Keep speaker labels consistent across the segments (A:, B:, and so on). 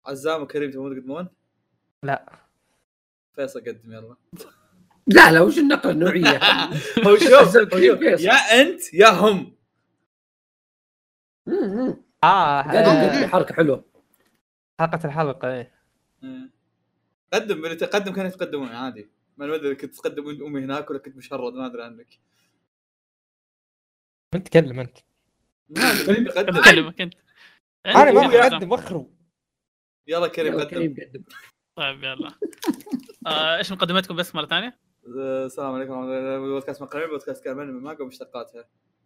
A: عزام وكريم تبون تقدمون؟
B: لا
A: فيصل قدم يلا.
C: لا وش النقله النوعيه؟
A: هو شوف يا انت يا هم.
C: قدم حركه حلوه.
B: حلقه الحلقه ايه
A: قدم اللي تقدم كانوا يتقدمون عادي. ما ادري كنت تقدم وانت امي هناك ولا كنت مشرد ما ادري عنك.
B: انت تكلم انت.
A: ما كريم يقدم.
D: اكلمك انت.
B: انا ما اقدم وخرو.
A: يلا كريم قدم.
D: طيب يلا. ايش مقدمتكم بس مره ثانيه؟
A: السلام عليكم ورحمه الله. بودكاست مقرر بودكاست كامل من ماجا ومشتقاتها.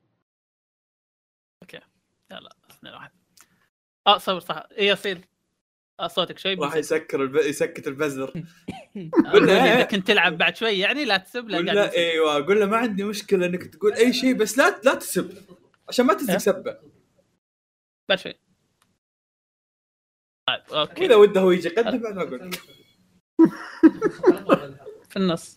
D: اوكي يلا 2 1. صور صح ايه يصير صوتك شوي
A: راح يسكت البزر.
D: قول له اذا كنت تلعب بعد شوي يعني لا تسب لا
A: قول له ايوه قول له ما عندي مشكله انك تقول اي شيء بس لا تسب عشان ما تزق سبه
D: بعد شوي. طيب اوكي
A: اذا وده هو يجي قدم بعد ما اقول
D: في النص.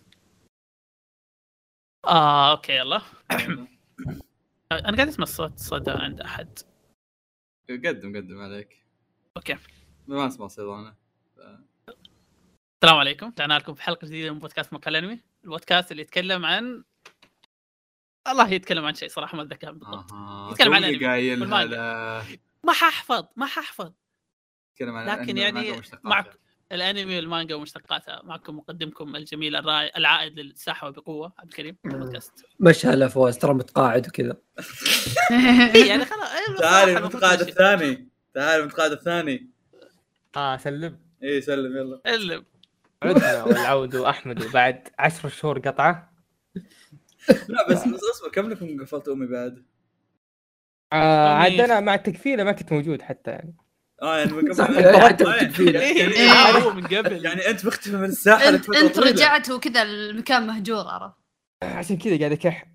D: اوكي يلا. انا قاعد اسمع الصوت صدى عند احد.
A: قدم عليك.
D: اوكي
A: ما اسمع صوت انا.
D: السلام عليكم. رجعنا لكم في حلقه جديده من بودكاست مقال انمي، البودكاست اللي يتكلم عن الله يتكلم عن شيء صراحه ما اتذكر بالضبط. يتكلم عن الانمي ما ححفظ لكن يعني مع الانمي والمانجا ومشتقاتها. معكم مقدمكم الجميل الرائع العائد للساحه بقوه عبد الكريم. بودكاست
C: مش هلا فواز ترى متقاعد وكذا.
D: يعني خلاص
A: تعال المتقاعد الثاني.
B: سلم.
A: ايه سلم يلا.
D: سلم.
B: عدنا والعود واحمد وبعد 10 شهور قطعه.
A: لا بس اصبر كم لكم قفلت امي بعد؟
B: عندنا مع التكفيله ما كنت موجود حتى يعني.
A: يعني من قبل
D: هو من قبل
A: يعني انت مختفي من الساحه.
E: انت رجعت وكذا المكان مهجور عرف.
B: عشان كذا قاعد اكح.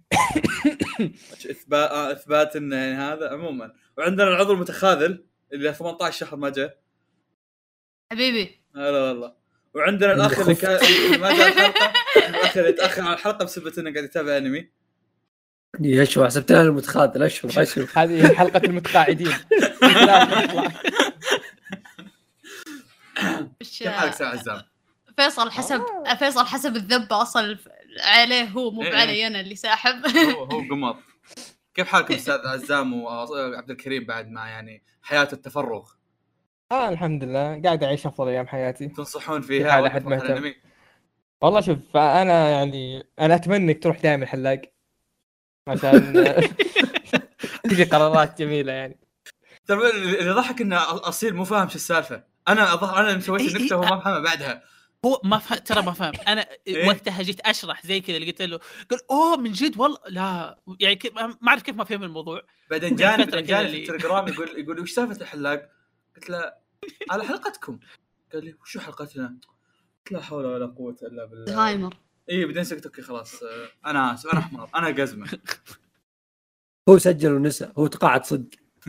A: اثبات ان يعني هذا عموما. وعندنا العضو المتخاذل اللي 18 شهر ما جاء
E: حبيبي.
A: هلا والله. وعندنا الاخ اللي كان ما جاء الحلقه. الاخ اللي تاخر على الحلقه بسبب انه قاعد يتابع انمي.
C: يشوف حسبت انا المتخاذل اشوف
B: هذه حلقه المتقاعدين.
A: كيف حالك ساعه عزام؟
E: فيصل حسب الذبه اصلا عليه هو مو علي انا اللي ساحب.
A: هو قمر. كيف حالكم استاذ عزام وعبد الكريم بعد ما يعني حياه التفرغ؟
B: الحمد لله قاعد اعيش افضل ايام حياتي.
A: تنصحون فيها
B: على حد مهتم؟ والله شوف انا يعني انا اتمنى انك تروح دائما الحلاق عشان تجي قرارات جميله يعني.
A: ترى اللي ضحك ان اصيل مو فاهم شو السالفه. انا سويت النكته وهو ما فهمها بعدها.
D: هو ما ترى ما فهم. انا وقتها جيت اشرح زي كذا اللي قلت له قال من جد والله لا يعني ما اعرف كيف ما فهم الموضوع.
A: بعدين جاني في التليجرام يقول وش سالفه الحلاق؟ قلت له على حلقتكم. قال لي وشو حلقتنا؟ لا حول ولا قوه الا بالله.
E: هايمر.
A: بعدين سكت خلاص. انا اسف انا حمار انا قزمه.
C: هو سجل ونسى هو تقاعد صدق.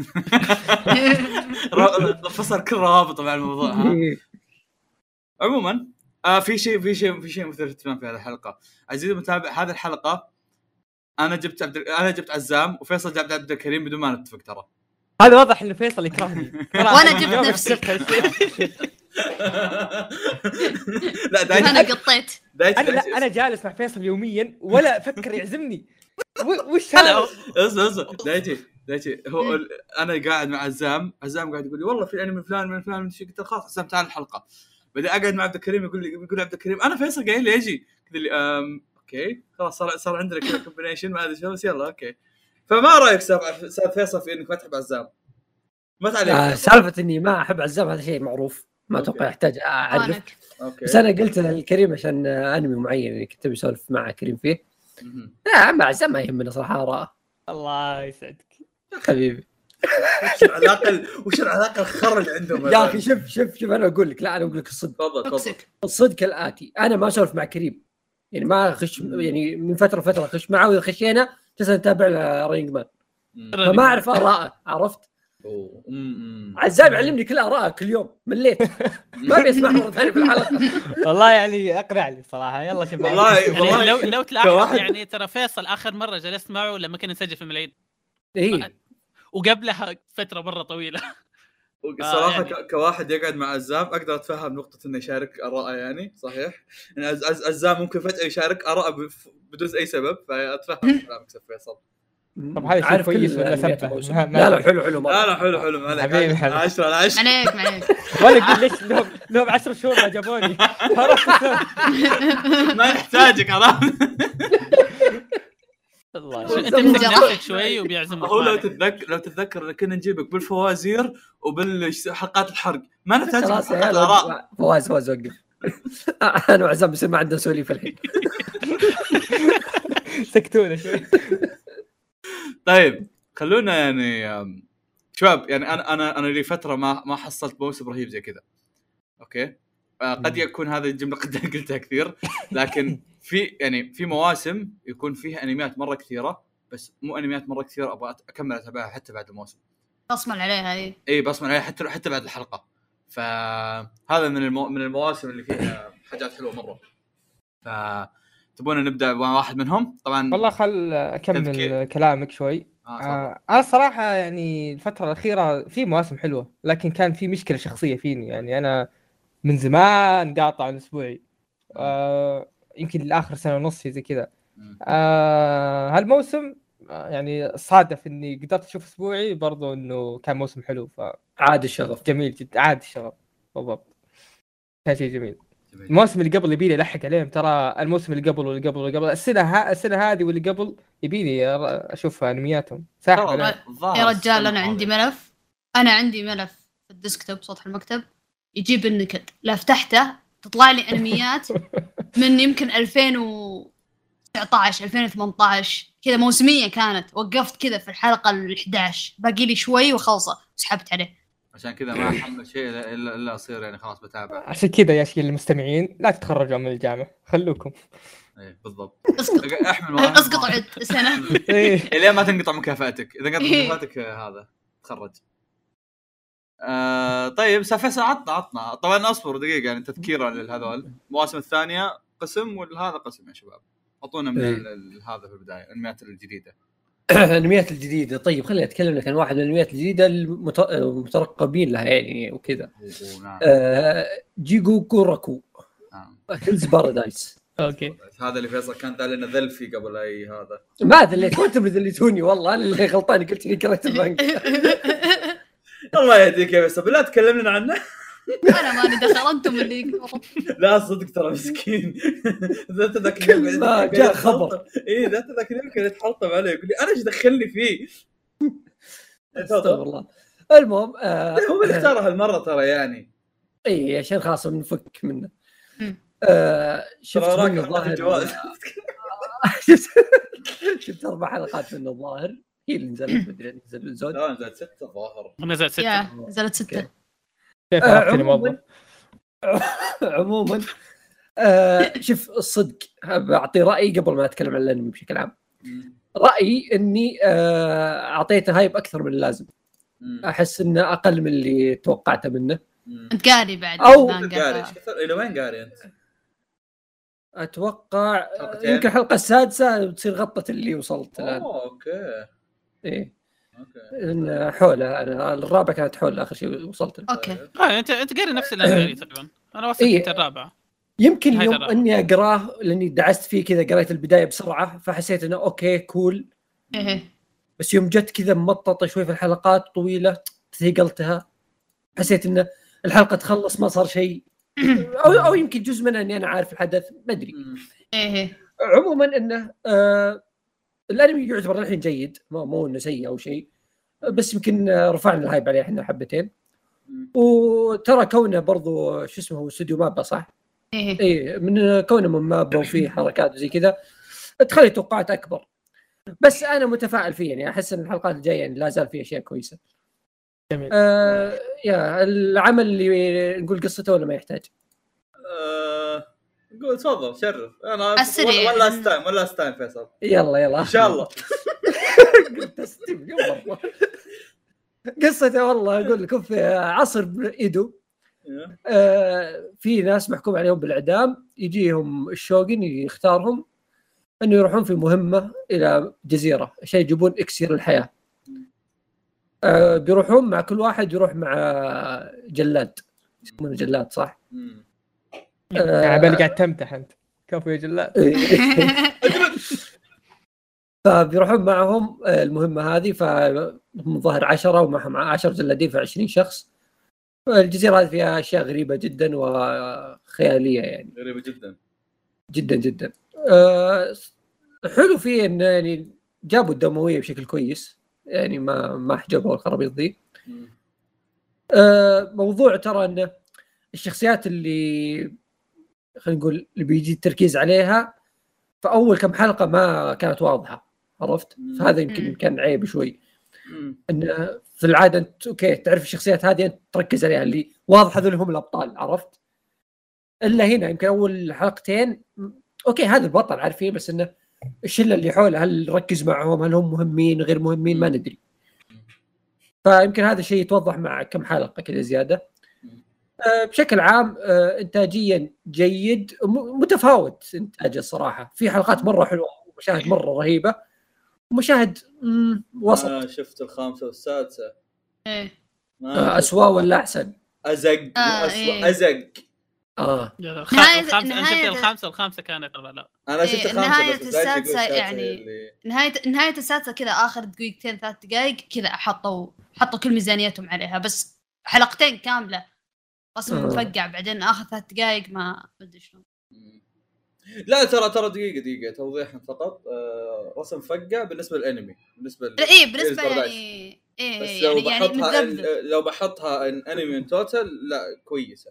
A: فصل كل روابط مع الموضوع. عموما في شيء مثير اهتمام في هذه الحلقه. عزيزي المتابع هذه الحلقه انا جبت عزام وفيصل جاب عبد الكريم بدون ما نتفق. ترى
B: هذا واضح ان فيصل يكرهني.
E: وانا جبت نفسي.
A: لا دايتي
E: انا قطيت.
B: انا جالس مع فيصل يوميا ولا افكر يعزمني. وش هذا؟
A: اصبر دايتي هو انا قاعد مع عزام قاعد يقول لي والله في انمي فلان من فلان قلت خلاص عزام تعال الحلقه. بدي اقعد مع عبد الكريم يقول عبد الكريم انا فيصل قايل لي اجي قال لي اوكي خلاص صار عندنا كذا كومبينيشن ما ادري شو بس يلا اوكي. فما رايك استاذ فيصل في انك ما تحب عزام؟ ما تعليق.
C: سالفه اني ما احب عزام هذا شيء معروف ما اتوقع يحتاج اعرف. بس انا قلت للكريم عشان انمي معين اللي كنت بسولف مع كريم فيه. لا مع عزام ما يهمنا صراحه اراء.
B: الله يسعدك
C: حبيبي.
A: وش العلاقه الخر اللي عندهم
C: يا اخي شوف انا اقول لك لا انا اقول لك الصدق. الصدق الاتي انا ما اسولف مع كريم يعني ما اخش يعني من فتره اخش معه واذا خشينا جالسين نتابع رينج مان فما اعرف اراءه عرفت. عزام يعلمني كل اراءه كل يوم مليت ما بيسمع مره ثانيه في الحلقه.
B: والله يعني اقرع لي صراحه. يلا شوف
A: والله
D: يعني لو تلاحظ يعني ترى فيصل اخر مره جلست معه لما كنا نسجل في الملاعين
C: إيه؟
D: وقبلها فتره مره طويله.
A: صراحه كواحد يقعد مع عزام اقدر اتفهم نقطه انه يشارك اراءه، يعني صحيح ان عزام ممكن فجاه يشارك اراءه بدون اي سبب، فاتفهم كلامك فيصل.
B: طب هذا شيء كويس ولا سبه؟
C: لا حلو مرة.
A: لا حلو
B: حبيبي
A: 10 على 10
E: عليك
B: ولا ليش لهم 10 شهور ما جابوني
A: ما يحتاجك عرفت.
B: الله
D: انت بتنجح شوي وبيعزمك.
A: هو لو تتذكر كنا نجيبك بالفوازير وبالحلقات الحرق، ما نحتاج
C: خلاص يا اراء. فواز وقف. انا وعزام بس ما عندنا سوليف الحين.
B: سكتونا شوي.
A: طيب خلونا يعني شباب، يعني انا لي فتره ما حصلت موسم رهيب زي كذا. اوكي قد يكون هذه الجمله قد قلتها كثير، لكن في مواسم يكون فيها انميات مره كثيره، بس مو انميات مره كثيره ابغى اكمل اتابعها حتى بعد الموسم.
E: بصمل عليها هذه.
A: اي بصمل عليها حتى بعد الحلقه. فهذا من المواسم اللي فيها حاجات حلوه مره. تبون نبدا بواحد منهم؟ طبعا
B: والله خل اكمل كلامك شوي. انا صراحه يعني الفتره الاخيره في مواسم حلوه، لكن كان في مشكله شخصيه فيني. يعني انا من زمان قاطع عن اسبوعي، يمكن لاخر سنه ونص زي كذا. هالموسم يعني صادف اني قدرت اشوف اسبوعي برضو، انه كان موسم حلو،
C: عاد الشغف
B: جميل جدا. عاد الشغف بالضبط، كان شيء جميل. الموسم اللي قبل يبيني لحق عليهم، ترى الموسم اللي قبل واللي قبل السنه هذه واللي قبل يبيني اشوف انمياتهم ساحب.
E: يا رجال انا عندي ملف في الديسكتوب سطح المكتب يجيب النكد، لا فتحته تطلع لي انميات من يمكن 2019 2018 كذا موسميه كانت. وقفت كذا في الحلقه ال11 باقي لي شوي وخلصه وسحبت عليه.
A: عشان كذا ما احمل شيء الا اصير يعني خلاص بتابع.
B: عشان كذا يا شيخ المستمعين لا تتخرجوا من الجامعه، خلوكم.
A: ايه بالضبط.
E: اسقط عد سنه
A: ليه ما تنقطع مكافاتك؟ اذا قطعت مكافاتك هذا تخرج. طيب فيصل عطنا طبعا اصبر دقيقه، يعني تذكيرا لهذول المواسم الثانيه قسم وهذا قسم يا شباب. اعطونا من هذا في البدايه الانميات الجديده.
C: الانميات الجديده. طيب خليني اتكلم لك عن واحد من الانميات الجديده المترقبين لها يعني وكذا. جيجو كوراكو هيلز بارادايس.
B: اوكي
A: هذا اللي فيصل كان قال لنا ذل فيه قبل اي هذا.
C: ما ذليت وانتم ذليتوني والله، انا اللي غلطان قلت لي قريت البنك.
A: الله يهديك يا فيصل بالله تكلم لنا عنه.
E: انا ماني دخل انتم اللي
A: لا صدق ترى مسكين. ذات ذاك اليوم
C: ما جاء خبر.
A: ايه ذات ذاك اليوم كان يتحلطم عليه يقول لي انا ايش دخلني فيه.
C: استغفر الله. المهم
A: هو اللي اختاره هالمره ترى يعني.
C: اي عشان خلاص نفك منه. شفت منه الظاهر شفت 4 حلقات منه الظاهر، هي اللي نزلت مدري نزل الزود.
A: لا نزلت 6 الظاهر.
E: نزلت 6.
C: عموما شوف الصدق بعطي رأيي قبل ما أتكلم عن الأنمي بشكل عام. رأيي إني أعطيته هايب أكثر من اللازم. أحس إنه أقل من اللي توقعته منه.
E: أنت قاري بعد
C: أو
A: قاري إلى وين قاري أنت؟
C: أتوقع يمكن الحلقة السادسة تصير غطت اللي وصلت الآن.
A: أوكي.
C: إيه. إن حوله أنا الرابع كانت حول آخر شيء وصلت له.
E: أوكي.
D: أنت قاري نفس الأنمي تقريبا. أنا وصلت الرابعة.
C: يمكن يوم اني اقراه لاني دعست فيه كذا، قريت البدايه بسرعه فحسيت انه اوكي كول. بس يوم جت كذا مططه شوي في الحلقات طويله ثقلتها، حسيت انه الحلقه تخلص ما صار شيء. او يمكن جزء منها اني انا عارف الحدث ما ادري. عموما انه الانمي يعتبر الحين جيد، مو انه سيء او شيء، بس يمكن رفعنا الهايب عليه احنا حبتين. وترى كونه برضو شو اسمه هو استوديو مابا صح؟ ايه من كونه من مابا وفيه حركات زي كذا تخلي توقعات اكبر. بس انا متفائل فيه، يعني احس ان الحلقات الجايه يعني لا زال فيه اشياء كويسه.
B: جميل.
C: يا العمل اللي نقول قصته ولا ما يحتاج؟
A: قول تفضل شرف. انا ولا استايم فيصل.
C: يلا
A: ان شاء الله.
C: قلت استيم يلا. قصته والله اقول لكم في عصر ايدو. في ناس محكوم عليهم بالاعدام، يجيهم الشوغن يختارهم انه يروحون في مهمه الى جزيره عشان يجيبون اكسير الحياه. بيروحون مع كل واحد يروح مع جلاد يسمونه جلاد صح؟
B: بالي قاعد تمتح انت كفو يا جلاد.
C: فبيروحون معهم المهمة هذه، فهم ظهر 10 ومعهم 10 جلادين في 20 شخص. الجزيرة هذه فيها أشياء غريبة جدا وخيالية يعني
A: غريبة جدا
C: جدا جدا. حلو فيه إن يعني جابوا الدموية بشكل كويس يعني ما حجبوا الخرابيط ذي. موضوع ترى إن الشخصيات اللي خلينا نقول اللي بيجي التركيز عليها في أول كم حلقة ما كانت واضحة عرفت، فهذا يمكن كان عيب شوي. إن في العادة أنت أوكي تعرف الشخصيات هذه أنت تركز عليها اللي واضح هذول هم الأبطال عرفت، إلا هنا يمكن أول حلقتين أوكي هذا البطل عارفين، بس إنه الشلة اللي حوله هل ركز معهم هل هم مهمين غير مهمين ما ندري. فيمكن هذا الشيء يتوضح مع كم حلقة كذا زيادة. بشكل عام إنتاجيا جيد متفاوت إنتاجه الصراحة، في حلقات مرة حلوة ومشاهد مرة رهيبة ومشاهد وسط.
A: شفت الخامسة والسادسة
C: أسوأ ولا أحسن؟
A: أزق أسوأ أزق.
D: الخامسة كانت لا
A: أنا شفت الخامسة
E: نهاية السادسة يعني نهاية السادسة كذا آخر دقيقتين 3 دقائق كذا حطوا كل ميزانيتهم عليها، بس حلقتين كاملة رسم مفقع بعدين آخر 3 دقائق ما أدري شلون.
A: لا ترى دقيقة توضيحا فقط. رسم مفقع بالنسبة للأنمي بالنسبة
E: بالنسبة يعني
A: بس لو بحطها إن أنمي من توتال لا كويسة.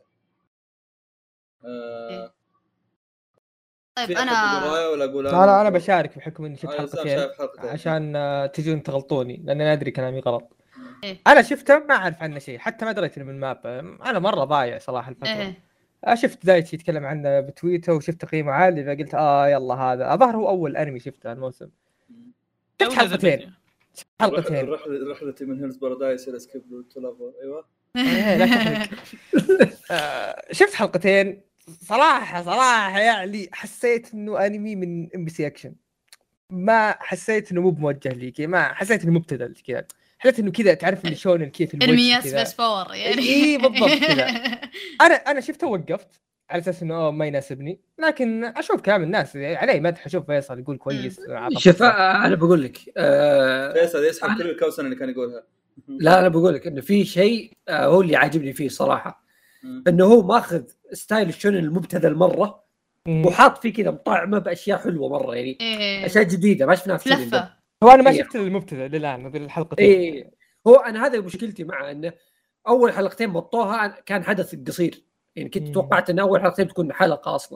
E: طيب أنا
A: ولا أقول
B: لا أنا بشارك بحكم إني شفت حلقتين عشان تجون تغلطوني لأن أنا أدري كلامي غلط. أنا شفته ما أعرف عنه شيء حتى ما دريت من ماب. أنا مرة ضايع صراحة الفترة. شفت دايتشي يتكلم عنه بتويتر وشفت تقييمه عالي فقلت يلا هذا الظاهر هو أول أنمي شفته الموسم. شفت حلقتين
A: رحلتي من هيلز بارادايس إلى سكيب تولافور. أيوة
B: لا تحرق. شفت حلقتين صراحة يعني حسيت إنه أنمي من MBC أكشن، ما حسيت إنه مو بموجه لي كذا، ما حسيت إنه مبتذل كذا، حسيت إنه كذا تعرف اللي شلون كيف الوجه كذا
E: بس باور يعني
B: بالضبط كذا. أنا شفته وقفت على أساس إنه ما يناسبني، لكن أشوف كلام الناس عليه مدح. أشوف فيصل يقول كويس.
C: شوف أنا بقول لك
A: فيصل يسحب كل الكوسنة اللي كان يقولها.
C: لا أنا بقول لك إنه في شيء هو اللي عاجبني فيه صراحة، إنه هو ماخذ ستايل الشون المبتذل مرة وحاط فيه كذا مطعمه بأشياء حلوة مرة يعني أشياء جديدة ما شفناها في الفيلم.
B: هو أنا ما شفت المبتذل الآن بالحلقتين.
C: هو أنا هذا مشكلتي معه، إنه أول حلقتين مطوها كان حدث قصير يعني كنت توقعت إن أول حلقتين تكون حلقة أصلا،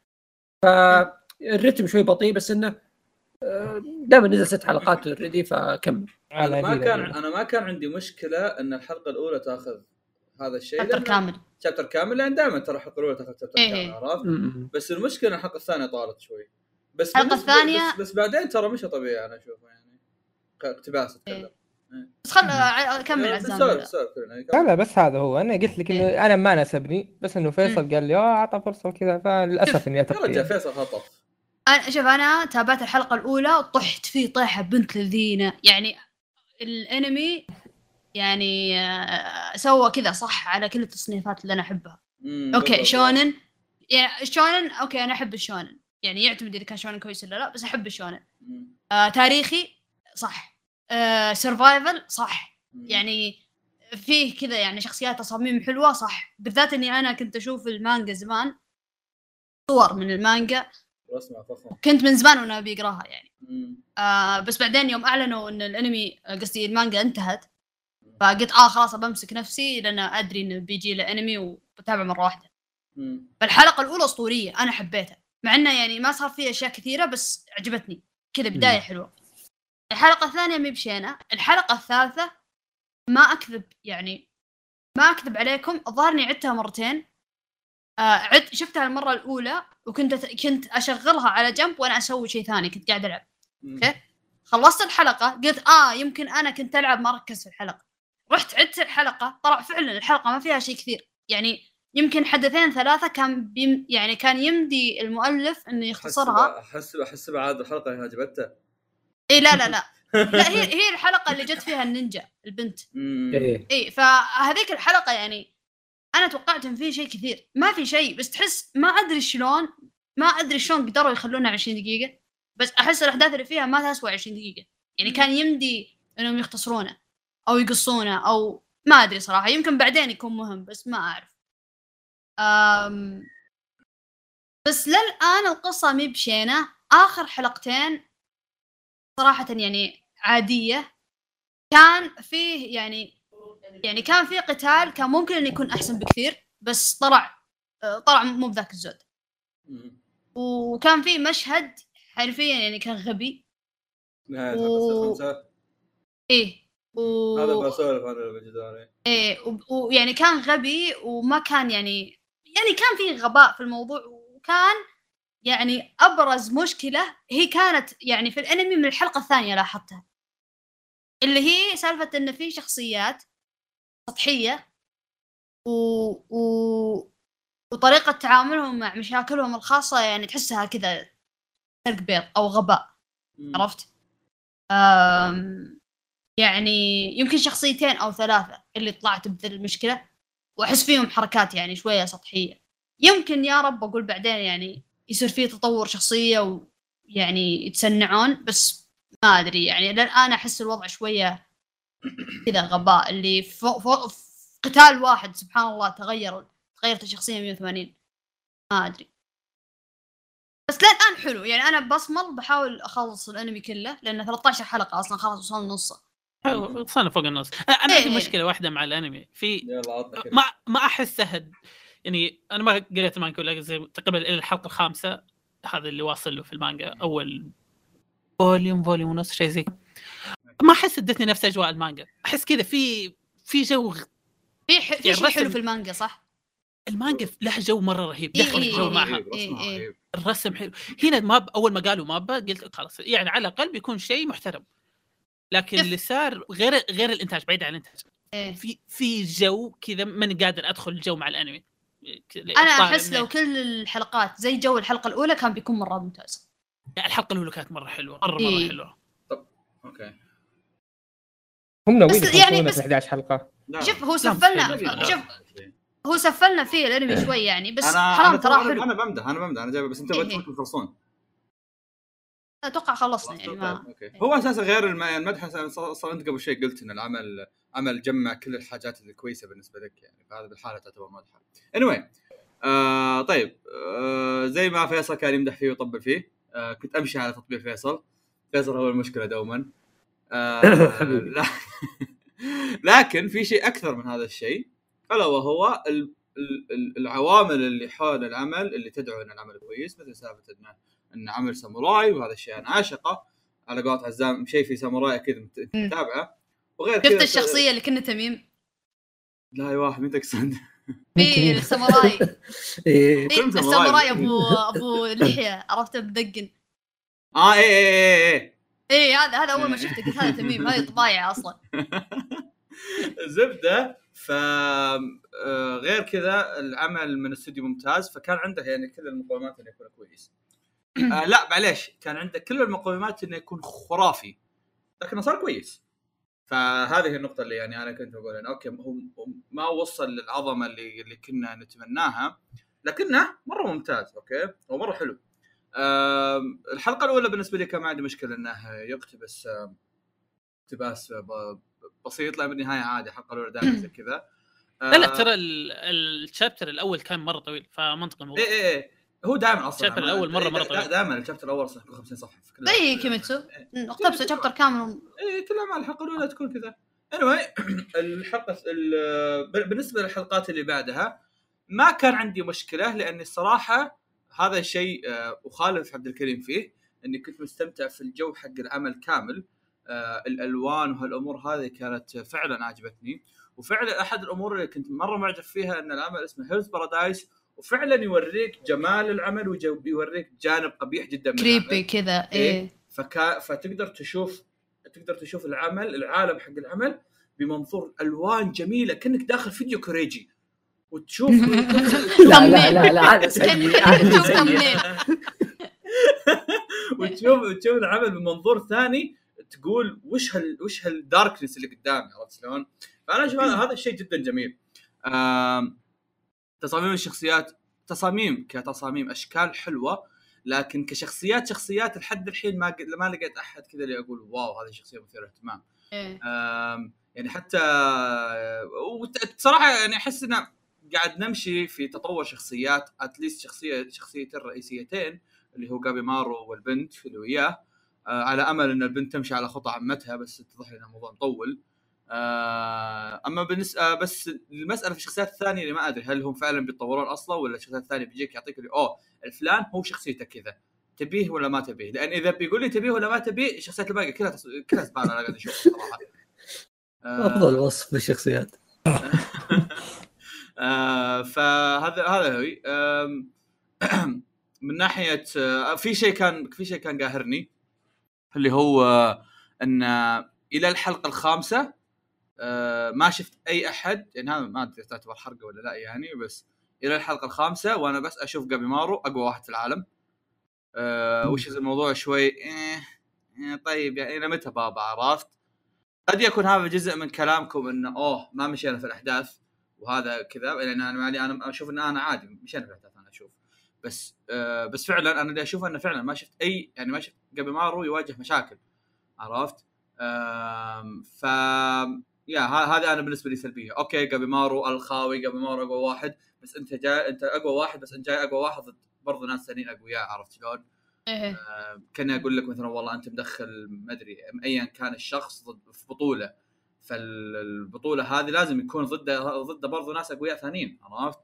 C: فالرتم شوي بطيء، بس إنه دائما نزل 6 حلقات الريدي فكمل.
A: أنا ما كان عندي مشكلة إن الحلقة الأولى تأخذ هذا الشيء شابتر كامل لأن دائما ترى الحلقة الأولى تأخذ شابتر كامل عرفت. بس المشكلة الحلقة الثانية طالت شوي، بس
E: الحلقة الثانية
A: بس بعدين ترى مش طبيعي أنا أشوفه يعني اقتباس أتكلم.
E: بس خل كمل عزام.
B: لا بس هذا هو أنا قلت لك إنه أنا ما ناسبني، بس إنه فيصل قال لي أعطى فرصة وكذا فللأسف إني
A: أترك. فيصل خطف.
E: أنا تابعت الحلقة الأولى وطحت فيه طيحة بنت لذينة يعني. الأنمي يعني سوى كذا صح على كل التصنيفات اللي أنا أحبها. أوكي شونن يعني شونن أوكي أنا أحب الشونن يعني يعتمد إذا كان شونن كويس ولا لا، بس أحب الشونن. تاريخي صح. سيرفايفل صح يعني فيه كذا يعني شخصيات تصاميم حلوة صح، بالذات إني أنا كنت أشوف المانجا زمان صور من المانجا كنت من زمان وأنا بيقراها يعني. بس بعدين يوم أعلنوا إن الأنمي قصدي المانجا انتهت فقلت خلاص بمسك نفسي لأن أدري إنه بيجي لأنمي وبتابع مرة واحدة. فالحلقة الأولى أسطورية أنا حبيتها مع إنه يعني ما صار فيه أشياء كثيرة بس عجبتني كذا بداية حلوة. الحلقة الثانية مبشينة. الحلقة الثالثة ما أكذب يعني ما أكذب عليكم الظاهرني عدتها مرتين. شفتها المرة الأولى وكنت أشغلها على جنب وأنا أسوي شيء ثاني كنت قاعد ألعب. خلصت الحلقة قلت يمكن أنا كنت ألعب ما ركزت في الحلقة. رحت عدت الحلقة طلع فعلا الحلقة ما فيها شيء كثير يعني يمكن حدثين 3 كان يعني كان يمدي المؤلف إنه يختصرها.
A: أحس بعد الحلقة اللي عجبتها.
E: لا لا هي الحلقه اللي جت فيها النينجا البنت. اي فهذيك الحلقه يعني انا توقعت ان في شيء كثير، ما في شيء، بس تحس ما ادري شلون قدروا يخلونها 20 دقيقه، بس احس الاحداث اللي فيها ما تسوى 20 دقيقه. يعني كان يمدي انهم يختصرونه او يقصونه او ما ادري صراحه، يمكن بعدين يكون مهم بس ما اعرف. بس للان القصه مي بشينه. اخر حلقتين صراحه يعني عاديه، كان فيه يعني كان فيه قتال كان ممكن أن يكون أحسن بكثير، بس طلع مو بذاك الزود. وكان فيه مشهد حرفيا يعني كان غبي.
A: هذا بسولف أنا بالجدار.
E: ويعني كان غبي وما كان يعني كان فيه غباء في الموضوع. وكان يعني أبرز مشكلة هي كانت يعني في الأنمي من الحلقة الثانية لاحظتها، اللي هي سالفة إن في شخصيات سطحية وطريقة تعاملهم مع مشاكلهم الخاصة يعني تحسها كذا سرق بيض أو غباء. عرفت؟ يعني يمكن شخصيتين أو 3 اللي طلعت بذي المشكلة، وأحس فيهم حركات يعني شوية سطحية. يمكن يا رب أقول بعدين يعني يصير فيه تطور شخصية ويعني يتسنعون، بس ما أدري يعني للآن أحس الوضع شوية كذا غباء. اللي في قتال واحد سبحان الله تغيرت الشخصية 180. ما أدري، بس الآن حلو يعني. أنا بصمل بحاول أخلص الأنمي كله لأنه 13 حلقة أصلا، خلاص وصلنا نصه.
D: وصلنا فوق النص. أنا عندي مشكلة واحدة مع الأنمي في ما أحس سهل يعني. أنا ما قريت المانجا ولا زي تقريبا إلى الحلقة 5 هذا اللي واصل له في المانجا، أول فوليوم ونص شيء زي. ما أحس ادتني نفس أجواء المانجا. أحس كذا في جو
E: في شيء حلو في المانجا صح.
D: المانجا له جو مرة رهيب، دخل الجو معها. الرسم حلو. هنا أول ما قالوا مابا قلت خلاص يعني على الأقل بيكون شيء محترم. لكن اللي صار غير الإنتاج، بعيد عن الإنتاج. في جو كذا من قادر أدخل الجو مع الأنمي.
E: أنا أحس لو كل الحلقات زي جو الحلقة الأولى كان بيكون مرة ممتاز.
D: الحلقة الأولى كانت مرة حلوة، مرة حلوة.
A: طب أوكي،
B: هم ناويين يخلصونها في 11 حلقة.
E: شوف هو سفلنا فيه الانمي شوي يعني، بس حرام ترى حلو.
A: انا بمدح انا جايبه، بس انت بتفوت تخلصون.
E: اتوقع خلصنا يعني ما
A: أوكي. هو اساسا غير المدح صار انت قبل شيء قلت ان العمل عمل جمع كل الحاجات الكويسه بالنسبه لك يعني، فهذا بالحاله تعتبر مدح. anyway طيب زي ما فيصل كان يمدح فيه ويطبل فيه، كنت امشي على تطبيل فيصل هو المشكله دوما. لكن في شيء اكثر من هذا الشيء، الا وهو العوامل اللي حول العمل اللي تدعو ان العمل كويس، مثل سالفه ان عمل ساموراي، وهذا الشيء انا عاشقه على قولة عزام، شيء في ساموراي اكيد متابعه. وغير كذا
E: شفت الشخصيه اللي كنا تميم؟
A: لا يا واحد مين تقصد؟
E: في الساموراي. الساموراي ابو لحيه، عرفته بدقن. ايه هذا اول ما شفته قلت هذا تميم، هذه طبايع اصلا.
A: زبده. غير كذا العمل من استوديو ممتاز، فكان عنده يعني كل المقومات انه يكون كويس. لا معليش، كان عنده كل المقومات انه يكون خرافي لكنه صار كويس. فهذه النقطه اللي يعني انا كنت بقول انه اوكي هو ما وصل للعظمه اللي كنا نتمناها، لكنه مره ممتاز. اوكي هو مره حلو. الحلقه الاولى بالنسبه لي كان ما عندي مشكله انه يقتبس اقتباس بسيط، لا بالنهايه عادي. الحلقه الاولى دائما زي كذا.
D: لا ترى الشابتر الاول كان مره طويل، فمنطقي الموضوع.
A: ايه هو دائما اصلا
D: الشابتر الاول مره طويل.
A: دائما الشابتر الاول اصلا 50 صفحه
E: زي كيميتسو اقتبس شابتر كامل.
A: كل ما الحلقه الاولى تكون كذا. anyway الحلقه بالنسبه للحلقات اللي بعدها ما كان عندي مشكله، لاني الصراحه هذا الشيء وخالف عبد الكريم فيه، اني كنت مستمتع في الجو حق العمل كامل. الالوان وهالامور هذه كانت فعلا عجبتني، وفعلا احد الامور اللي كنت مره معجب فيها ان العمل اسمه هيلز بارادايس، وفعلا يوريك جمال العمل ويوريك جانب قبيح جدا من
E: كريبي كذا. ايه
A: فتقدر تشوف العالم حق العمل بمنظور الوان جميله، كأنك داخل فيديو كوريجي وتشوف
C: لا هذا سيء.
A: وتشوف العمل بمنظور ثاني، تقول وش هالداركنس اللي قدامي، عرفت شلون؟ فانا اشوف هذا الشيء جدا جميل. تصاميم الشخصيات، كتصاميم اشكال حلوه، لكن شخصيات لحد الحين ما لقيت احد كذا اللي اقول واو هذه شخصيه مثيره اهتمام. يعني حتى بصراحه يعني احس ان قاعد نمشي في تطور شخصيات، اتليست شخصيتين الرئيسيتين اللي هو جابي مارو والبنت اللي وياه، على امل ان البنت تمشي على خطى عمتها، بس اتضح لنا الموضوع مطول. اما بالنسبه بس المساله في الشخصيات الثانيه اللي ما ادري هل هم فعلا بيتطورون اصلا، ولا الشخصيات الثانيه بيجيك يعطيك اللي الفلان هو شخصيته كذا تبيه ولا ما تبيه، لان اذا بيقول لي تبيه ولا ما تبيه الشخصيات الباقيه كلها زباله. انا قاعد اشوف صراحه
C: افضل وصف للشخصيات.
A: فهذا هو من ناحيه في شيء كان قاهرني، اللي هو ان الى الحلقه الخامسة ما شفت اي احد، يعني هذا ما ادري تعتبر حرقه ولا لا يعني، بس الى الحلقه الخامسة وانا بس اشوف جابي مارو اقوى واحد في العالم. وش الموضوع شوي طيب يعني الى متى بابا، عرفت؟ قد يكون هذا جزء من كلامكم انه ما مشينا في الاحداث وهذا كذا، لان انا اشوف ان انا عادي مشينا في الاحداث، انا اشوف بس فعلا انا اللي اشوف انه فعلا ما شفت ما شفت جابي مارو يواجه مشاكل، عرفت؟ ف هذا انا بالنسبه لي سلبيه. اوكي جابي مارو الخاوي، جابي مارو اقوى واحد، بس انت اقوى واحد، بس انت جاي اقوى واحد ضد برضه ناس ثانيين اقوياء، عرفت شلون؟ كان اقول لك مثلا والله انت مدخل ما ادري ايا كان الشخص في بطوله، فالبطوله هذه لازم يكون ضد برضه ناس اقوياء ثانيين، عرفت؟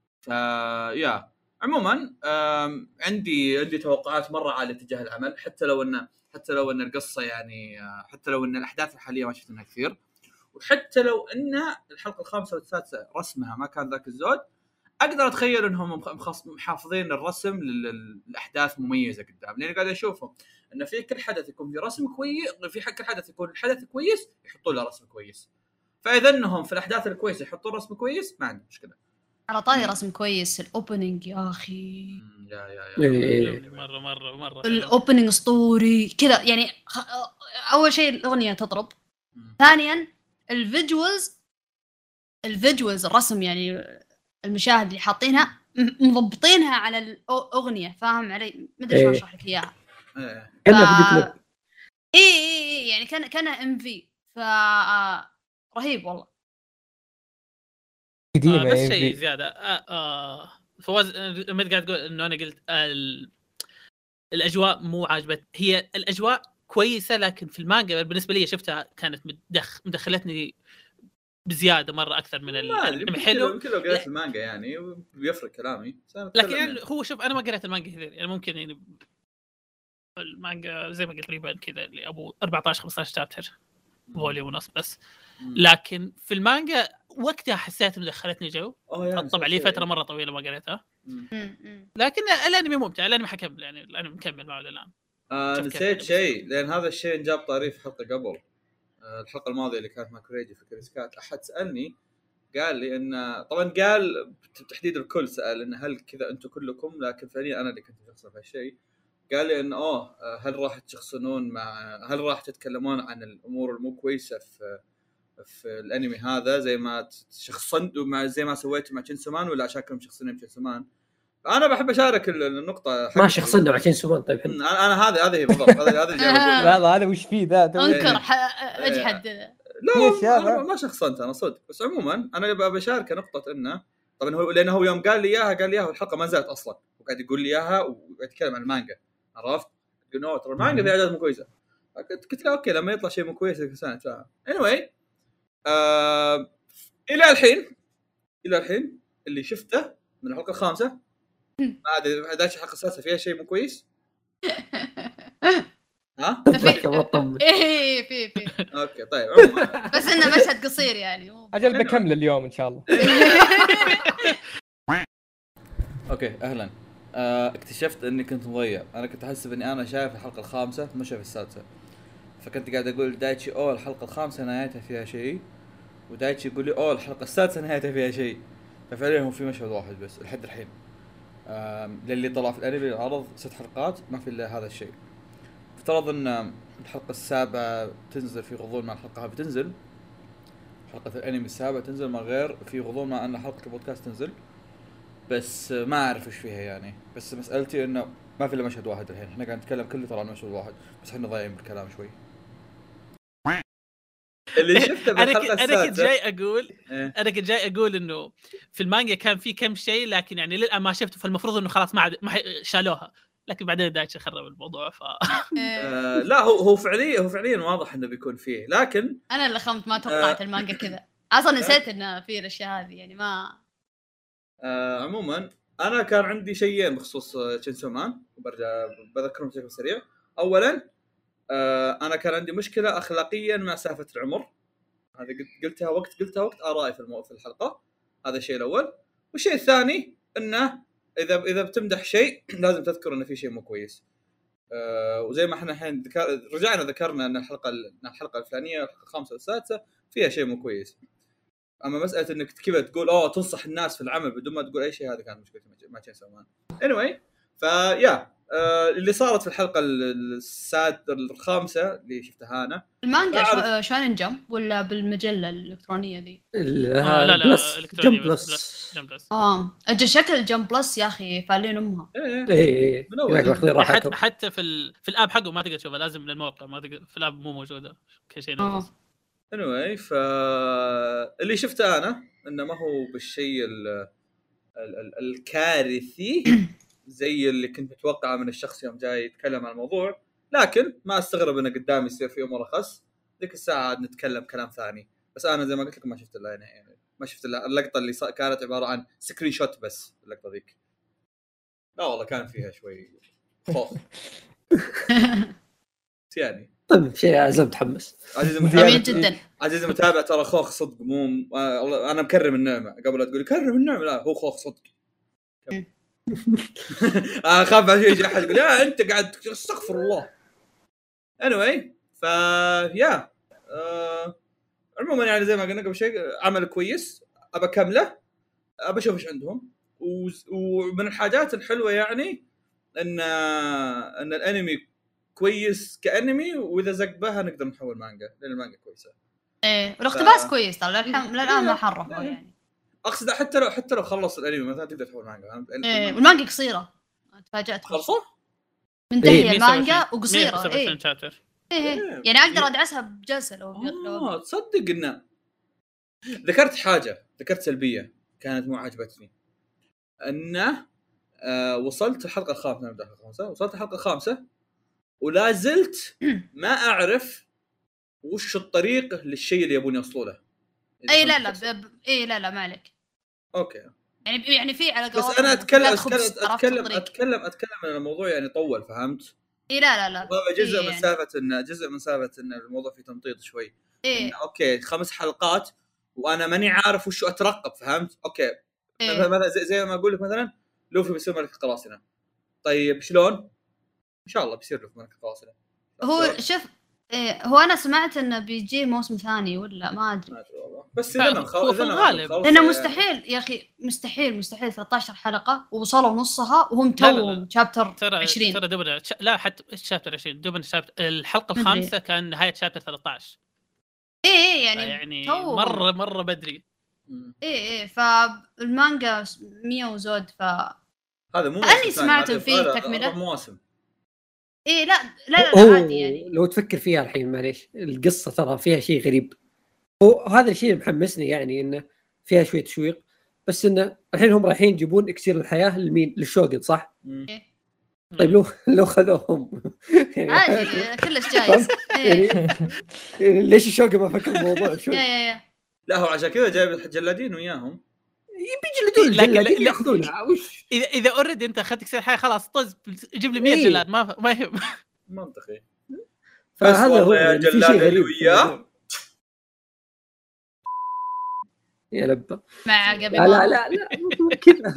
A: عموما عندي توقعات مره عاليه تجاه العمل، حتى لو ان القصه يعني حتى لو ان الاحداث الحاليه ما شفت منها كثير، وحتى لو ان الحلقه الخامسة والسادسة رسمها ما كان ذاك الزود، اقدر اتخيل انهم محافظين الرسم للاحداث مميزه قدام، لان قاعد اشوفهم ان في كل حدث يكون في رسم كويس، في كل حدث يكون الحدث كويس يحطوا له رسم كويس، فاذا انهم في الاحداث الكويسه يحطوا رسم كويس ما عندي مشكله.
E: على طاري رسم كويس، الاوبننج يا اخي
D: يا مره
E: الاوبننج اسطوري كذا يعني. اول شيء الاغنيه تضرب، ثانيا الفيجوالز الرسم، يعني المشاهد اللي حاطينها مضبطينها على الاغنيه، فاهم علي؟ ما ادري شلون اشرح لك اياها. يعني كان ام في رهيب والله.
D: بس شيء زياده فواز لما قاعد تقول انه انا قلت الاجواء مو عاجبت، هي الاجواء كويسه، لكن في المانجا بالنسبه لي شفتها كانت مدخلتني بزياده مره اكثر من الانمي. حلو
A: يمكن لو قريت المانجا يعني بيفرق كلامي،
D: لكن يعني هو شوف انا ما قريت المانجا كثير، يعني ممكن يعني المانجا زي ما قلت تقريبا كذا اللي ابو 14 15 شابتر فوليوم ونص بس، لكن في المانجا وقتها حسيت انه دخلتني جو. يعني طبعا لي فتره مره طويله ما قريتها، لكن الانمي ممتع، الانمي حكمل يعني الانمي مكمل معه الان.
A: نسيت شيء، لان هذا الشيء جاب طريف حلقه قبل الحلقه الماضيه اللي كانت مع كريجي في كريسكات. احد سالني قال لي ان طبعا قال بالتحديد الكل سال ان هل كذا انتم كلكم، لكن فعليا انا اللي كنت بشخص في هالشيء. قال لي ان هل راح تشخصنون هل راح تتكلمون عن الامور المو كويسه في الانمي هذا زي ما شخصنتوا زي ما سويتوا مع تشينسومان، ولا عشان كلهم شخصين تشينسومان؟ انا بحب اشارك النقطه
C: ما شخصنا مع تشينسومان. طيب
A: انا هذه بالضبط هذا اللي جاي
B: هذا وش فيه ذا
E: انكر اجحد.
A: لا ما شخصنت انا صدق، بس عموما انا بشارك نقطه انه طبعا هو لانه هو يوم قال لي اياها والحلقه ما زالت اصلا وقاعد يقول لي اياها ويتكلم عن المانجا، عرفت؟ قلنا ترى المانجا في اعداد مو كويسه. قلت له اوكي لما يطلع شيء مو كويس الانسان فاهم. anyway الى الحين اللي شفته من الحلقه الخامسة ما ادري 11 حلقه السادسه فيها شيء مو كويس. ها
E: في
A: اوكي طيب
E: بس انه مشهد قصير يعني
B: اجل بكمل اليوم ان شاء الله.
A: اوكي اهلا. اكتشفت اني كنت مضيع، انا كنت احسب اني انا شايف الحلقه الخامسة مش شايف السادسه، فكنت قاعد اقول دايتشي الحلقه الخامسة نهايتها فيها شيء، ودايتشي يقول لي الحلقه السادسه نهايتها فيها شيء، ففعليا هو في مشهد واحد بس لحد الحين. للي طلع في الانمي العرض 6 حلقات ما في الا هذا الشيء. افترض ان الحلقه السابعه تنزل في غضون مع الحلقه هذه بتنزل، حلقه الانمي السابعه تنزل من غير في غضون مع ان حلقه البودكاست تنزل، بس ما اعرف ايش فيها يعني. بس مسألتي انه ما في الا مشهد واحد الحين، احنا قاعد نتكلم كله طلع مشهد واحد، بس احنا ضايعين بالكلام شوي. اللي شفته بالحلقه السادسه
D: انا كنت جاي اقول انه في المانجا كان في كم شيء، لكن يعني للان ما شفته، فالمفروض انه خلاص ما شالوها، لكن بعدين دايتش خرب الموضوع
A: لا هو فعليا واضح انه بيكون فيه، لكن
E: انا اللي خمت ما توقعت المانجا كذا اصلا، نسيت انه في الاشياء هذه يعني ما
A: عموما انا كان عندي شيئين بخصوص تشينسو مان وبرجع بذكرهم بشكل سريع. اولا انا كان عندي مشكله اخلاقيا مع سالفه العمر، هذا قلتها وقت ارائي في الحلقه، هذا الشيء الاول. والشيء الثاني انه اذا بتمدح شيء لازم تذكر انه في شيء مو كويس. وزي ما احنا الحين رجعنا ذكرنا ان الحلقه الفلانيه الحلقه الخامسه والسادسه فيها شيء مو كويس. اما مساله انك كذا تقول تنصح الناس في العمل بدون ما تقول اي شيء، هذا كان مشكلتي مع تشينسو مان. anyway فيا اللي صارت في الحلقه الخامسه اللي شفتها انا
E: المانجا شونن جمب ولا بالمجله الالكترونيه ذي؟
D: لا
C: جمب بلس.
E: اجل شكل جمب بلس يا اخي فالين امها.
C: ايه
D: حتى في الاب حقه ما تقدر تشوفه، لازم من الموقع، ما تقدر في الاب مو موجوده كشيء ناقص.
A: anyway اللي شفته انا انه ما هو بالشيء الكارثي زي اللي كنت متوقعه من الشخص يوم جاي يتكلم عن الموضوع، لكن ما استغرب انه قدامي يصير في امور اخص ذيك الساعه نتكلم كلام ثاني. بس انا زي ما قلت لكم ما شفت الا يعني ما شفت الا اللقطه اللي كانت عباره عن سكرين شوت بس. اللقطه ذيك لا والله كان فيها شوي خوخ يعني.
C: طيب شيء عزم متحمس
A: عزيزي المتابع ترى خوخ صدق، مو انا مكرم النعمه قبل لا تقول كرم النعمه، لا هو خوخ صدق. اخاف يجي احد يقول لا انت قاعد استغفر الله. anyway يا عموما يعني زي ما قلنا قبل شيء عمل كويس، ابى اكمله، ابى اشوف ايش عندهم. ومن الحاجات الحلوه يعني ان الانمي كويس كانمي، واذا زق بها نقدر نحول مانجا لان المانجا كويسه.
E: والاقتباس كويس ترى للان ما حرفوا يعني.
A: اقصد حتى لو خلص الانمي مثلا تقدر تحول مانجا.
E: والمانجا قصيره، تفاجأت
A: خلصه
E: منتهيه المانجا وقصيره.
A: يعني
E: اقدر ادعسها بجلسه لو
A: تصدق انه ذكرت سلبيه كانت مو عجبتني، انه وصلت الحلقه الخامسه وصلت الحلقه الخامسه ولا زلت ما اعرف وش الطريق للشيء اللي يبون يوصلوا له.
E: لا ما عليك.
A: اوكي
E: يعني في على قولتهم،
A: بس انا اتكلم عن الموضوع يعني طول، فهمت؟
E: لا
A: جزء من سالفه ان الموضوع فيه تمطيط شوي. اوكي 5 حلقات وانا ماني عارف وش اترقب، فهمت؟ اوكي مثلا زي ما اقول لك مثلا لوفي بيصير ملك القراصنه، طيب شلون؟ ان شاء الله بيصير لوفي ملك القراصنه.
E: هو شوف هو انا سمعت انه بيجي موسم ثاني ولا ما ادري
A: والله، بس اذا
E: لانه مستحيل يا اخي، مستحيل 13 حلقه ووصلوا نصها وهم توهم شابتر 20.
D: ترى دوبنا لا حتى شابتر 20 دوبنا الحلقه الخامسه كان نهايه شابتر 13. يعني مره بدري.
E: فالمانجا 100 وزود،
A: هذا مو
E: اني سمعت فيه تكمله
A: مواسم.
E: لا عادي يعني.
C: لو تفكر فيها الحين معليش القصه ترى فيها شيء غريب، وهذا الشيء اللي محمسني يعني انه فيها شويه تشويق، بس انه الحين هم رايحين يجيبون اكسير الحياه لمين؟ للشوغن صح؟ طيب لو خذوهم
E: عادي كلش جايز.
C: يعني ليش الشوغن ما فكر الموضوع شوي؟
A: لا هو عشان كذا جايب الجلادين وياهم
C: بيجلدون الجلادين ياخذونها. وش
D: اذا اوريدي انت اخذت كثير حاجه خلاص طز جيب لي 100 جلاد ما يهم.
A: منطقي.
C: فهذا هو
A: يا جلاد اللي وياه
C: يا لبا
E: مع قبل
C: لا كذا.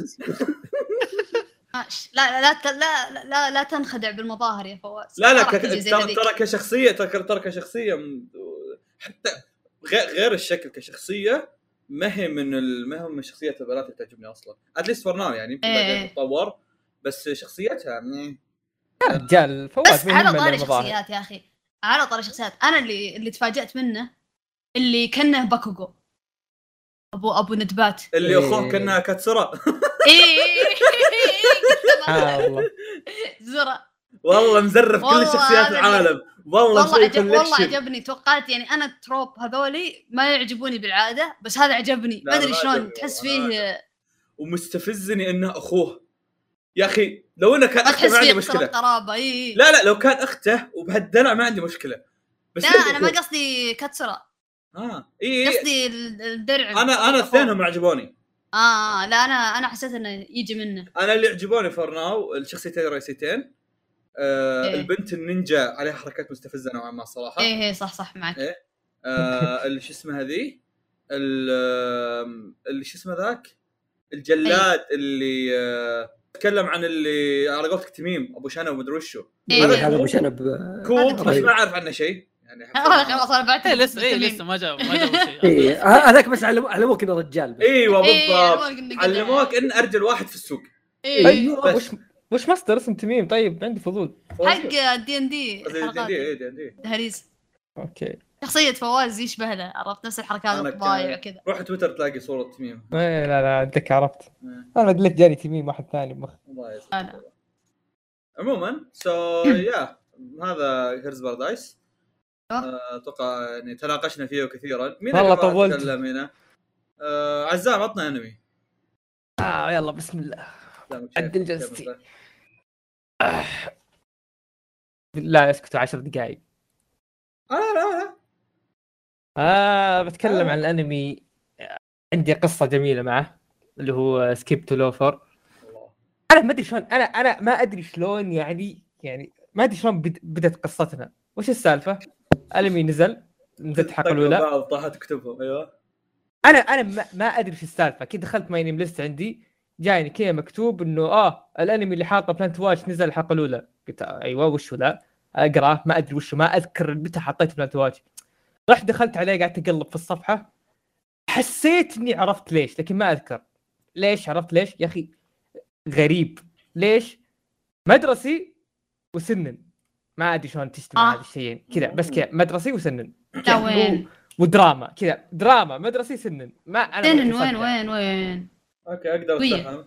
E: لا تنخدع بالمظاهر يا فواز.
A: لا ترى كشخصيه حتى غير الشكل كشخصيه ما هي من الشخصيات البنات اللي تعجبني اصلا اتليست فور ناو يعني تتطور، بس شخصيتها
B: رجال فواز
E: على طاري شخصيات يا اخي، على طاري شخصيات انا اللي تفاجأت منه اللي كانه باكوغو ابو ندبات
A: اللي اخوه كانه كاتسورا.
B: والله
E: زرا
A: والله مزرف كل شخصيات العالم. والله
E: عجبني. توقعت يعني انا تروب هذولي ما يعجبوني بالعاده، بس هذا عجبني ما ادري شلون تحس فيه
A: ومستفزني انه اخوه. يا اخي لو انه كان اخته ما عندي مشكله. لا لو كان اخته وبهالدلع ما عندي مشكله، بس
E: لا انا ما قصدي كاتسورا. قصدي الدرع.
A: انا اثنينهم عجبوني.
E: لا انا حسيت انه يجي منه.
A: انا اللي عجبوني فورناو الشخصيتين الرئيسيتين. البنت النينجا عليها حركات مستفزه نوعا ما صراحه.
E: ايه صح معك.
A: اللي شو اسمه هذه اللي شو اسمه ذاك الجلاد اللي تكلم عن اللي على قولتك تميم ابو شنب ومدري وشو.
C: هذا ابو شنب
A: كول بس ما اعرف عنه شيء يعني.
E: خلاص انا بعت
D: لسه ما جاء شيء.
C: هذاك بس علموك انه رجال.
A: ايوه بالضبط علموك ان ارجل واحد في السوق.
B: ايوه وش مصدر اسم تميم؟ طيب عندي فضول.
E: حق دي
A: دي
E: هريس.
B: اوكي
E: شخصية فواز يشبه له، عرفت نفس الحركات والطبايع وكذا.
A: روح تويتر تلاقي صورة تميم.
B: لا عندك عرفت. انا قلت جاني تميم واحد ثاني بمخ.
A: عموما يا هذا هيرز باردايس. اتوقع يعني تناقشنا فيه كثيرا. مين
B: والله طولت.
A: تكلم هنا عزام عطنا انمي.
B: يلا بسم الله عدل جلستي. لا اسكتوا 10 دقائق.
A: لا
B: بتكلم عن الانمي. عندي قصة جميلة معه اللي هو سكيب تو لوفر. انا ما ادري شلون انا ما ادري شلون يعني ما ادري شلون بدت قصتنا. وش السالفة؟ انمي نزلت حلقة الاولى.
A: بعض طاحت كتبهم. ايوه
B: انا ما ادري وش السالفة. كي دخلت ماي نيم ليست عندي جايني كذا مكتوب انه الانمي اللي حاطه بلانت واتش نزل الحلقة الاولى. قلت ايوه وش ذا؟ اقراه ما ادري وش، ما اذكر متى حطيت بلانت واتش. رحت دخلت عليه قعدت اقلب في الصفحة، حسيت اني عرفت ليش لكن ما اذكر ليش. عرفت ليش يا اخي؟ غريب. ليش مدرسي وسنن؟ ما ادري شلون تجتمع هذه الشيئين كذا، بس كذا مدرسي وسنن ودراما كذا. دراما مدرسي سنن. ما انا
E: سنن وين
A: اوكي اقدر اتفهم.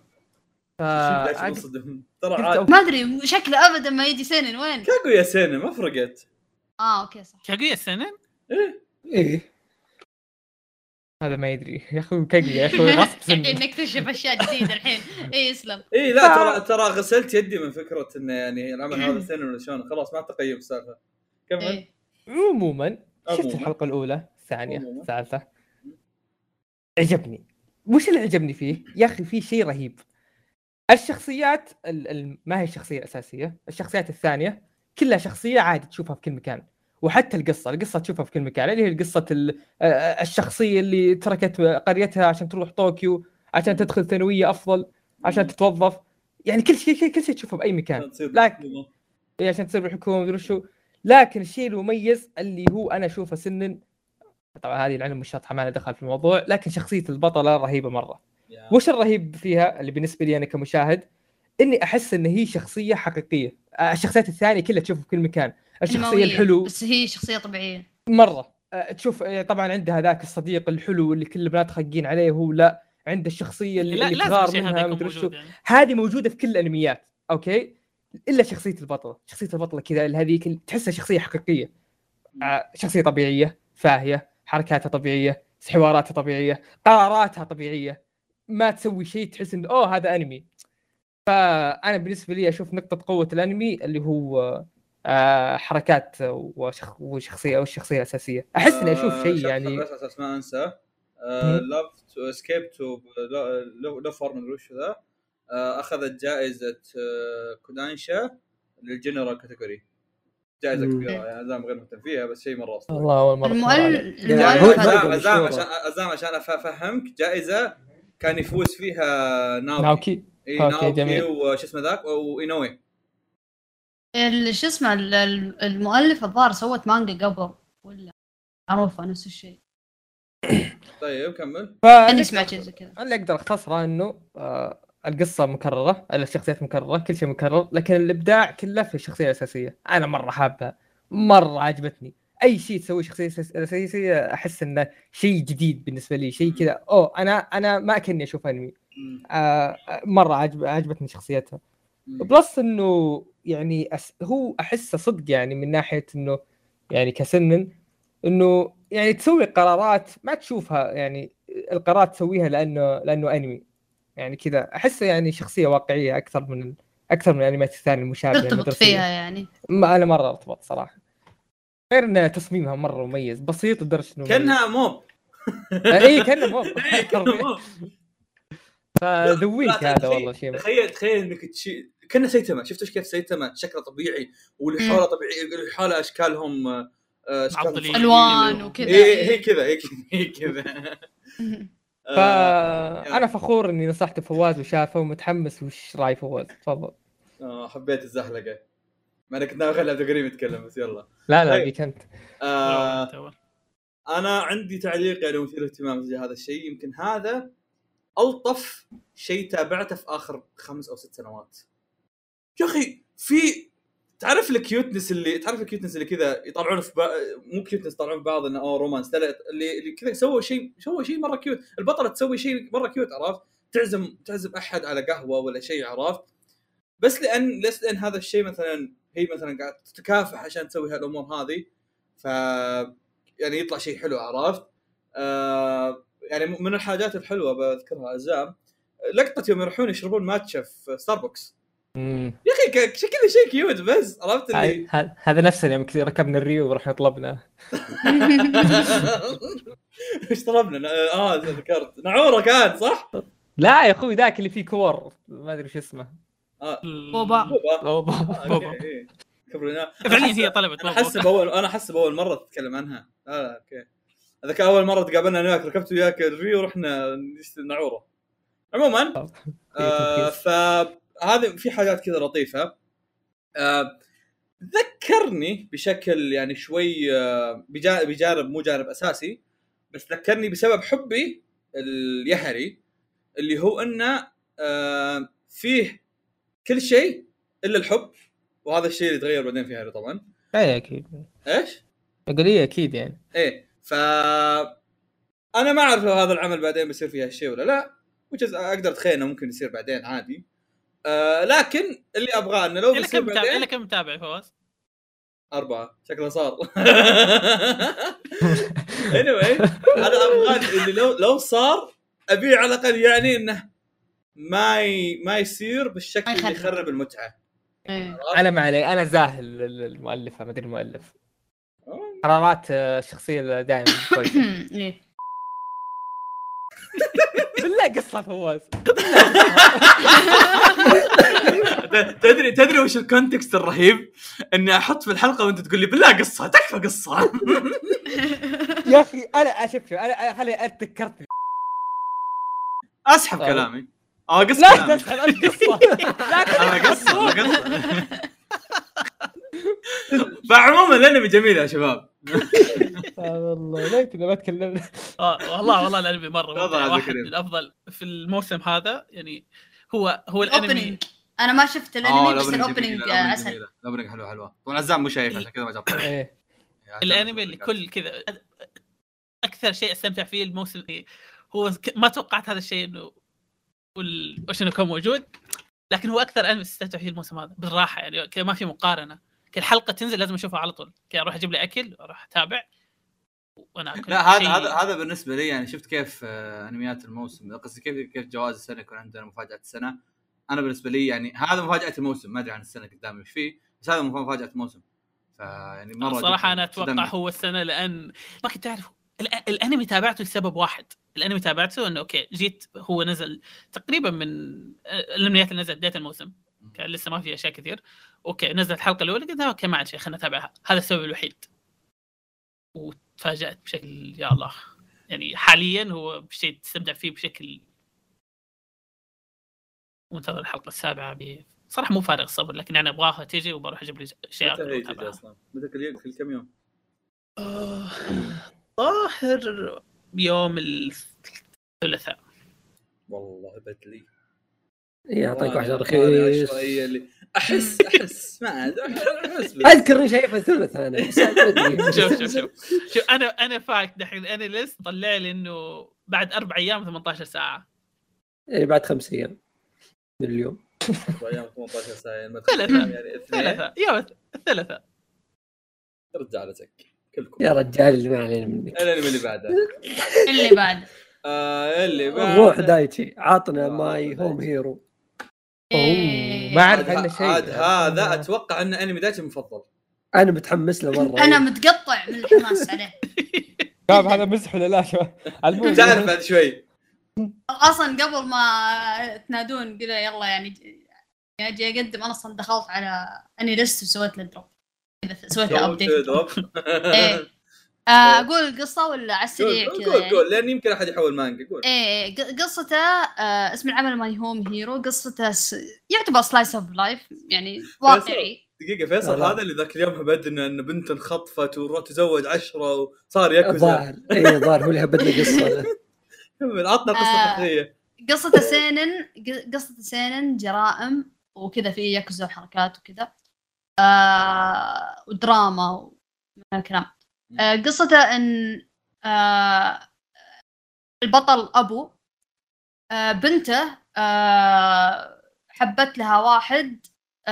E: ترى ما ادري شكله ابدا ما يجي سنن. وين
A: كاغويا سنن ما فرقت.
E: اوكي صح
D: كاغويا سنن.
C: ايه
B: هذا ما يدري يا اخوي. كاغويا يا اخوي غصب سنن.
E: نكتشف اشياء جديده الحين. اسلم.
A: لا ترى غسلت يدي من فكره انه يعني العمل هذا سنن ولا شلون. خلاص ما تقيم السالفه. كمل.
B: عموما شفت الحلقه الاولى الثانيه الثالثه عجبني. وش اللي عجبني فيه يا اخي؟ في شيء رهيب. الشخصيات ما هي الشخصيه الاساسيه. الشخصيات الثانيه كلها شخصيه عادي تشوفها في كل مكان. وحتى القصه تشوفها في كل مكان. اللي هي القصه الشخصيه اللي تركت قريتها عشان تروح طوكيو عشان تدخل ثانويه افضل عشان تتوظف. يعني كل شيء تشوفه باي مكان. لكن عشان تصير بالحكومه مدري شو. لكن الشيء المميز اللي هو انا اشوفه سنن، طبعا هذه العلم الشاطحه ما لها دخل في الموضوع، لكن شخصيه البطله رهيبه مره. وش الرهيب فيها اللي بالنسبه لي انا كمشاهد؟ اني احس ان هي شخصيه حقيقيه. الشخصيات الثانيه كلها تشوفها في كل مكان. الشخصيه الحلو
E: بس هي شخصيه طبيعيه
B: مره. تشوف طبعا عندها ذاك الصديق الحلو اللي كل البنات خاقين عليه وهو لا. عنده الشخصيه اللي تغار منها مدري شو. هذه موجوده في كل الانميات اوكي الا شخصيه البطله كذا هذيك تحسها شخصيه حقيقيه. شخصيه طبيعيه فاهيه، حركاتها طبيعيه، حواراتها طبيعيه، قراراتها طبيعيه، ما تسوي شيء تحس انه هذا انمي. فانا بالنسبه لي اشوف نقطه قوه الانمي اللي هو حركات وشخصيه او الشخصيه الاساسيه. احس اني اشوف شيء يعني
A: بس اساس ما انسى لاف تو اسكيب تو لو فورم وش ذا اخذت جائزه كودانشا للجنرال كاتيجوري. جائزه كبيره يعني زعما غير مهتم فيها بس شيء مره اصلا.
B: الله اول مره
A: زعما عشان افهمك جائزه كان يفوز فيها
B: ناوكي.
A: ناوكي وش اسمه ذاك واينوي.
E: شو اسمه المؤلف الظاهر سوت مانجا قبل ولا معروفه نفس الشيء.
A: طيب كمل.
E: انا سمعت شيء زي كذا.
B: اللي اقدر اختصره انه القصه مكرره، الشخصيات مكرره، كل شيء مكرر، لكن الابداع كله في الشخصيه الاساسيه. انا مره حابها، مره عجبتني. اي شيء تسوي شخصيه اساسيه احس انه شيء جديد بالنسبه لي، شيء كذا انا ما كني اشوف انمي. مره عجبتني شخصيتها. بلس انه يعني هو احسه صدق يعني من ناحيه انه يعني كسنن انه يعني تسوي قرارات ما تشوفها، يعني القرارات تسويها لانه انمي يعني كذا. احسه يعني شخصيه واقعيه اكثر من الانميات الثانيه المشابهه
E: ترتبط فيها يعني.
B: ما انا مره ارتبط صراحه، غير ان تصميمها مره مميز، بسيط لدرجه انه
A: كانها موب.
B: اي كانها موب فذويك هذا والله شيء.
A: تخيل انك كنا سيتما، شفتوا كيف سيتما شكله طبيعي واللي حوله طبيعي، اللي حوله اشكالهم
E: الوان وكذا.
A: هي كذا
B: فانا فخور اني نصحت فواز وشافه ومتحمس. وش راي فواز؟ تفضل.
A: حبيت الزحلقه، ما انا كنت ناوي اخلي عبد الكريم يتكلم بس يلا.
B: لا بيك انت.
A: انا عندي تعليق يعني مثير اهتمام في هذا الشيء. يمكن هذا ألطف شيء تابعته في آخر 5 أو 6 سنوات يا أخي. في تعرف الكيوتنس اللي كذا يطلعون في مو كيوتنس، يطلعون في بعض انه رومانس، اللي كذا سووا شيء مره كيوت. البطله تسوي شيء مره كيوت، عرفت؟ تعزم احد على قهوه ولا شيء، عرفت؟ بس لان هذا الشيء مثلا هي مثلا قاعد تتكافح عشان تسوي هالامور هذه، ف يعني يطلع شيء حلو، عرفت؟ يعني من الحاجات الحلوه بذكرها أزام لقطه يوم يروحون يشربون ماتشا في ستاربكس. يا اخي شكله شيء كيوت، بس عرفت اللي
B: هذا نفسه يوم كثير ركبنا الريو ورحنا طلبنا
A: ايش طلبنا؟ ذكرت نعوره كان صح؟
B: لا يا اخوي ذاك اللي فيه كور ما ادري ايش اسمه.
E: بوبا
A: كبرنا
D: فعليا هي طلبت
A: بوبا. انا حسب اول مره تتكلم عنها. اوكي هذاك اول مره تقابلنا هناك، ركبت وياك الريو ورحنا نعوره. عموما فهذه في حاجات كذا لطيفه. ذكرني بشكل يعني شوي بجانب مو جانب اساسي، بس ذكرني بسبب حبي اليهري اللي هو انه فيه كل شيء الا الحب، وهذا الشيء اللي يتغير بعدين في هاري طبعا.
B: اي اكيد.
A: ايش
B: اقول ايه اكيد يعني
A: ايه. انا ما اعرف لو هذا العمل بعدين بيصير فيه هالشيء ولا لا، اقدر اتخيل انه ممكن يصير بعدين عادي. لكن اللي ابغاه انه لو بيصير بعدين.
D: إلا كم متابع فواز؟
A: 4 شكله صار. anyway انا ابغى اللي لو صار ابي على الاقل يعني انه ما يصير بالشكل اللي يخرب المتعه.
B: انا ما علي، انا زاهل المؤلفه، ما ادري المؤلف قرارات الشخصيه دائما كويسه. بالله قصه فواز.
A: تدري وش الكونتكست الرهيب؟ اني احط في الحلقه وانت تقول لي بالله قصه، تكفى قصه.
B: يا اخي انا اشوف انا خلي اتذكرت
A: اسحب كلامي. قصه
B: لا تسحب القصه.
A: انا قصه فعموما الانمي جميل يا شباب.
B: والله ليتنا ما تكلمنا.
D: والله الانمي مره واحد من الافضل في الموسم هذا يعني. هو الانمي
E: انا ما شفت الانمي بس الاوبننج
A: عسل. الاوبننج حلوه طبعا. عزام مو شايف عشان كذا ما جاب.
D: الانمي اللي كل كذا اكثر شيء استمتع فيه الموسم هو ما توقعت هذا الشيء انه وش انه كان موجود، لكن هو اكثر انمي استمتع فيه الموسم هذا بالراحه يعني. ما في مقارنه، كل حلقه تنزل لازم اشوفها على طول، كذا اروح اجيب لي اكل واروح اتابع وانا اكل.
A: لا هذا بالنسبه لي يعني. شفت كيف انميات الموسم، قصدي كيف جوائز السنه يكون عندنا مفاجاه السنه. انا بالنسبه لي يعني هذا مفاجاه الموسم، ما ادري عن السنه قدامي ايش فيه، بس هذا مفاجاه الموسم. فيعني مره
D: صراحه انا اتوقع هو السنه، لان ما كنت تعرف الانمي تابعته لسبب واحد. الانمي تابعته انه اوكي جيت هو نزل تقريبا من الانميات اللي نزلت بدايه الموسم، كان لسه ما في اشياء كثير. اوكي نزلت الحلقه الاولى قلت اوكي ما عاد شيء خلينا نتابعها، هذا السبب الوحيد. وتفاجأت بشكل يا الله يعني. حاليا هو بشيء تستمتع فيه بشكل منتظر. الحلقه السابعه صراحه مو فارغ الصبر، لكن انا ابغاها تيجي وبروح اجيب لي اشياء
A: اصلا. متى في كم يوم؟
D: ظاهر يوم الثلاثاء.
A: والله بدلي
C: يعطيك واحد رخيص
A: اللي احس ما
C: اذكر اني شايفه ثلث انا
D: شوف انا فاك دحين انا لسه طلع لي انه بعد 4 ايام 18 ساعه
C: يعني بعد 5 ايام من اليوم
A: 4 ايام 18 ساعه يعني
D: 3
A: رجالتك كلكم
C: يا رجال اللي ما علينا منك.
A: الانمي اللي بعده اللي بعده
C: روح دايتشي عطنا ماي هوم هيرو.
B: ما اعرف عنه شيء.
A: هذا اتوقع انه انمي دايتشي المفضل.
C: انا متحمس له مره.
E: انا متقطع من الحماس عليه.
B: شباب هذا مزح ولا لا؟
A: تعرف هذا شوي
E: اصلا قبل ما تنادون كذا يلا يعني اجي اقدم انا اصلا دخلت على اني لست وسويت له دروب كذا سويت له ابديت. ايه اقول القصه ولا على السريع كذا؟
A: قول لان يمكن احد يحول مانجا. قول.
E: ايه قصته اسم العمل ماي هوم هيرو. قصته يعتبر سلايس اوف لايف يعني واقعي.
A: دقيقه فيصل هذا اللي ذاك اليوم هبدنا ان بنت انخطفت وروح تزوج 10 وصار ياكوزا.
C: اي ظاهر هو اللي هبدنا قصه.
A: عطنا قصه تقريبيه.
E: قصة سينن جرائم وكذا في ياكوزا وحركات وكذا ودراما ومن الكلام. قصته ان البطل ابو بنته حبت لها واحد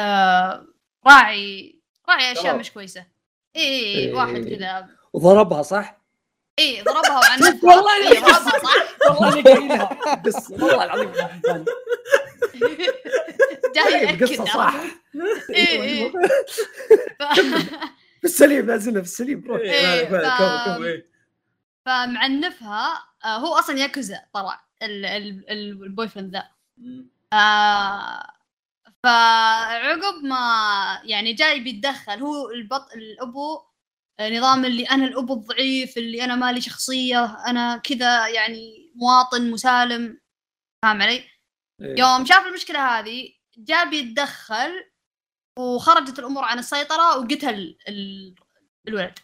E: راعي اشياء مش كويسه. اي واحد كذا
C: وضربها صح.
E: اي ضربها وعنفها.
C: والله ضربها صح. والله قايلها بس والله العظيم
E: جاي
C: القصه صح.
E: اي
C: في السليم لازلنا في السليم.
E: فمعنفها هو اصلا ياكوزا طلع البوي فريند ذا. فعقب ما يعني جاي بيتدخل هو الابو نظام اللي انا الابو الضعيف اللي انا مالي شخصيه انا كذا يعني مواطن مسالم فاهم علي. يوم شاف المشكله هذه جاء بيتدخل وخرجت الامور عن السيطره وقتل الولد.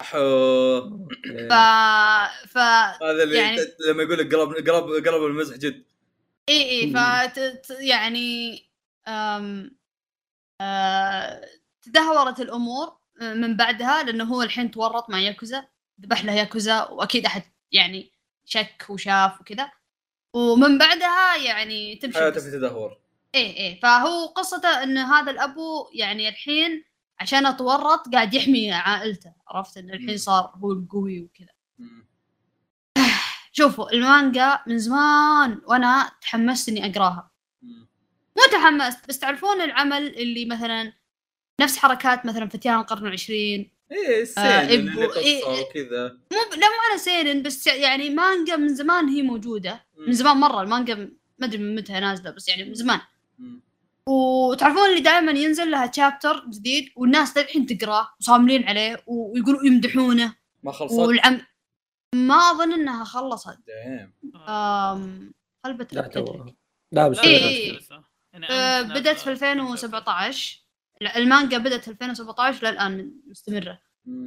A: هذا اللي يعني لما يقول لك قلب المزح جد.
E: اي يعني تدهورت الامور من بعدها لانه هو الحين تورط مع ياكوزا ذبح له ياكوزا واكيد احد يعني شك وشاف وكذا ومن بعدها يعني تمشي
A: حياته في تدهور.
E: ايه فهو قصته ان هذا الابو يعني الحين عشان اتورط قاعد يحمي عائلته. عرفت ان الحين صار هو القوي وكذا. شوفوا المانجا من زمان وانا تحمست اني اقراها. مو تحمست بس تعرفون العمل اللي مثلا نفس حركات مثلا فتيان القرن العشرين.
A: ايه سينن وكذا.
E: لا مو على سينن بس يعني مانجا من زمان هي موجودة. من زمان مرة المانجا ما ادري من متى نازلة بس يعني من زمان. وتعرفون اللي دائما ينزل لها تشابتر جديد والناس الحين تقراه وصاملين عليه ويقولوا يمدحونه.
A: ما خلصت.
E: ما اظن انها خلصت. قلبت
C: لا بس
E: بدأت في 2017. المانجا بدأت في 2017 للآن مستمرة.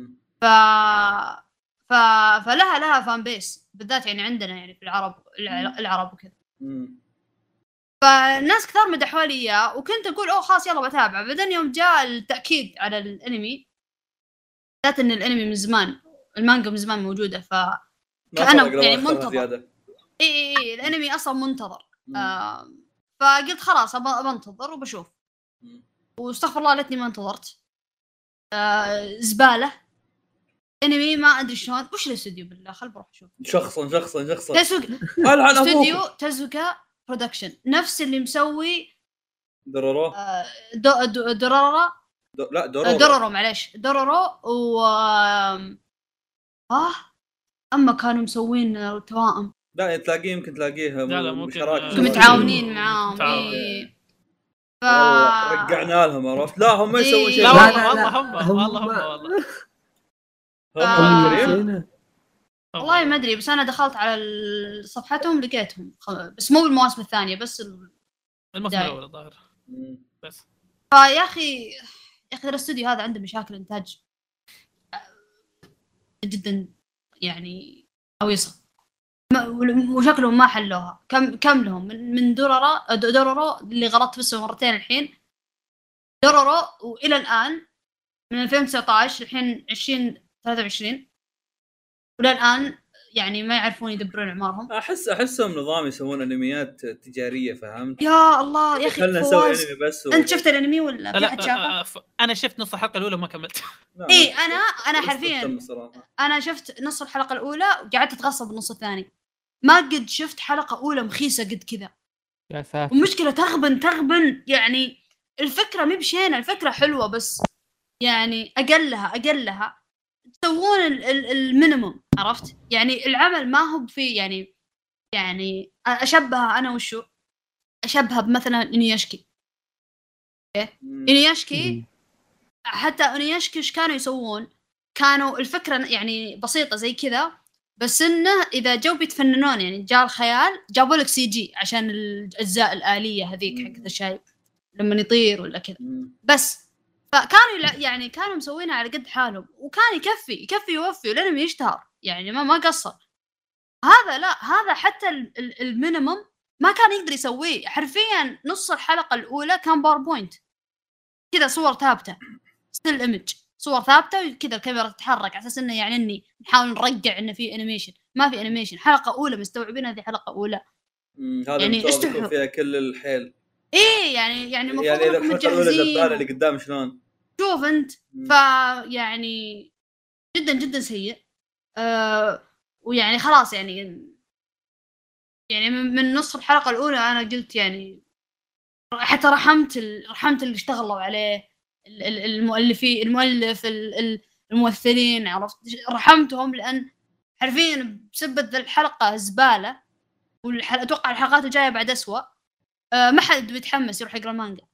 E: فلها فان بيس بالذات يعني عندنا يعني في العرب وكذا. فالناس كثار مدحوا لي اياه وكنت اقول خلاص يلا بتابعه. بعدين يوم جاء التأكيد على الانمي ذات ان الانمي من زمان المانجا من زمان موجودة كأنه يعني منتظر. اي الانمي اصلا منتظر. فقلت خلاص بنتظر وبشوف. واستغفر الله ليتني ما انتظرت. زبالة انمي ما ادري شلون. وش الاستوديو بالله خل بروح اشوف.
A: شخصا
E: استوديو تزوكا برودكشن نفس اللي مسوي
A: دورورو.
E: دورورو معليش دورورو اما كانوا مسوين توائم.
A: لا تلاقيه يمكن تلاقيه
D: مشترك
E: متعاونين معاهم.
A: رجعنا لهم عرفت. لا هم ما يسوون شيء.
D: لا والله
E: والله ما ادري بس انا دخلت على صفحتهم لقيتهم بس مو بالمواسم الثانيه بس
D: الموسم الاول الظاهر بس.
E: فيا اخي الاستوديو هذا عنده مشاكل انتاج جدا يعني عويصه وشكلهم ما حلوها. كم لهم من دورورو اللي غلطت بس مرتين الحين، دورورو والى الان من 2019 الحين 2023 ولا الان يعني ما يعرفون يدبرون اعمارهم.
A: احسهم نظام يسوون انميات تجاريه، فهمت؟
E: يا الله يا اخي
A: خلنا نسوي انمي بس
E: انت شفت الانمي ولا في حد شافه؟
D: انا شفت نص الحلقه الاولى وما كملت.
E: اي انا حرفيا انا شفت نص الحلقه الاولى وقعدت اتغصب بالنص الثاني. ما قد شفت حلقه اولى مخيسه قد كذا.
B: يا ساتر.
E: ومشكله تغبن يعني الفكره مي بشينه، الفكره حلوه بس يعني اقلها تسوون المينيموم، عرفت؟ يعني العمل ما هو في يعني اشبهها انا وشو اشبهها بمثلا انياشكي. انياشكي حتى انياشكي ايش كانوا يسوون؟ كانوا الفكره يعني بسيطه زي كذا، بس انه اذا جو بيتفننون يعني جاء الخيال جابوا لك سي جي عشان الاجزاء الاليه هذيك حقت الشاي لما يطير ولا كذا بس. فكانوا يعني كانوا مسوينها على قد حالهم وكان يكفي يوفي ولانهم يشتهر يعني ما قصر. هذا لا، هذا حتى المينيمم ما كان يقدر يسويه. حرفيا نص الحلقه الاولى كان باوربوينت كذا، صور ثابته، ستيل ايمج، صور ثابته وكذا الكاميرا تتحرك على اساس انه يعني اني نحاول نرجع انه في انيميشن. ما في انيميشن. حلقه اولى مستوعبين هذه حلقه اولى.
A: هذا يعني يكون فيها كل الحيل.
E: ايه يعني المفروض
A: يعني انكم مجهزين اللي قدام شلون
E: شوف انت. يعني جدا سيء. ويعني خلاص يعني من نص الحلقه الاولى انا قلت يعني حتى رحمت اللي اشتغلوا عليه، المؤلف الممثلين، عرفت؟ رحمتهم لان حرفيا بسبب الحلقه زباله. اتوقع الحلقات الجايه بعد اسوأ. ما حد بيتحمس يروح يقرا مانجا.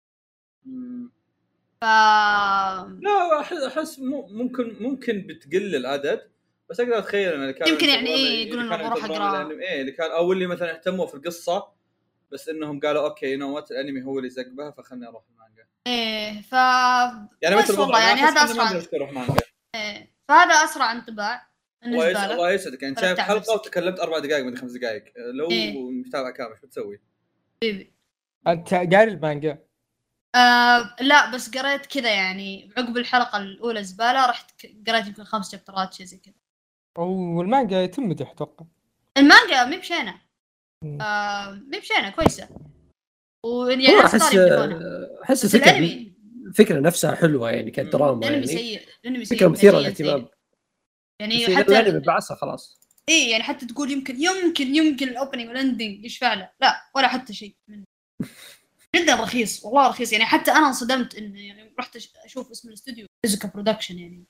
A: لا احس ممكن بتقل العدد، بس اقدر اتخيل ان كان
E: يمكن يعني يقولون بروح اقرا
A: اللي كان او اللي مثلا اهتموا في القصه بس انهم قالوا اوكي وات الانمي هو اللي زقبها فخلني اروح المانجا.
E: يعني مثل والله يعني هذا اسرع فهذا اسرع انطباع بالنسبه لك.
A: الله يسعدك. يعني شايف حلقه وتكلمت 4 دقائق من 5 دقائق لو متابع كامل ايش بتسوي؟
B: انت قاري المانجا؟
E: لا بس قريت كذا يعني عقب الحلقه الاولى زباله، رحت قريت يمكن 5 شابترات شيء زي كذا.
B: والمانجا يتم مدح اتوقع.
E: المانجا مي بشينه كويسه. ويعني
C: احس الفكره نفسها حلوه يعني كدراما.
E: يعني سيء
C: فكره مثيره للاهتمام
E: يعني حتى
C: الانمي بعصا خلاص.
E: ايه يعني حتى تقول يمكن الاوبننج والاندنج يشفع له، لا ولا حتى شيء جدا رخيص والله رخيص. يعني حتى انا انصدمت انه يعني رحت اشوف اسم الاستوديو فيزيكا برودكشن يعني.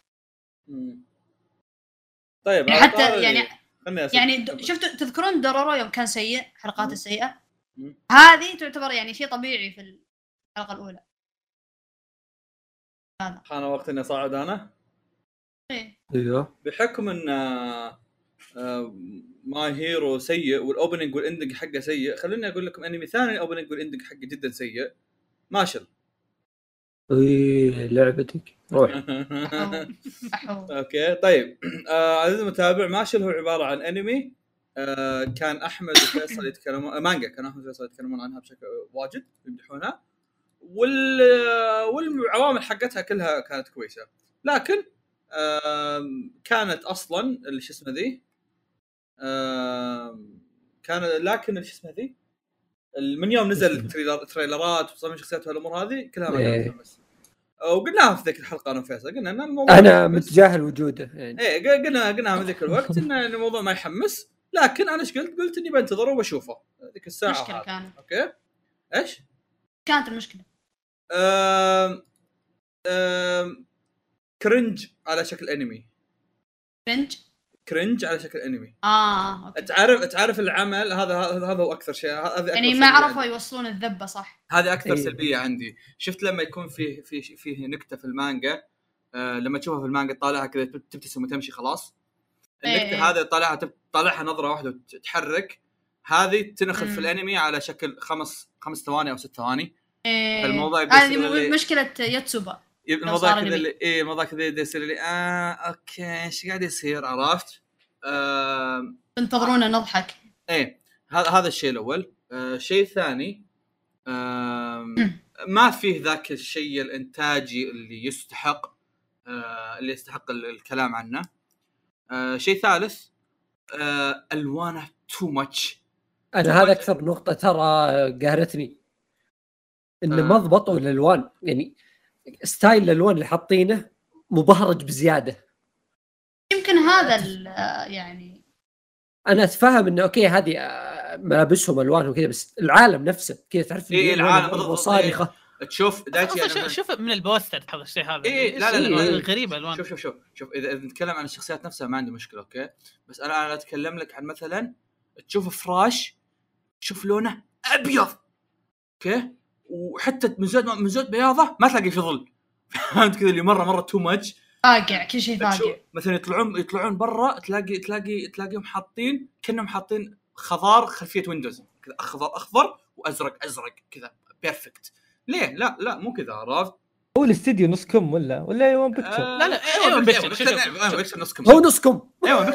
A: طيب
E: يعني حتى يعني شفتوا تذكرون دورورو يوم كان سيء حلقات السيئه؟ هذه تعتبر يعني شيء طبيعي في الحلقه الاولى. هذا
A: حان وقت اني صاعد انا.
C: ايوه
A: بحكم ان ماي هيرو سيء والاوبننج والاندنج حقه سيء، خليني اقول لكم انمي ثاني الاوبننج والاندنج حقه جدا سيء، ماشل.
C: لعبتك روح.
A: اوكي طيب عزيزي المتابع، ماشل هو عباره عن انمي كان احمد وفيصل يتكلمون مانجا، كان احمد وفيصل يتكلمون عنها بشكل واجد يمدحونها، والعوامل حقتها كلها كانت كويسه، لكن كانت اصلا اللي شو اسمه ذي كان لكن اللي شو اسمه ذي من يوم نزل تريلرات وتصميم شخصيات والامور هذه كلها ما بس. وقلناها في ذيك الحلقه انا وفيصل، قلنا ان الموضوع
C: انا متجاهل وجوده
A: يعني. قلنا من ذيك الوقت ان الموضوع ما يحمس، لكن انا ايش قلت اني بنتظره وبشوفه ذيك الساعه.
E: مشكلة كانت
A: اوكي ايش
E: كانت المشكله؟
A: كرنج على شكل انمي. كرنج على شكل انمي.
E: اوكي.
A: تعرف العمل هذا هو اكثر شيء. هذا
E: يعني ما عرفوا يوصلون الذبه صح.
A: هذه اكثر سلبيه عندي. شفت لما يكون فيه نكته في المانجا، لما تشوفها في المانجا طالعها كذا تبتسم وتمشي خلاص. النكته هذه طالعها نظره واحده وتتحرك، هذه تنخذ في الانمي على شكل 5 ثواني او 6 ثواني.
E: الموضوع هذه مشكله ياتسوبا.
A: الموضوع كذا الموضوع كذا يصير لي اوكي ايش قاعد يصير، عرفت؟
E: انتظرونا نضحك.
A: ايه هذا الشيء الاول. شيء ثاني ما فيه ذاك الشيء الانتاجي اللي يستحق الكلام عنه. شيء ثالث الوانه تو ماتش.
C: انا هذا اكثر نقطه ترى قهرتني انه ما ضبطوا الالوان، يعني ستايل الالوان اللي حاطينه مبهرج بزياده.
E: يمكن هذا يعني
C: انا اتفهم انه اوكي هذه ملابسهم الوان وكذا، بس العالم نفسه كذا تعرف
A: إيه العالم
C: صارخه.
A: تشوف دايتي
D: شوف من البوستر تحضر الشيء هذا.
A: إيه لا
D: غريبه الوان.
A: شوف اذا نتكلم عن الشخصيات نفسها ما عندي مشكله اوكي، بس انا اتكلم لك عن مثلا تشوف فراش شوف لونه ابيض اوكي، وحتى من زود بياضه ما تلاقي في ظل فهمت كذا اللي مره تو ماتش
E: فاقع كل شيء فاقع.
A: مثلا يطلعون برا تلاقيهم حاطين كأنهم حاطين خضار خلفيه ويندوز كذا، اخضر وازرق كذا بيرفكت. ليه لا مو كذا عرفت.
B: هو الاستديو نص كم ولا ايوان بيكتشر؟
D: لا ايوان بيكتشر
C: نص كم. هو نص كم.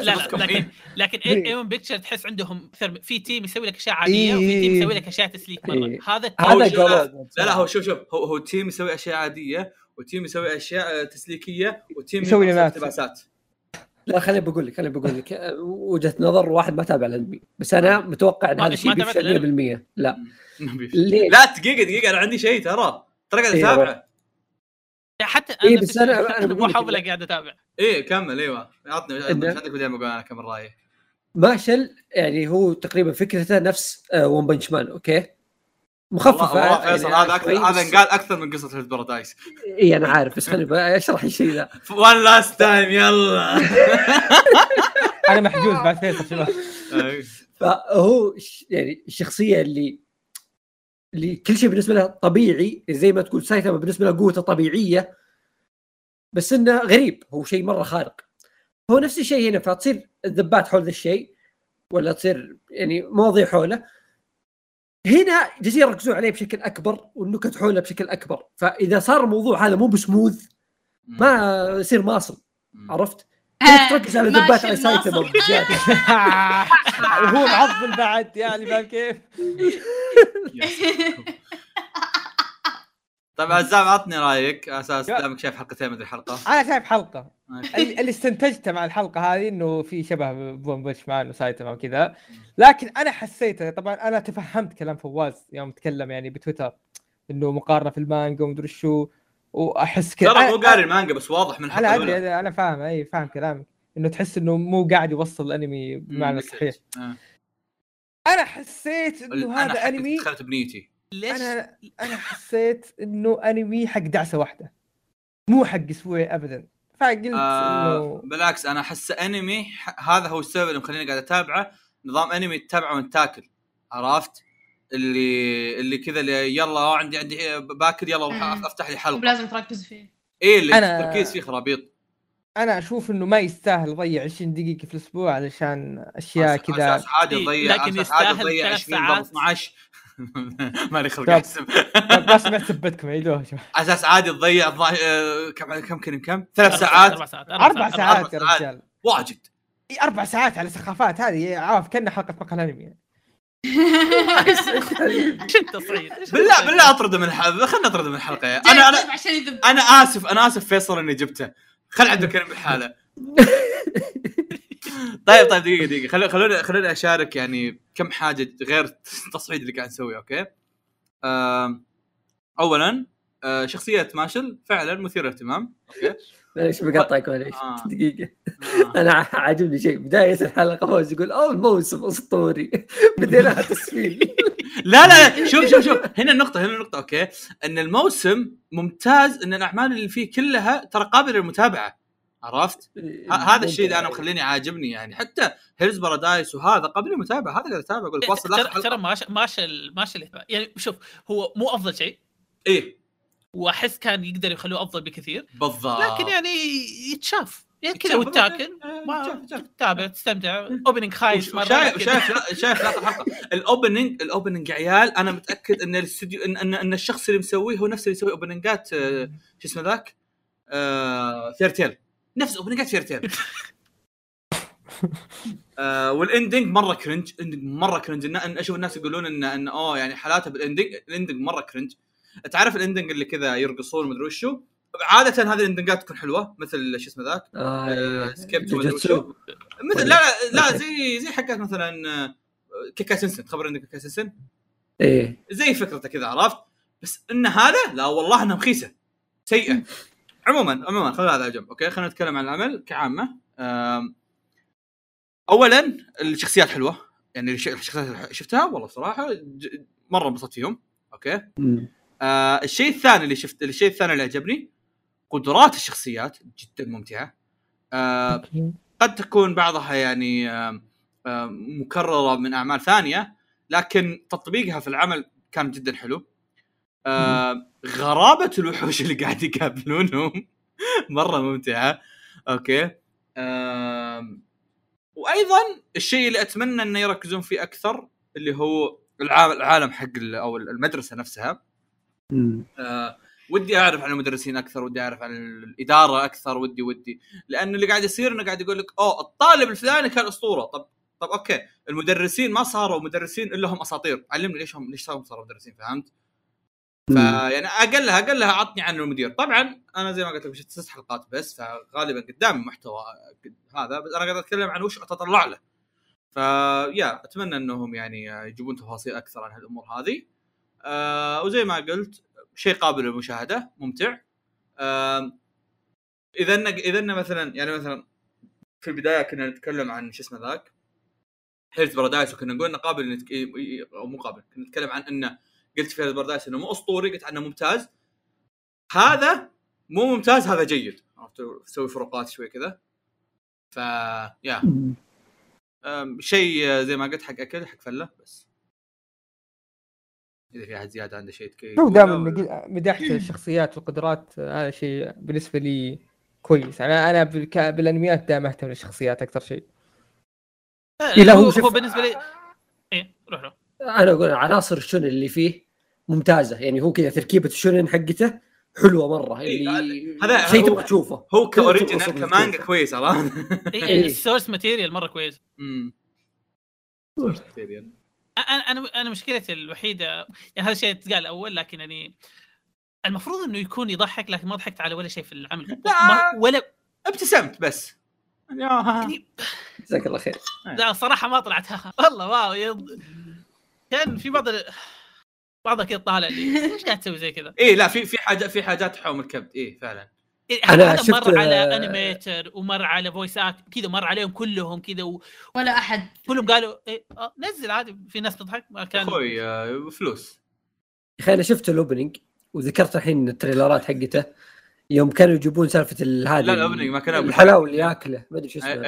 D: لكن ايوان بيكتشر تحس عندهم في تيم يسوي لك اشياء عاديه وفي تيم يسوي لك اشياء تسليك مره. هذا
A: لا هو شوف هو تيم يسوي اشياء عاديه وتيم يسوي اشياء تسليكيه وتيم
B: يسوي
A: اقتباسات.
C: لا خليني بقول لك وجهة نظر واحد ما تابع الانمي، بس انا متوقع ان هذا الشيء بيفشل 100%. لا
A: دقيقه انا عندي شيء ترى قاعد اتابعه
D: حتى
C: انا بس انا
D: محاولة قاعد اتابع.
A: كمل. ايوه عطني عندك بدايه اقول انا كم رايي.
C: ماشل يعني هو تقريبا فكرته نفس ون بنش مان اوكي، مخففه.
A: فيصل هذا قال اكثر من قصه هيد بارادايس.
C: اي انا عارف، بس خليني اشرح الشيء ذا
A: وان لاست تايم يلا.
B: انا محجوز بعد فيصل شباب.
C: فهو يعني الشخصيه اللي كل شيء بالنسبه له طبيعي، زي ما تقول سايتاما بالنسبه له قوته طبيعيه، بس انه غريب، هو شيء مره خارق. هو نفس الشيء هنا، فتصير الذبات حول ذا الشيء ولا تصير يعني مواضيع حوله. هنا جالسين يركزون عليه بشكل اكبر والنكت حوله بشكل اكبر، فاذا صار الموضوع هذا مو بسموث ما يصير ماصل. عرفت تركز على الذبات على سايتاما بزياده
B: وهو معضل بعد يعني فاهم كيف.
A: طيب عزام عطني رايك اساس دامك شايف حلقتين من الحلقه.
B: انا شايف حلقه اللي استنتجته مع الحلقه هذه انه في شبه بون بوش معنا وسايتاما وكذا، لكن انا حسيته طبعا انا تفهمت كلام فواز يوم تكلم يعني بتويتر انه مقارنه في المانجا ومدري شو، واحس كذا
A: ترى مو قاري المانجا بس واضح من الحلقه
B: الاولى. انا فاهم فاهم كلامك انه تحس انه مو قاعد يوصل الانمي بمعنى صحيح. انا حسيت انه هذا انمي
A: دخلت بنيتي.
B: انا حسيت انه انمي حق دعسه واحده مو حق اسبوع ابدا، فقلت انه
A: بالعكس انا احس انمي هذا هو السبب اللي مخليني قاعد اتابعه، نظام انمي تتابعه وانت تاكل، عرفت اللي كذا اللي يلا عندي باكل يلا افتح لي حلقه
E: لازم تركز فيه.
A: اللي التركيز فيه خرابيط.
B: انا اشوف انه ما يستاهل يضيع 20 دقيقه في الاسبوع علشان اشياء كذا.
A: اساس عادي يضيع،
D: لكن يستاهل
A: 20
D: ساعات
A: 12 مالي خلق احسب.
B: بس ما ثبتكم عيدوها شوف.
A: اساس عادي تضيع كم 3 ساعات
B: 4 ساعات يا رجال
A: واجد.
B: 4 ساعات على سخافات هذه عارف كأنها حلقه مقال انمي.
D: شنت تصعيد
A: بالله اطرده من الحلقه، خلنا نطرده من الحلقه. انا اسف فيصل اني جبته، خل عنده كلام بالحاله. طيب دقيقه خلوني اشارك يعني كم حاجه غير التصعيد اللي قاعد نسويه. اوكي اولا شخصيه ماشل فعلا مثيره اهتمام. اوكي
C: ليش بقطعك معليش دقيقه. انا عاجبني شيء بدايه الحلقه فوز يقول الموسم اسطوري بدينا تسفيل.
A: لا شوف هنا النقطه اوكي ان الموسم ممتاز، ان الاعمال اللي فيه كلها ترى قابله للمتابعه، عرفت هذا الشيء اللي انا مخليني عاجبني يعني. حتى هيلز بارادايس وهذا قبل المتابعه، هذا قاعد اتابع اقول واصل اخر
D: ترى ماشي يعني شوف هو مو افضل شيء واحس كان يقدر يخلوه افضل بكثير بالضبط، لكن يعني يتشاف يعني كذا وتاكل ما تتابع تستمتع. اوبننج خايس مره
A: شايف الحلقه الاوبننج عيال. انا متاكد ان الاستوديو ان الشخص اللي مسويه هو نفس اللي يسوي اوبننجات شو اسمه ذاك فيرتيل، نفس اوبننجات فيرتيل. والاندنج مره كرنج، ان اشوف الناس يقولون ان يعني حالاتها الاندنج مره كرنج. تعرف الاندنج اللي كذا يرقصون مدري وشو، عاده هذه الاندنجات تكون حلوه، مثل شو اسمه ذاك سكيبت مدري وشو، مثل لا زي حقات مثلا كيكاسنسن، خبر عندك كيكاسنسن
C: ايه
A: زي فكرته كذا، عرفت؟ بس ان هذا لا والله انها مخيسه سيئه. عموما خلينا هذا جنب. اوكي خلينا نتكلم عن العمل كعامه. اولا الشخصيات حلوه، يعني الشخصيات شفتها والله صراحه مره انبسطت فيهم. اوكي الشيء الثاني اللي عجبني قدرات الشخصيات جدا ممتعه. قد تكون بعضها يعني مكرره من اعمال ثانيه، لكن تطبيقها في العمل كان جدا حلو. غرابه الوحوش اللي قاعد يقابلونهم مره ممتعه. اوكي وايضا الشيء اللي اتمنى انه يركزون فيه اكثر اللي هو العالم حق او المدرسه نفسها. ودي اعرف عن المدرسين اكثر، ودي اعرف عن الاداره اكثر، ودي لان اللي قاعد يصير انه قاعد يقول لك الطالب الفلاني كان اسطوره. طب اوكي المدرسين ما صاروا مدرسين الا هم اساطير، علمني ليش صاروا مدرسين، فهمت؟ فيعني اقلها عطني عن المدير. طبعا انا زي ما قلت لك 6 حلقات بس، فغالبا قدام محتوى هذا، بس انا قاعد اتكلم عن وش اتطلع له. فيا اتمنى انهم يعني يجيبون تفاصيل اكثر عن هالامور هذه. وزي ما قلت شيء قابل للمشاهده، ممتع. اذا مثلا يعني مثلا في البدايه كنا نتكلم عن شو اسمه ذاك هيرز بارادايس، وكنا نقول انه قابل او مو قابل، كنا نتكلم عن انه قلت في هيرز بارادايس انه مو اسطوري، قلت عنه ممتاز. هذا مو ممتاز، هذا جيد، عرفت؟ تسوي فروقات شوي كذا. يا شيء زي ما قلت حق اكل حق فله. بس اذا في احد زياده عنده شيء
B: شوف دائما مدحت الشخصيات والقدرات، هذا شيء بالنسبه لي كويس. انا بالانميات دائما اهتم بالشخصيات اكثر شيء.
D: هو بالنسبه لي روح
C: انا اقول عناصر الشونن اللي فيه ممتازه، يعني هو كذا تركيبه الشونن حقته حلوه مره، اللي
A: هذا
C: شيء تبغى تشوفه.
A: هو كاوريجينال كمانجا كويس، عرفت؟
D: السورس ماتيريال مره كويس.
A: سورس ماتيريال.
D: انا مشكلتي الوحيده يعني هذا الشيء تقال اول، لكن يعني المفروض انه يكون يضحك، لكن ما ضحكت على ولا شيء في العمل، ولا
A: ابتسمت بس.
C: جزاك الله خير.
D: لا صراحه ما طلعتها والله. واو كان في بعضها كذا طالع لي ايش قاعد تسوي زي كذا.
A: لا في حاجات حوم الكبد. فعلا
D: انا شفت مر على انيميتر ومر على فويس اكت كذا، مر عليهم كلهم كذا
E: ولا احد
D: كلهم قالوا نزل عادي، في ناس تضحك. ما كان
A: اخوي فلوس.
C: يا اخي انا شفت الاوبننج وذكرت الحين التريلرات حقته يوم كانوا يجيبون سالفه هذه.
A: لا الاوبننج ما كان
C: الحلاوه اللي ياكله ما ادري شو اسمه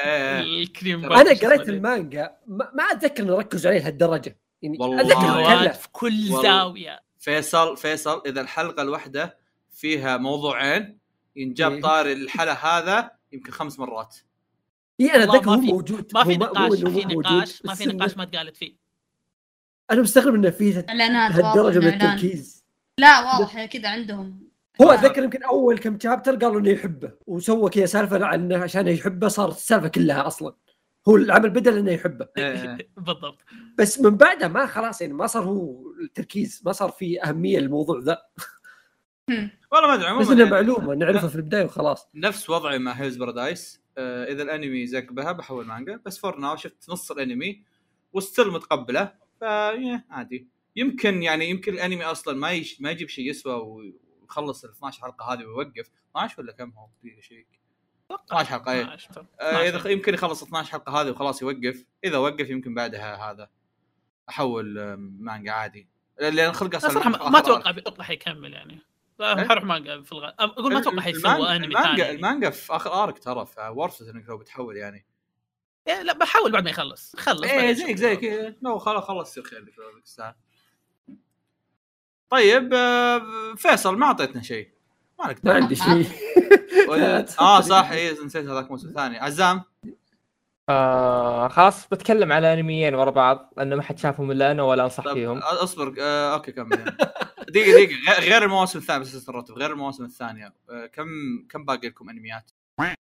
D: الكريم.
C: انا قريت المانجا ما اتذكر انه ركزوا عليه لهالدرجه، يعني
D: اتذكر في كل زاويه.
A: فيصل اذا الحلقه الواحده فيها موضوعين ينجاب طاري الحلقه هذا يمكن 5 مرات.
C: انا اتذكر هو موجود،
D: ما في نقاش ما في نقاش ما تقالت فيه.
C: انا مستغرب انه فيه هالدرجه من التركيز.
E: لا واضح كذا عندهم.
C: هو اتذكر يمكن اول كم شابتر قالوا انه يحبه وسوى كذا سالفه عنه عشان يحبه، صارت السالفه كلها اصلا هو العمل بدل انه يحبه.
D: بالضبط.
C: بس من بعدها ما خلاص، يعني ما صار هو التركيز، ما صار في اهميه للموضوع ذا.
A: والله ما ادري،
C: بس انها معلومه نعرفها في البدايه وخلاص.
A: نفس وضعي مع هيلز بارادايس. اذا الانمي زق بها بحول مانجا، بس فور ناو شفت نص الانمي وستيل متقبله، عادي. يمكن الانمي اصلا ما يجيب شيء يسوى ويخلص ال 12 حلقه هذه ويوقف. 12 ولا كم هو شيء 12 حلقه. اذا يمكن يخلص 12 حلقه هذه وخلاص يوقف. اذا وقف يمكن بعدها هذا احول مانجا عادي، لان خلق اصلا
D: صراحه ما اتوقع حيكمل يعني. حروح مانجا في الغالب. اقول ما اتوقع حيسوي انمي ثاني.
A: المانجا في اخر ارك ترى، فورثه انك لو بتحول يعني.
D: لا بحاول بعد ما يخلص
A: زي كذا لو خلص يصير خير لك الساعه. طيب فيصل ما اعطيتنا شيء.
C: ما عندي شيء.
A: صح نسيت هذاك الموسم الثاني. عزام
B: خلاص بتكلم على انميين ورا بعض لانه ما حد شافهم الا انا ولا انصح فيهم.
A: اصبر اوكي كمل. دقيقه غير المواسم الثانيه، بس نرتب غير المواسم الثانيه. كم باقي لكم انميات؟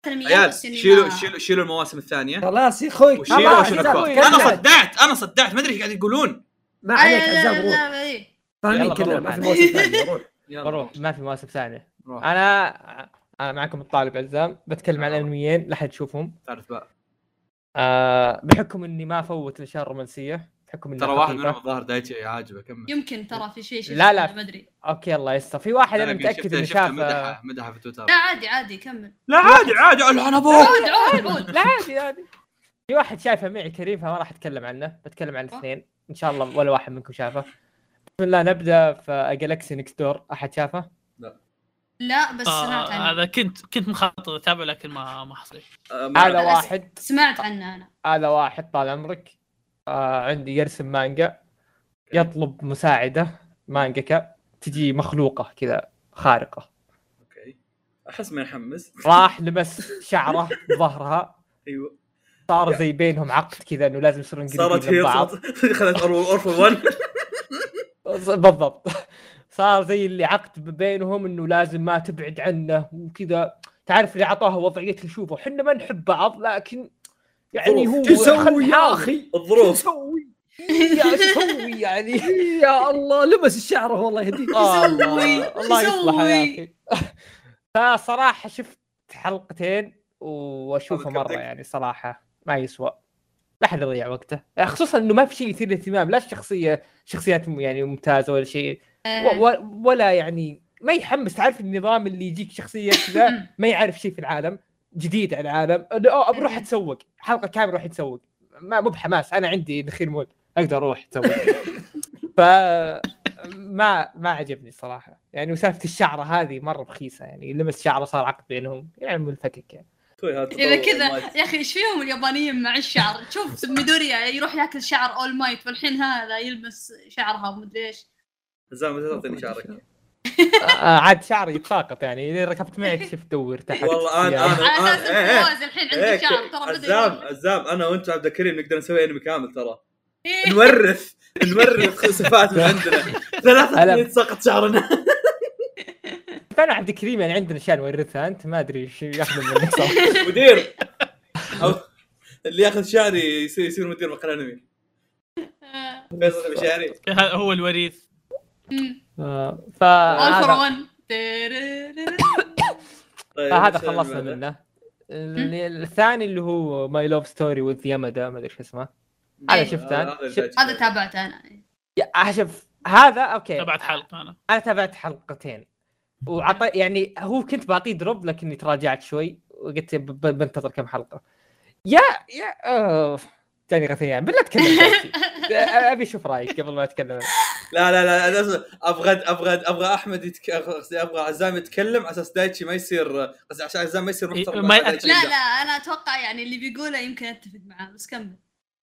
A: عيال شيلوا المواسم الثانية
C: خلاص يا اخوي.
A: انا صدعت ما ادري ايش قاعد يقولون.
C: ما عليك عزام روح فاهمين كذا ما في مواسم ثانية
B: روح ما في مواسم ثانية. انا معكم الطالب عزام بتكلم عن الانميين لحد تشوفهم
A: تعرف بقى
B: بحكم اني ما فوت الاشياء الرومانسية بحكم اني
A: ترى واحد منهم الظاهر دايتشي عاجبه كمل
E: يمكن ترى في شيء
B: لا
E: ما ادري.
B: اوكي الله يستر في واحد انا متاكد انه شاف
A: مدحه في تويتر.
E: لا عادي كمل.
A: لا عادي انا ابوك
E: عود
B: لا عادي في واحد شايفه معي كريم فما راح اتكلم عنه بتكلم عن اثنين ان شاء الله ولا واحد منكم شافه. بسم الله نبدا في جالاكسي نيكست دور. احد شافه؟
E: لا بس سمعت عنه.
D: هذا كنت مخطط اتابع لكن ما حصل.
B: هذا واحد
E: سمعت عنه انا.
B: هذا واحد طال عمرك عندي يرسم مانجا يطلب مساعده مانجاكا تجي مخلوقه كذا خارقه.
A: اوكي احس ما يحمس.
B: راح لمس شعره بظهرها
A: ايوه
B: صار زي بينهم عقد كذا انه لازم يصيرون
A: قريبين من بعض. خلت اورفل 1
B: بالضبط. صار زي اللي عقد بينهم انه لازم ما تبعد عنه وكذا. تعرف اللي عطاها وضعيه نشوفه احنا ما نحب بعض لكن يعني هو
C: تسوي يا اخي
A: الظروف
B: تسوي يعني
C: يا الله لمس الشعر والله يهديك.
B: الله يصلح يا اخي. فصراحه شفت حلقتين واشوفه مره يعني صراحه ما يسوى لا احد يضيع وقته خصوصا انه ما في شيء يثير الاهتمام لا شخصيات يعني ممتازه ولا شيء ولا يعني ما يحمس. تعرف النظام اللي يجيك شخصيه كذا ما يعرف شيء في العالم جديد على العالم بروح اتسوق حلقه كامله اروح اتسوق ما مو بحماس. انا عندي نخيل مول اقدر اروح اتسوق. ما عجبني صراحه يعني. وسالفه الشعره هذه مره رخيصه يعني لمس شعره صار عقد بينهم يعني منفكك يعني.
E: اذا كذا يا اخي ايش فيهم اليابانيين مع الشعر. شوف ميدوريا يروح ياكل شعر اول مايت والحين هذا يلبس شعرها ومدري ايش.
A: زلمه تعطيني شعرك
B: عاد شعري يتساقط يعني اذا ركبت معك شفت دور تحت
A: والله
E: انا الحين عندي شعر
A: ترى عزام انا وانت عبد الكريم نقدر نسوي انمي كامل ترى نورث صفات من عندنا 3 يتساقط شعرنا.
B: فانا عبد الكريم يعني عندنا اشياء نورثها انت ما ادري ايش ياخذ منك صح.
A: مدير او اللي ياخذ شعري يصير مدير مقال انمي. فيصل بشعري
D: هو الوريث.
B: هذا خلصنا منه. الثاني اللي هو ماي لوف ستوري وذ يامادا ما ادري ايش اسمه. هذا شفته
E: هذا تابعته انا.
B: شوف هذا اوكي
D: تابعت حلقه
B: انا تابعت حلقتين وعطي يعني هو كنت بعطيه دروب لكني تراجعت شوي وقلت بنتظر كم حلقه. يا تاني غثيان بالله اتكلم ابي اشوف رايك قبل ما اتكلم.
A: لا ابغى احمد ابغى عزام يتكلم على اساس دايتشي ما يصير عشان عزام ما يصير محترم.
E: لا انا اتوقع يعني اللي بيقوله يمكن اتفق معاه بس كمل.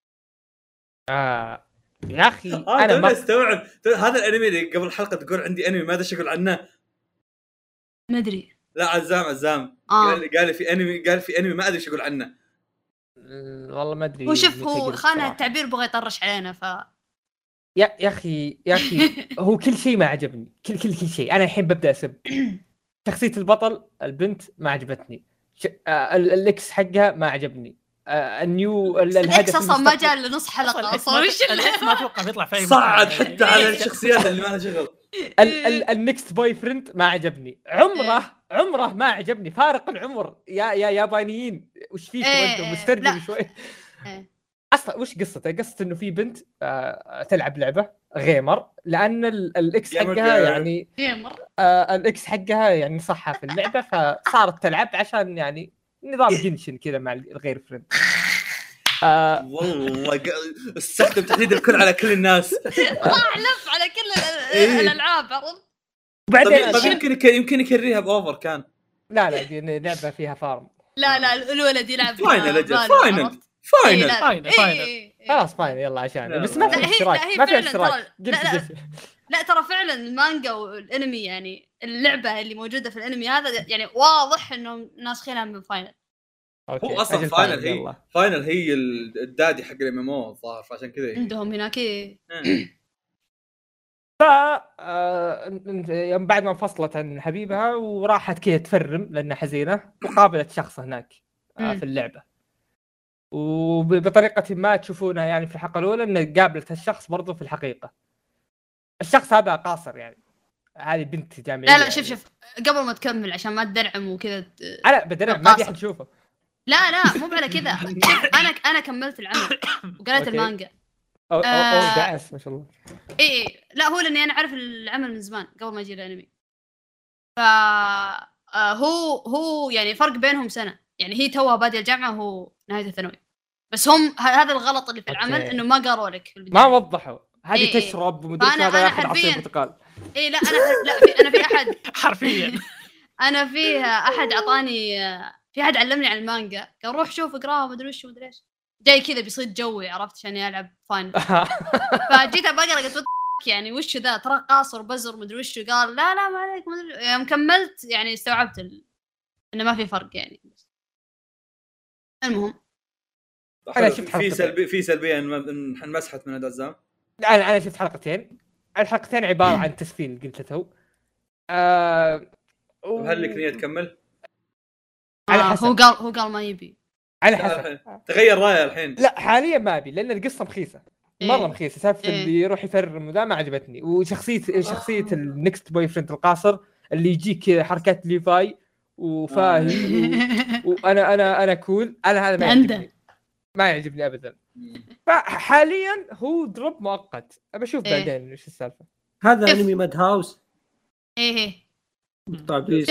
B: يا اخي انا
A: ما استوعب هذا الانمي اللي قبل الحلقه تقول عندي انمي ماذا شغل عنه
E: ما ادري.
A: لا عزام قال في انمي ما ادري ايش يقول عنه
B: والله ما ادري.
E: هو شوف هو خانه التعبير بغى يطرش علينا ف
B: يا اخي هو كل شيء ما عجبني كل شيء. انا الحين ببدا اسب شخصيه البطل البنت ما عجبتني الاكس حقها ما عجبني النيو الهدف
E: اصلا ما جاء لنص حلقه اصلا
D: ما اتوقع بيطلع فيه
A: صعد حتى على الشخصيات اللي ما لها شغل.
B: النكست بوي فريند ما عجبني عمره ما عجبني فارق العمر يا يابانيين وش فيكم انتم مسترجل شوي. اصلا وش قصته انه في بنت تلعب لعبه غيمر لان الاكس حقها يعني الاكس حقها يعني صحها في اللعبه فصارت تلعب عشان يعني نظام جنشن كذا مع الغير فريند.
A: والله استخدم تحديد الكل على كل الناس.
E: احلف على كل الالعاب عرفت.
B: وبعدين
A: يمكن يكريها باوفر كان.
B: لا دي لعبه فيها فارم.
E: لا الولد يلعب
A: فاينل
B: خلاص فاينل يلا عشان بس ما في اشتراك
E: لا ترى فعلا المانجا والانمي يعني اللعبه اللي موجوده في الانمي هذا يعني واضح انهم ناسخينها من فاينل.
A: هو اصلا فاينل هي الدادي حق الام ام او الظاهر فعشان كذا
E: عندهم هناك
B: يوم بعد ما انفصلت عن حبيبها وراحت كذا تفرم لأنها حزينة، وقابلت شخص هناك في اللعبة، وبطريقة ما تشوفونها يعني في الحلقة الأولى إن قابلت الشخص برضو في الحقيقة. الشخص هذا قاصر يعني، هذه بنت جامعية.
E: لا شوف قبل ما تكمل عشان ما تدرعم وكذا.
B: أنا بدرعم ما في أحد يشوفه.
E: لا مو على كذا. أنا كملت العمل وقرأت المانجا.
B: أو دعس ما شاء الله.
E: إيه لا هو لأني أنا أعرف العمل من زمان قبل ما يجي الأنمي. هو يعني فرق بينهم سنة، يعني هي توها بادية الجامعة وهو نهاية الثانوي. بس هم هذا الغلط اللي في العمل إنه ما قالوا لك في
B: البداية. ما وضحوا هذه تشرب ومدري هذا ياخذ عصير برتقال.
E: إيه لا أنا في أحد
D: حرفيا
E: أنا فيها أحد عطاني، في أحد علمني عن المانجا قال روح شوف اقراها ومدري وش ومدري إيش، جاي كذا بيصيد جوي عرفت عشان ألعب فاينل. فجيت بقرا قلت يعني وش ذا ترى قاصر بزر مدري وش، قال لا ما عليك مدري. يوم كملت يعني استوعبت إنه ما في فرق يعني. المهم
A: أنا شفت في سلبية إن مسحت من الأجزاء.
B: أنا شفت حلقتين. الحلقتين عبارة عن تسفين قلت تو.
A: وهل لك نية تكمل؟
B: على حسب.
E: هو قال ما يبي.
B: على حسب.
A: تغير رأيه الحين.
B: لا حاليا ما أبي لأن القصة مخيسة مرة مخيسة. سالفة اللي يروح يفرم وذا ما عجبتني، وشخصية النكست بوي فريند القاصر اللي يجيك حركات ليفاي وفاهي وأنا كول، أنا هذا ما يعجبني أبدا. فحاليا هو دروب مؤقت، أبى أشوف بعدين إيش السالفة.
C: هذا أنمي ماد هاوس.
E: إيه
C: طيب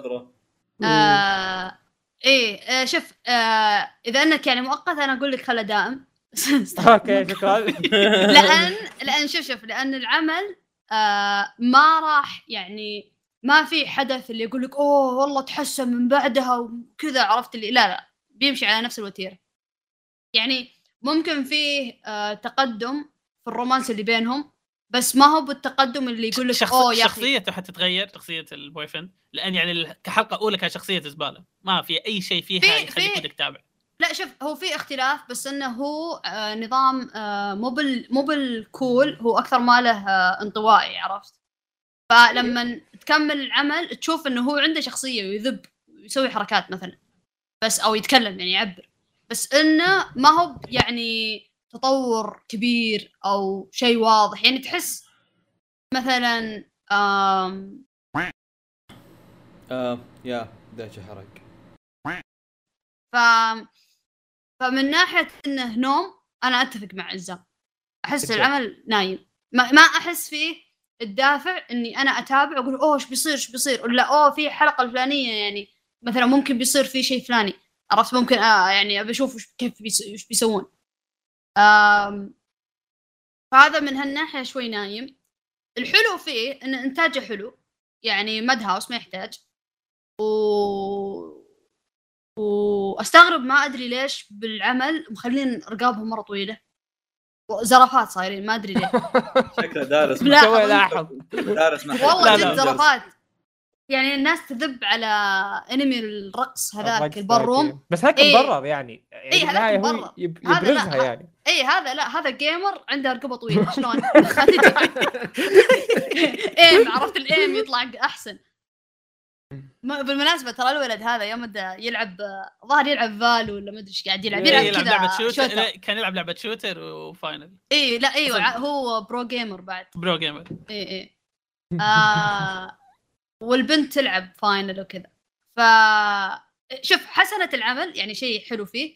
E: شوف إذا أنك يعني مؤقت أنا أقول لك خله دائم.
B: اوكي شكرا.
E: لان شوف لان العمل ما راح يعني ما في حدث اللي يقول لك اوه والله تحسن من بعدها وكذا عرفت اللي لا بيمشي على نفس الوتيره. يعني ممكن فيه تقدم في الرومانس اللي بينهم بس ما هو بالتقدم اللي يقول لك اوه يا اخي
D: شخصيته حتتغير شخصيه البوي فريند، لان يعني كحلقه اولى كان شخصيه زباله ما في اي شيء فيها يخليك تتابع.
E: لا شوف هو في اختلاف بس انه هو نظام مو بالكول، هو اكثر ما له انطوائي عرفت. فلما تكمل العمل تشوف انه هو عنده شخصيه ويذب ويسوي حركات مثلا بس او يتكلم يعني يعبر، بس انه ما هو يعني تطور كبير او شيء واضح. يعني تحس مثلا
A: يا ده حرق.
E: فمن ناحية إنه نوم أنا أتفق مع عزام، أحس العمل نايم، ما أحس فيه الدافع إني أنا أتابع وأقول أوه إيش بيصير ولا أوه في حلقة الفلانية يعني مثلا ممكن بيصير في شيء فلاني عرفت ممكن يعني أبي أشوف كيف بيسوون. فهذا من هالناحية شوي نايم. الحلو فيه إن إنتاجه حلو يعني ماد هاوس ما يحتاج واستغرب ما ادري ليش بالعمل مخلين رقابهم مره طويله وزرافات صايرين ما ادري ليه.
A: شكله دارس
E: والله جد زرافات يعني الناس تذب على انمي الرقص هذاك البروم
B: بس هيك مبرر يعني
E: هذاك مبرر
B: يبرزها يعني
E: هذا جيمر عنده رقبه طويله شلون عرفت الايم يطلع احسن. بالمناسبة ترى الولد هذا يوم بدا يلعب ظاهر يلعب فال ولا ما ادري ايش قاعد يلعب
D: كذا شوتر. كان يلعب لعبة شوتر وفاينل.
E: لا ايوه هو برو جيمر بعد برو جيمر والبنت تلعب فاينل وكذا. شوف حسنة العمل يعني شيء حلو فيه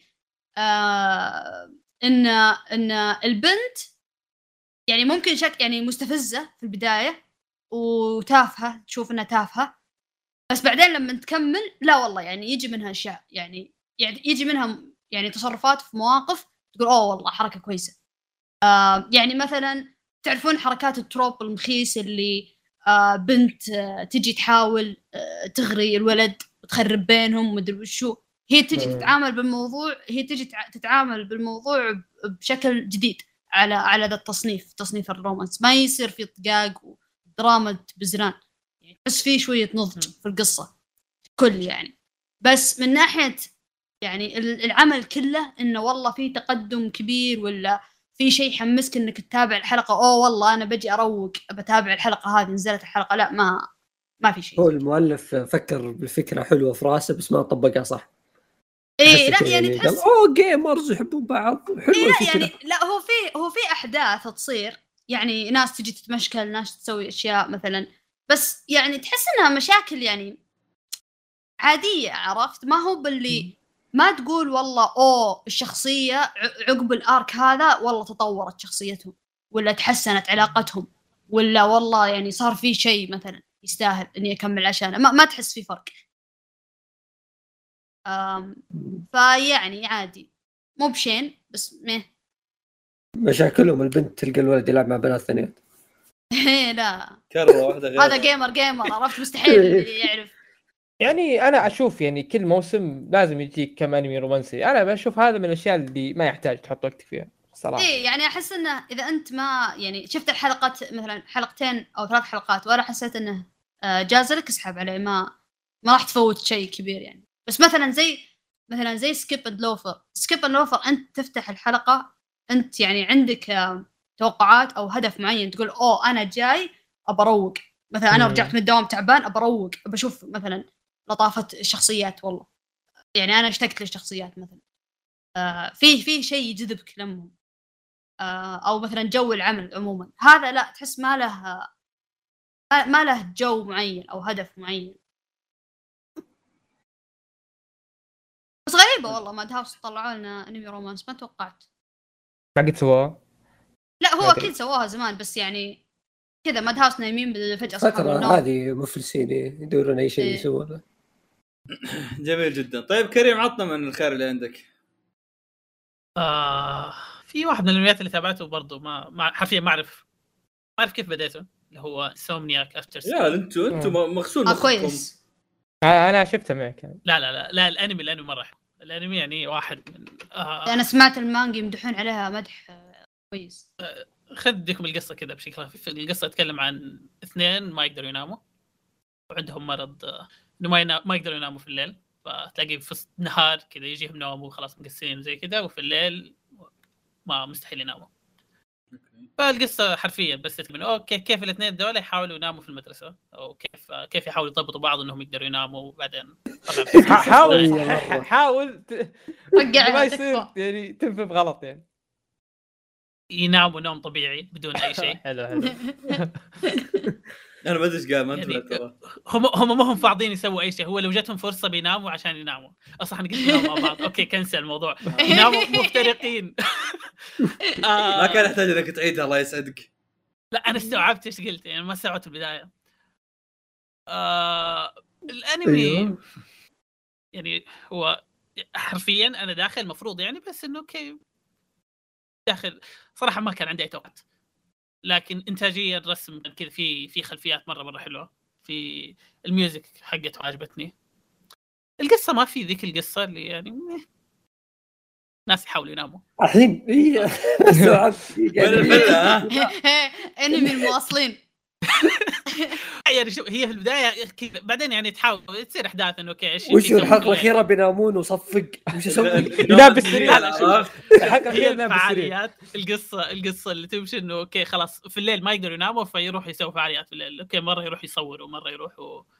E: ان البنت يعني ممكن يعني مستفزة في البداية وتافهة تشوف انها تافهة بس بعدين لما تكمل لا والله يعني يجي منها أشياء يعني يجي منها يعني تصرفات في مواقف تقول أوه والله حركة كويسة. يعني مثلا تعرفون حركات التروب المخيس اللي بنت تجي تحاول تغري الولد وتخرب بينهم ومدري وشو، هي تجي تتعامل بالموضوع بشكل جديد على ذا تصنيف الرومانس ما يصير في طقاق ودراما بزران يعني بس في شوية نضج في القصة كل يعني. بس من ناحية يعني العمل كله إنه والله في تقدم كبير ولا في شيء يحمسك انك تتابع الحلقه، والله انا بجي اروق بتابع الحلقه هذه نزلت الحلقه، لا ما في شيء.
C: هو المؤلف فكر بالفكره حلوه في راسه بس ما طبقها صح.
E: لا يعني
C: تحس اوه جيمرز يحبون بعض حلوه
E: الفكره. يعني لا هو في احداث تصير، يعني ناس تجي تتمشكل، ناس تسوي اشياء مثلا، بس يعني تحس انها مشاكل يعني عاديه، عرفت؟ ما هو باللي ما تقول والله الشخصيه عقب الارك هذا والله تطورت شخصيتهم ولا تحسنت علاقتهم ولا والله يعني صار في شيء مثلا يستاهل اني اكمل عشانه، ما تحس في فرق. فيعني عادي، مو بشين بس
C: مشاكلهم البنت تلقى الولد يلعب مع بنات ثانيات.
E: لا
A: كرة واحدة غير
E: هذا جيمر عرفت، مستحيل يعرف.
B: يعني انا اشوف يعني كل موسم لازم يجيك كم انمي رومانسي، انا بشوف هذا من الاشياء اللي ما يحتاج تحط وقتك فيها صراحه.
E: يعني احس انه اذا انت ما يعني شفت الحلقه مثلا حلقتين او 3 حلقات ولا حسيت انه جازلك، اسحب عليه، ما راح تفوت شيء كبير يعني. بس مثلا زي سكيب اند لوفر انت تفتح الحلقه انت يعني عندك توقعات او هدف معين، تقول انا جاي ابروق مثلا، انا رجعت من الدوام تعبان ابروق، بشوف مثلا لطافه الشخصيات، والله يعني انا اشتقت للشخصيات مثلا، في شيء يجذبك لهم، او مثلا جو العمل عموما. هذا لا، تحس ما له جو معين او هدف معين. بس غريبه والله ماد هاوس طلعوا لنا انمي رومانس، ما توقعت.
B: ما قد سواه؟
E: لا هو اكيد سواها زمان، بس يعني كذا ماد هاوس نايمين فجاه صحوا من النوم.
C: هذه مفلسين يدورون اي شيء يسوونه.
A: جميل جدا. طيب كريم، عطنا من الخير اللي عندك.
D: في واحد من الانميات اللي تابعته برضو ما حرفيا ما اعرف كيف بديته، اللي هو سومنياك افتر سكول.
A: يا انتوا مغسول مخكم.
E: كويس.
B: انا شفته معك يعني.
D: لا الانمي مره حلو. الانمي يعني واحد من
E: انا سمعت المانجا يمدحون عليها مدح كويس.
D: خدكم القصه كذا بشكل خفيف. القصه تتكلم عن 2 ما يقدروا يناموا وعندهم مرض انه ما يقدروا يناموا في الليل، فتلاقي في النهار كذا يجيهم نوم وخلاص مقسمين زي كذا، وفي الليل ما مستحيل يناموا. فالقصه حرفيا بس من اوكي كيف الاثنين دول يحاولوا يناموا في المدرسه، او كيف يحاولوا يضبطوا بعض انهم يقدروا يناموا. وبعدين
B: حاول
E: رجع
B: ما يصير يعني تنفذ غلط، يعني
D: يناموا نوم طبيعي بدون اي شيء.
B: حلو
A: انا ما ادري ايش قال، ما
D: يعني
A: انت ترى
D: هم ما هم فاضيين يسووا اي شيء. هو لو جاتهم فرصه بيناموا عشان يناموا. اصلا احنا قلنا مع بعض اوكي كنسل الموضوع، يناموا مفترقين.
A: ما كان يحتاج انك تعيدها، الله يسعدك.
D: لا انا استوعبت ايش قلت، يعني ما استوعبت البدايه. الانمي يعني هو حرفيا انا داخل مفروض يعني، بس انه اوكي داخل صراحه ما كان عندي اي توقعات، لكن انتاجيا الرسم كذا في خلفيات مره حلوه، في الميوزك حقته عجبتني. القصه ما في ذيك القصه اللي يعني ناس يحاولوا يناموا
C: الحين
E: انمي المواصلين.
D: يعني شوف هي في البدايه كذا، بعدين يعني تحاول تصير احداث انه اوكي ايش
C: وش الحلقه الاخيره بينامون وصفق وش اسوي
B: ينام بالسرير.
D: هي فعاليات القصه اللي تمشي انه اوكي خلاص في الليل ما يقدروا يناموا فيروح يسوي فعاليات في الليل. اوكي مره يروح يصور ومره يروح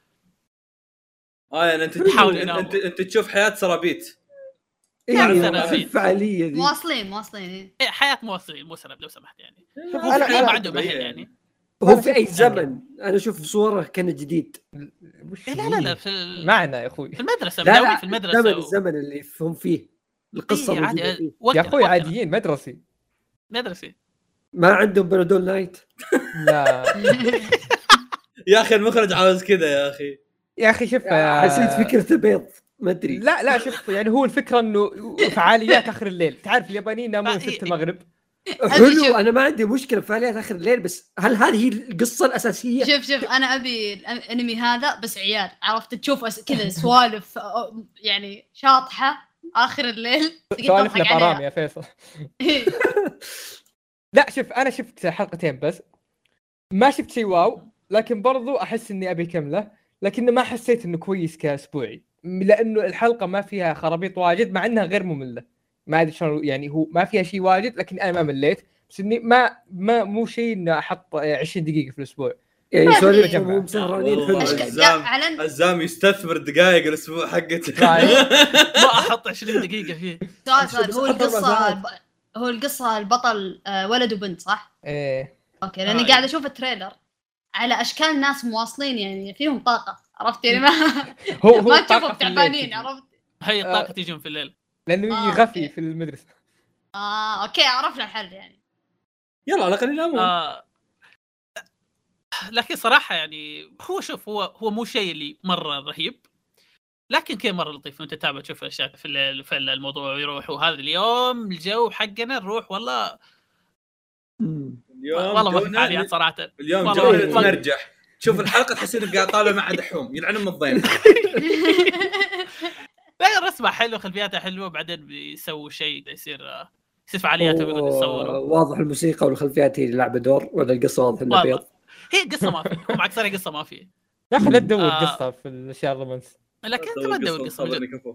A: يعني انت تحاول انت تشوف حياه سرابيت.
C: الفعاليه ذي
E: مواصلين
D: حياه موصلين مو سراب لو سمحت يعني. انا ما عنده مهل يعني.
C: هو في اي زمن انا اشوف صوره كان جديد.
D: لا
B: معنا يا اخوي
D: في المدرسه
C: لا
D: في المدرسه
C: الزمن اللي هم فيه القصه
D: عادي.
B: يا اخوي عاديين مدرسي
C: ما عندهم بنادول نايت.
B: لا
A: يا اخي المخرج عاوز كذا يا اخي
B: شوف
C: حسيت فكرة بيض ما ادري.
B: لا شوف يعني هو الفكره انه فعاليات اخر الليل، تعرف اليابانيين ينامون 6 المغرب.
C: حلو انا ما عندي مشكله بفعاليات اخر الليل، بس هل هذه هي القصه الاساسيه؟
E: شوف انا ابي الانمي هذا بس عيال، عرفت تشوف كذا سوالف يعني شاطحه اخر الليل
B: سوالف لبرام يا فيصل. لا شوف انا شفت حلقتين بس ما شفت شيء واو، لكن برضو احس اني ابي كمله، لكن ما حسيت انه كويس كاسبوعي لانه الحلقه ما فيها خرابيط واجد مع انها غير ممله. ما ادري شلون يعني، هو ما فيها شيء واجد لكن انا ما مليت، بس اني ما مو شيء اني احط 20 دقيقه في الاسبوع
C: يعني
E: ما
C: سوري
E: أدري.
C: مو مسهرانين
A: والله عزام يستثمر دقائق الاسبوع حقته.
D: ما احط 20 دقيقه فيه.
E: سؤال هو القصه البطل ولد وبنت صح؟
B: ايه
E: اوكي لاني قاعد اشوف التريلر على اشكال ناس مواصلين يعني فيهم طاقه، عرفت يعني ما
B: هو
E: ما تشوفوا تعبانين، عرفت؟
D: هي الطاقه تيجون في الليل
B: لانه يغفي في المدرسه.
E: اوكي عرفنا الحل يعني.
A: يلا على قليل الامر.
D: لكن صراحه يعني هو شوف هو مو شيء اللي مره رهيب، لكن كيف مره لطيف وانت تتابع تشوف اشياء في الليل في الموضوع يروح. وهذا اليوم الجو حقنا نروح والله والله ما في فعاليات صراحه.
A: اليوم جو نرجح شوف الحلقه تحس انك قاعد طالع مع دحوم يلعنهم من الضيف.
D: لا الرسمه حلوه خلفياتها حلوه، بعدين بيسووا شيء يصير فعاليات ويصوروا.
C: واضح الموسيقى والخلفيات هي لعبه دور ولا القصه واضح انها بيض.
D: هي قصه ما في ومعك صار قصه ما في
B: يا اخي لا تدور قصه في الاشياء الرومانس،
D: لكن انت ما تدور قصه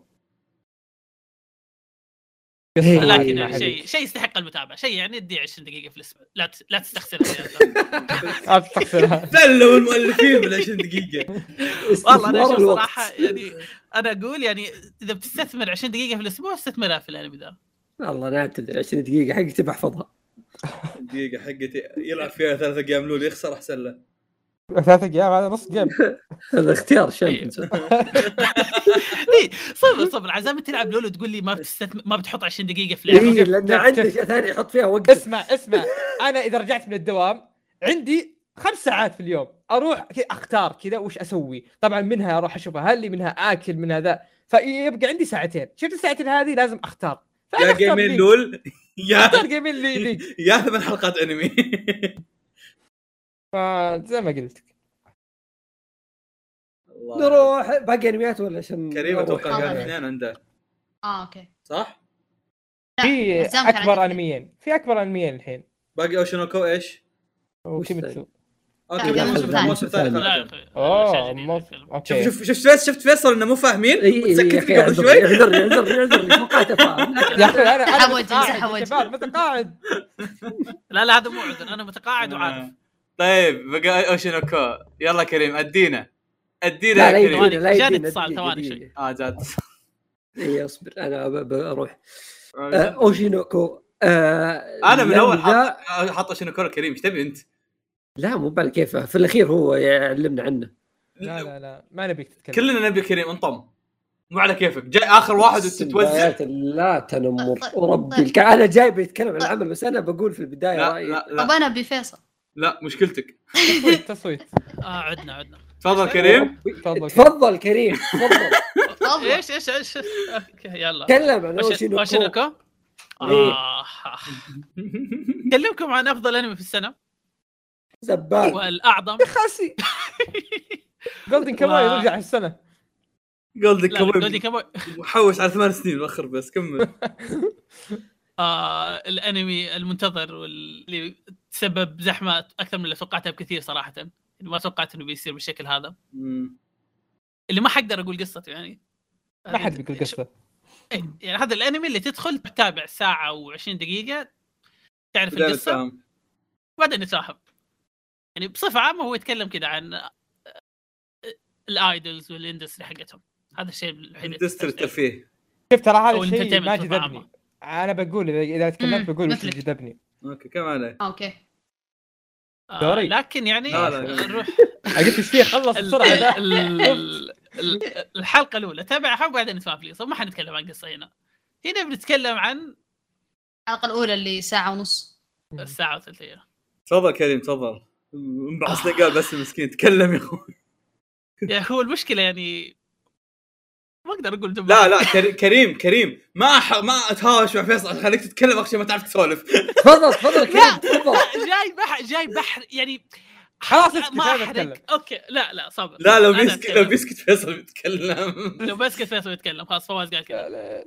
B: لكن
D: يعني شيء يستحق المتابعه، شيء يعني ادي 20 دقيقه في الاسبوع، لا تستخسرها.
B: لا تستخسرها.
A: دلوا المؤلفين بال 20 دقيقه.
D: والله انا صراحه يعني انا اقول يعني اذا بتستثمر 20 دقيقه في الاسبوع استثمرها في الانمي ذا.
C: والله انا اعتذر 20 دقيقه حقتي بحفظها.
A: دقيقه حقتي يلعب فيها 3 ايام لول يخسر احسن له.
B: 3 ايام هذا نص جيم.
C: هذا اختيار شامل.
D: صبر عزام تلعب لولو تقول لي ما بتحط 20 دقيقه في لعبه.
C: إيه لان عندك ثاني يحط فيها وقت.
B: اسمع انا اذا رجعت من الدوام عندي 5 ساعات في اليوم، اروح اختار كذا وش اسوي. طبعا منها اروح اشوفها هل منها اكل من هذا، فيبقى عندي ساعتين. شفت الساعتين هذه لازم اختار.
A: يا جيمين لول
B: يا جيمين ليج
A: يا 8 حلقات انمي.
B: زي ما قلت
C: نروح باقي انميات ولا عشان
A: كريم اتوقع قاعد اثنين عنده.
E: اوكي
A: صح
B: في اكبر انميين، في اكبر انميين الحين
A: باقي اوشينوكو ايش
B: وكيميتسو.
A: اوكي الموسم الثالث.
B: اوكي
A: شفت فيصل انه مو فاهمين
C: وتسكت قبل شوي. اعذر فوقعت افهم
B: يا اخي انا
E: تحوج
B: متقاعد.
D: لا هذا مو عذر، انا متقاعد وعارف.
A: طيب بقى اوشينوكو يلا كريم ادينا
C: لا
A: كريم.
D: جاني اتصال ثواني شوي.
A: جات.
C: اي اصبر انا بروح. اوشينوكو
A: انا من اول حاط اوشينوكو كريم ايش تبي انت؟
C: لا مو بالكيف في الاخير هو يعلمنا عنه.
B: لا ما نبيك تتكلم.
A: كلنا نبي كريم انطم مو على كيفك. جاي اخر واحد وتتوزع.
C: لا تنمر وربي انا جاي بيتكلم عن العمل بس انا بقول في البدايه رايي.
E: طب انا بفيصل.
A: لا مشكلتك
B: تصويت.
D: عدنا
A: تفضل كريم.
C: تفضل كريم تفضل.
D: ايش اوكي يلا
C: تكلم عن اوشينوكو.
D: كلمكم عن افضل انمي في السنه
C: زبال
D: والاعظم
B: خاسي. جولدن كاموي يرجع السنه.
A: جولدن كاموي محوش على 8 سنين مؤخر بس كمل.
D: الانمي المنتظر واللي تسبب زحمه اكثر من اللي توقعتها بكثير صراحه. ما توقعت انه بيصير بالشكل هذا. اللي ما حقدر اقول قصته يعني
B: ما حد بيقول قصه.
D: يعني هذا الانمي اللي تدخل تتابع ساعه و20 دقيقه تعرف القصه وبعدين نتفاهم. يعني بصفه عامه هو يتكلم كده عن الايدلز والاندستري حقتهم. هذا الشيء الوحيد
A: اندستري الترفيه.
B: شوف ترى هذا الشيء ما جذبني. انا بقول اذا تكلمت بقول وش جذبني.
A: اوكي كمان
E: اوكي
D: لكن يعني نروح
B: قلت ايش فيه خلص بسرعه.
D: الحلقه الاولى تابعها وبعدين نتفاهم فيه. ما حنتكلم عن قصه هنا بنتكلم عن
E: الحلقه الاولى اللي ساعه ونص
D: الساعه وثلثيه.
A: تفضل كريم تفضل. انبعث لي قال بس المسكين تكلم يا اخوي.
D: يا هو المشكله يعني ما اقدر اقول
A: جمله. لا كريم ما اتهاوش مع فيصل خليك تتكلم اخشى ما تعرف تسولف.
C: تفضل كريم تفضل.
D: جاي بحر يعني
B: خلاص
D: ما احرق. اوكي لا صبر.
A: لا لو بيسكت فيصل بيتكلم.
D: لو بيسكت فيصل بيتكلم خلاص فواز قال كذا.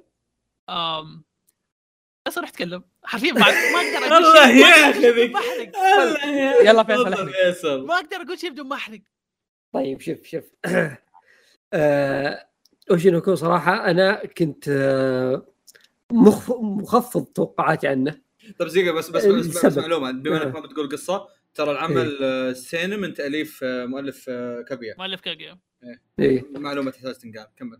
D: بس راح اتكلم حرفيا ما اقدر اقول
A: الله ياخذك.
B: يلا فيصل
D: ما اقدر اقول شيء بدون ما احرق.
C: طيب شوف اوشينوكو صراحه انا كنت مخفض توقعاتي عنه.
A: طب زيقه بس معلومه بما انك ما بتقول قصه، ترى العمل سينما من تاليف مؤلف كاغويا.
C: إيه.
A: معلومه تحتاج تنقال. كمل.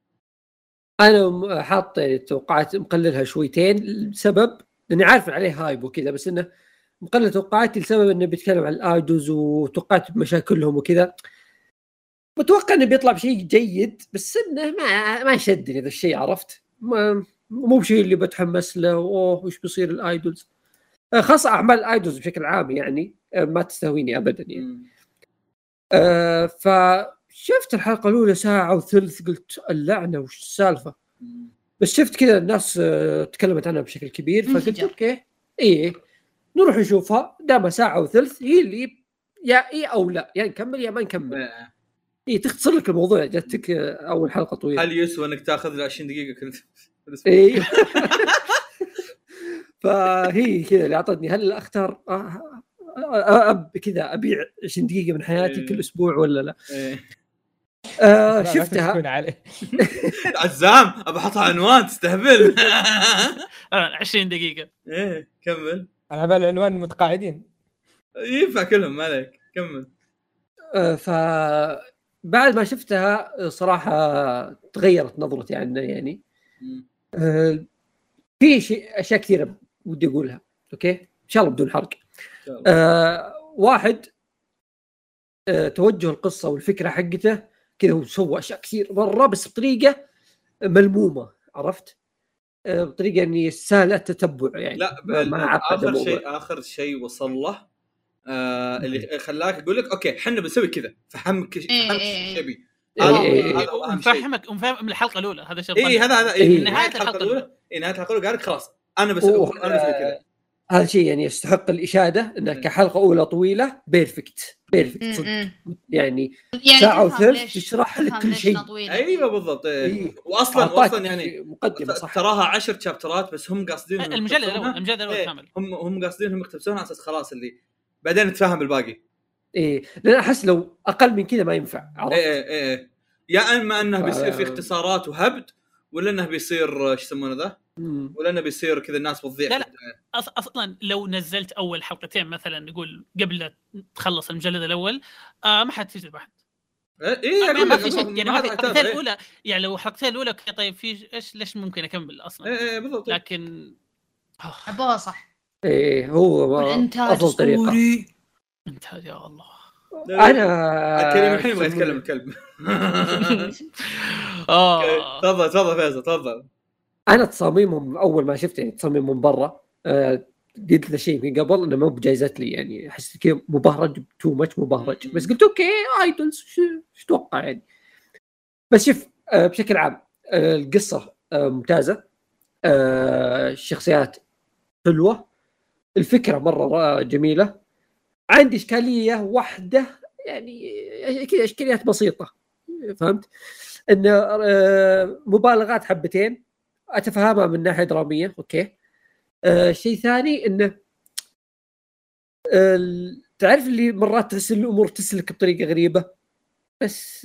C: انا حاط توقعات مقللها شويتين لسبب اني عارف عليه هايب وكذا، بس انه مقلل توقعاتي لسبب انه بيتكلم عن الايدوز وتوقعت مشاكلهم وكذا. متوقع انه بيطلع بشيء جيد، بس انه ما شدني هذا الشيء، عرفت؟ مو بشيء اللي بتحمس له. وش بيصير الايدولز، خاصه اعمال الايدولز بشكل عام يعني ما تستهويني ابدا يعني. فشفت الحلقه الاولى ساعه وثلث، قلت اللعنه وش السالفه. بس شفت كذا الناس تكلمت عنها بشكل كبير، فقلت اوكي ايه نروح نشوفها. دام ساعه وثلث هي اللي يا ايه او لا، يعني نكمل يا ما نكمل. ايه تختصر لك الموضوع. جاتك اول حلقه طويله،
A: هل يسوى انك تاخذ ل 20 دقيقه كنت
C: ايه فهي كذا اللي اعطتني. هل اختار كذا ابيع 20 دقيقه من حياتي كل اسبوع ولا لا؟ شفتها
A: عزام ابى احطها عنوان تستهبل.
D: 20 دقيقه.
A: ايه كمل.
B: انا على العنوان المتقاعدين
A: ينفع كلهم ما عليك. كمل.
C: فبعد ما شفتها صراحه تغيرت نظرتي عنه يعني. في اشياء كثيره ودي اقولها. اوكي ان شاء الله بدون حرق. واحد توجه القصه والفكره حقته كذا، وسوى اشياء كثير مره بس بطريقه ملمومه، عرفت؟ بطريقه اني سهله التتبع يعني.
A: لا اخر شيء وصل له اللي خلاك يقول لك اوكي احنا بنسوي كذا، فهمك ايش تبي.
D: فهمك من الحلقه الاولى. هذا شيء
A: هذا نهايه الحلقه الاولى. نهايه الحلقه الاولى قال لك خلاص انا بسوي كذا.
C: هذا شيء يعني يستحق الاشاده، انه كحلقه اولى طويله بيرفكت يعني ساعه وثلث تشرح لك كل شيء.
A: ايوه بالضبط. واصلا يعني مقدمه صح، تراها 10 شابترات بس هم قاصدين
D: المجلد الاول كامل.
A: هم قاصدين هم يقتبسونها على اساس خلاص اللي بعدين نتفاهم الباقي.
C: لان احس لو اقل من كذا ما ينفع، عرفت؟
A: يا اما انه بيصير في اختصارات وهبد، ولا انه بيصير ايش يسمونه ذا، ولا انه بيصير كذا الناس بتضيع.
D: لا اصلا لو نزلت اول حلقتين مثلا نقول قبل لا تخلص المجلد الاول ما حد تجذب احد.
A: اقول لك
D: يعني الحلقتين الاولى يعني لو حلقتين الاولى طيب في ايش ليش ممكن اكمل اصلا.
A: بالضبط.
D: لكن
E: ابغى صح.
C: هو
E: افضل طريقه.
D: انتهى يا الله.
C: انا
A: كريم الحين يبغى يتكلم الكلب. تفضل فيصل تفضل.
C: انا تصاميمهم اول ما شفت يعني تصاميم من برا قلت له شيء من قبل انه مو بجايزت لي يعني، حسيت كذا مبهرج تو ماتش مبهرج. بس قلت اوكي ايدولز شو توقع يعني. بس شوف بشكل عام القصه ممتازه، الشخصيات حلوه، الفكره مره جميله. عندي اشكاليه واحده يعني كذا اشكاليات بسيطه، فهمت؟ ان مبالغات حبتين اتفهمها من ناحيه دراميه. اوكي شيء ثاني انه تعرف اللي مرات تحس الامور تسلك بطريقه غريبه. بس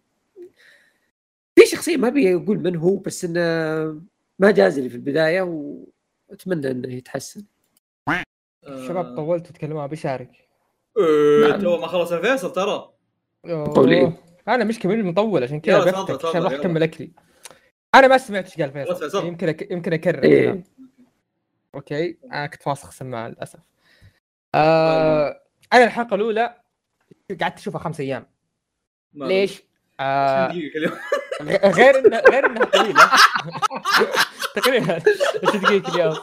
C: في شخصيه ما ابي اقول من هو، بس انه ما جاز لي في البدايه واتمنى انه يتحسن.
B: شباب طولتوا تتكلموا بشارك.
A: تو ما خلص الفيصل ترى.
B: انا مش كمان مطول عشان كذا بفتك عشان راح اكمل اكلي. انا ما سمعت ايش قال فيصل، يمكن اكرر. اوكي انا كنت فاسخ سماعه للاسف. انا الحلقه الاولى قعدت اشوفها 5 ايام. ليش؟ غير انها طويله تقريبا 10 دقيقة اليوم.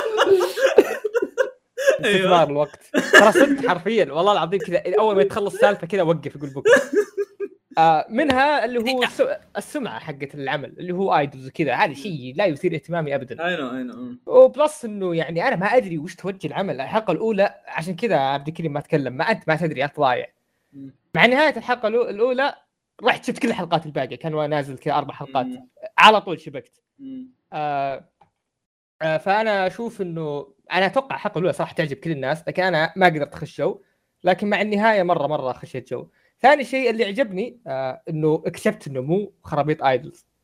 B: استثمار الوقت ترى صدق حرفيا والله العظيم كذا اول ما يتخلص سالفه كذا وقف يقول بكره. منها اللي هو السمعه حقت العمل اللي هو ايدولز كذا، هذا شيء لا يثير اهتمامي ابدا.
A: اي
B: وبلس انه يعني انا ما ادري وش توجه العمل. الحلقه الاولى عشان كذا عبد الكريم ما تكلم، ما انت ما تدري انت ضايع. مع نهايه الحلقه الاولى رحت شفت كل الحلقات الباقيه، كان نازل كذا 4 حلقات على طول شبكت. فانا اشوف انه انا اتوقع الحلقه الاولى صراحه تعجب كل الناس، لكن انا ما قدرت اخش جو. لكن مع النهايه مره خشيت جو. ثاني شيء اللي عجبني انه اكتشفت انه مو خرابيط ايدولز.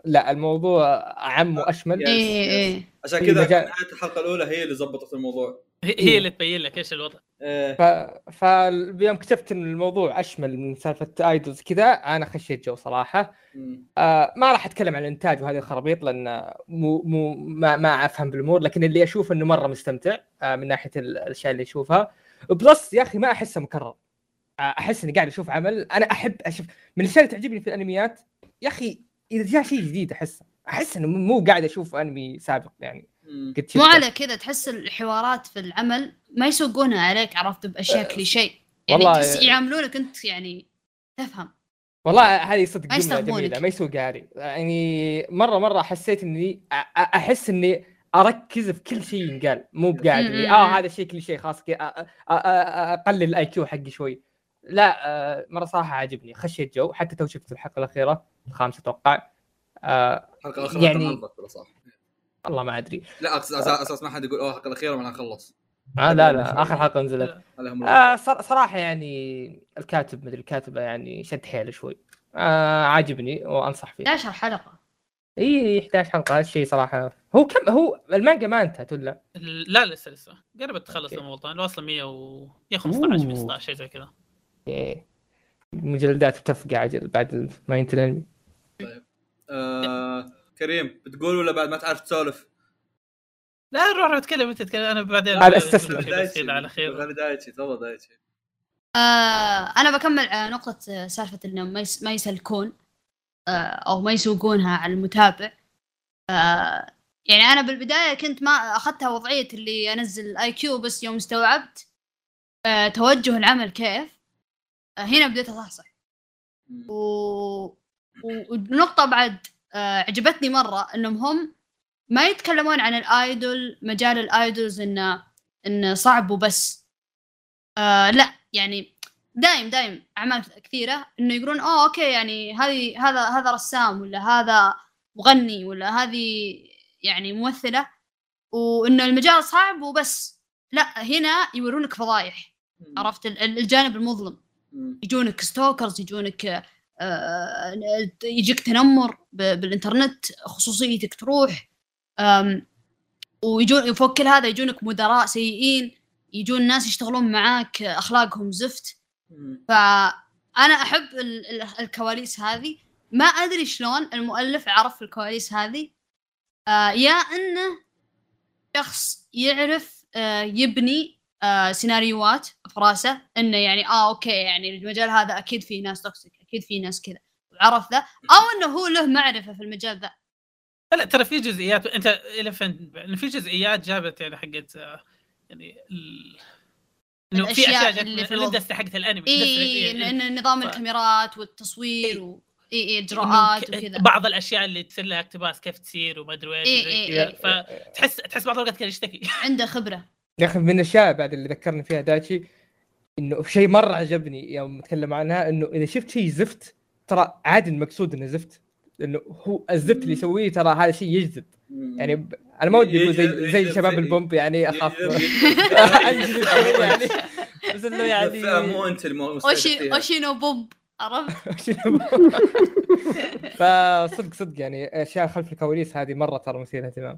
B: لا الموضوع اعم واشمل.
E: ايه
A: عشان كذا نهايه الحلقه الاولى هي اللي ضبطت الموضوع،
D: هي اللي تبين لك ايش الوضع.
B: فبيوم اكتشفت ان الموضوع اشمل من سالفه ايدولز كذا انا خشيت جو صراحه. ما راح اتكلم عن الانتاج وهذه الخرابيط لان ما افهم بالامور، لكن اللي اشوف انه مره مستمتع من ناحيه الاشياء اللي اشوفها. بلس يا اخي ما احسه مكرر، احس اني قاعد اشوف عمل انا احب اشوف. من الاشياء اللي تعجبني في الانميات يا اخي اذا جاء شيء جديد احس انه مو قاعد اشوف انمي سابق يعني.
E: مو على كذا تحس الحوارات في العمل ما يسوقونها عليك، عرفت، باشياء كليشيه يعني تحس يعاملونك انت يعني تفهم.
B: والله هذه صدق جمله جميله ما يسوق علي يعني. مره حسيت اني احس اني اركز في كل شيء ينقال، مو بقاعد اني هذا الشيء كل شيء خاص اقلل الاي كيو حقي شوي. لا مره صراحه عجبني، خشيت جو. حتى تو شفت الحلقه الاخيره الخامسه اتوقع.
A: الحلقه الاخيره
B: يعني
A: ولا صح
B: والله ما ادري.
A: لا اساس ما حد يقول الحلقه الاخيره ما نخلص.
B: لا اخر حلقه نزلت. صراحه يعني الكاتب مدري الكاتبه يعني شد حيله شوي. عاجبني وانصح فيه.
E: 11 حلقه.
B: اي 11 حلقه هالشيء صراحه. هو كم هو المانجا ما انتهت ولا
D: لا لسه قربت تخلص الموضوع. واصله 115 15 شيء زي كذا.
B: ايه المجلدات بتفقع عجل بعد ما ينتهي الانمي.
A: طيب كريم بتقول ولا بعد ما تعرف تسولف؟
D: لا نروح نتكلم انت تتكلم انا بعدين
B: استسلم
D: على خير.
A: دايتشي تفضل دايتشي.
E: انا بكمل على نقطه سالفه انهم ما يسلكون او ما يسوقونها على المتابع. يعني انا بالبدايه كنت ما اخذتها وضعيه اللي انزل اي كيو، بس يوم استوعبت توجه العمل كيف هنا بديت اصحصح. ونقطه بعد عجبتني مره انهم هم ما يتكلمون عن الايدول، مجال الايدولز انه صعب وبس. لا يعني دايم اعمال كثيره انه يقولون اوكي يعني هذا رسام ولا هذا مغني ولا هذه يعني ممثله، وانه المجال صعب وبس. لا هنا يورونك فضايح، عرفت، الجانب المظلم. يجونك ستوكرز، يجونك يجيك تنمر بالانترنت، خصوصيتك تروح. ويجون فوق كل هذا يجونك مدراء سيئين، يجون ناس يشتغلون معاك اخلاقهم زفت. فانا احب الكواليس هذه. ما ادري شلون المؤلف عرف الكواليس هذه. يا انه شخص يعرف يبني سيناريوهات في راسه، انه يعني اوكي يعني المجال هذا اكيد فيه ناس توكسيك، اكيد فيه ناس كذا وعرف ذا، او انه هو له معرفه في المجال ذا.
D: لا ترى في جزئيات انت الى في جزئيات جابت يعني حقت يعني انه في اشياء جت في الاندستري حقت الانمي.
E: لان نظام الكاميرات والتصوير اجراءات وكذا،
D: بعض الاشياء اللي تصير لها اقتباس كيف تصير وما ادري ايش. فتحس بعض الوقت كان يشتكي
E: عنده خبره.
B: يا اخي من الاشياء بعد اللي ذكرني فيها دايتشي انه شيء مره عجبني يوم نتكلم عنها، انه اذا شفت شيء زفت ترى عادي المقصود انه زفت، انه هو الزفت اللي يسويه ترى هذا شيء يجذب. يعني انا ما ودي اقول زي شباب البومب يعني اخاف يعني بس انه يعني
A: مو انت
E: اوشينو بومب عرفت.
B: فصدق يعني اشياء خلف الكواليس هذه مره ترى مثيره اهتمام.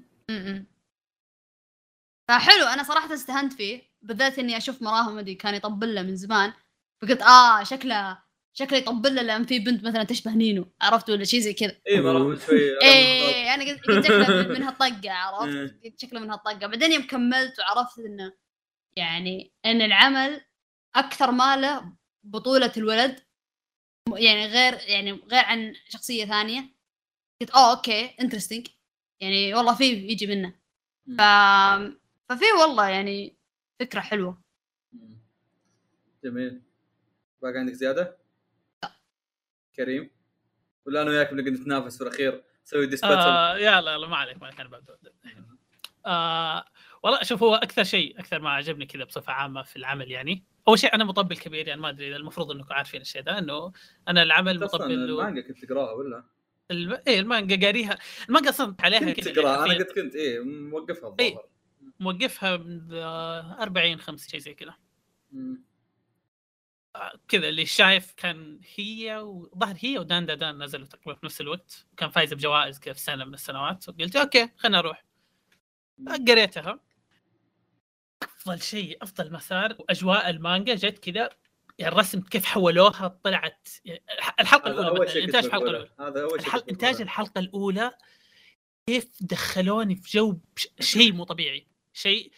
E: فحلو. انا صراحه استهنت فيه، بالذات اني اشوف مراهم دي كان يطبل له من زمان، فقلت شكله يطبل له لان في بنت مثلا تشبه نينو، عرفت، ولا شيء زي كذا.
A: مراهم شوي.
E: انا قلت شكله من هالطقه، عرفت، شكله من هالطقه. بعدين يوم كملت وعرفت انه يعني ان العمل اكثر ماله بطوله الولد، يعني غير عن شخصيه ثانيه. قلت اوكي انترستينج، يعني والله في يجي منه. ففي والله يعني فكره حلوه.
A: جميل. باقي عندك زياده؟ كريم ولا انا وياك بنقعد نتنافس في الاخير نسوي ديسباتل؟
D: يلا ما عليك انا ببدا. والله شوف، هو اكثر ما عجبني كذا بصفه عامه في العمل. يعني اول شيء انا مطبل كبير، يعني ما ادري اذا المفروض انكم عارفين الشيء ده، انه انا العمل مطبل.
A: المانجا كنت تقراها ولا
D: المانجا قاريها. المانجا اصلا عليها
A: كذا تقراها. انا كنت موقفها الظاهر،
D: موقفها 40-50 شيء زي كذا. كذا اللي شايف كان هي وظهر هي ودان دان نزلوا تقريبا في نفس الوقت، وكان فايز بجوائز كيف سنة من السنوات، وقلت اوكي خلنا نروح. قريتها، افضل شيء افضل مسار، واجواء المانجا جت كذا، يعني الرسم كيف حولوها طلعت الحلقه الاولى انتاج الحلقه الاولى،
A: هذا اول شيء
D: انتاج الحلقه الاولى كيف دخلوني في جو شيء مو طبيعي. شيء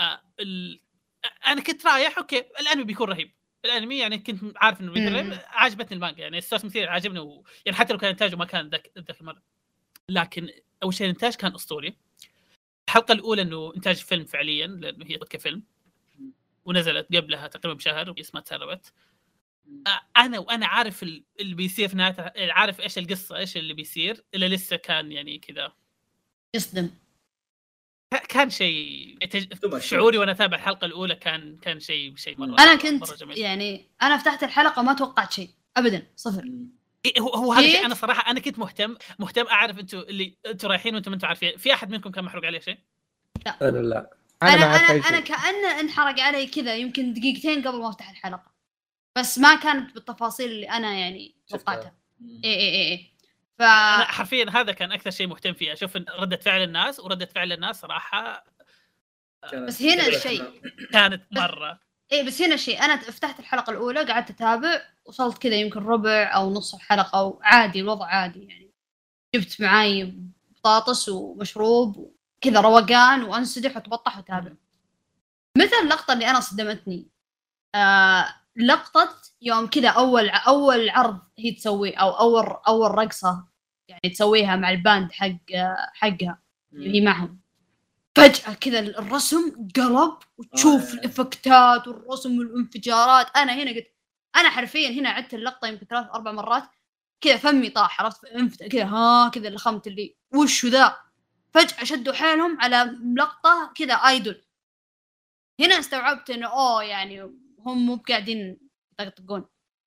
D: انا كنت رايح اوكي الانمي بيكون رهيب، الانمي يعني كنت عارف انه بيكون رهيب، عجبتني المانجا يعني السوس مثير عجبني يعني حتى لو كان انتاجه ما كان ذاك المره، لكن اول شيء الانتاج كان اسطوري. الحلقه الاولى انه انتاج فيلم فعليا لانه هي كفيلم، ونزلت قبلها تقريبا بشهر اسمها تسربت. انا عارف اللي بيصير في نهاية، عارف ايش القصه ايش اللي بيصير، الا لسه كان يعني كذا
E: يصدم.
D: كان شيء شعوري وانا اتابع الحلقه الاولى كان شيء مره.
E: انا كنت يعني انا فتحت الحلقه ما توقعت شيء ابدا، صفر.
D: هو هذا الشيء. انا صراحه انا كنت مهتم اعرف انتم عارفين وانتم ما انتم عارفين. في احد منكم كان محروق عليه شيء؟
E: لا
C: انا لا.
E: انا كأنه انحرق علي كذا يمكن دقيقتين قبل ما افتح الحلقه، بس ما كانت بالتفاصيل اللي انا يعني توقعتها. ايه
D: انا حرفيا هذا كان اكثر شيء مهتم فيه، اشوف ردة فعل الناس، وردة فعل الناس صراحه.
E: بس هنا الشيء
D: كانت مره
E: بس هنا الشيء انا فتحت الحلقه الاولى قعدت اتابع، وصلت كذا يمكن ربع او نص الحلقه وعادي الوضع عادي، يعني جبت معاي بطاطس ومشروب وكذا روقان وانسدح واتبطح واتابع. مثل اللقطه اللي انا صدمتني لقطه يوم كذا اول عرض هي تسوي او اول رقصه يعني تسويها مع الباند حقها هي معهم، فجأة كذا الرسم قلب وتشوف الإفكتات والرسم والانفجارات. أنا هنا قلت أنا حرفيا هنا عدت اللقطة يمكن 3-4 مرات كذا، فمي طاح، عرفت كذا كذا لخمت اللي وش ذا. فجأة شدوا حيلهم على لقطة كذا آيدول. هنا استوعبت إنه يعني هم مو قاعدين يطقطقون،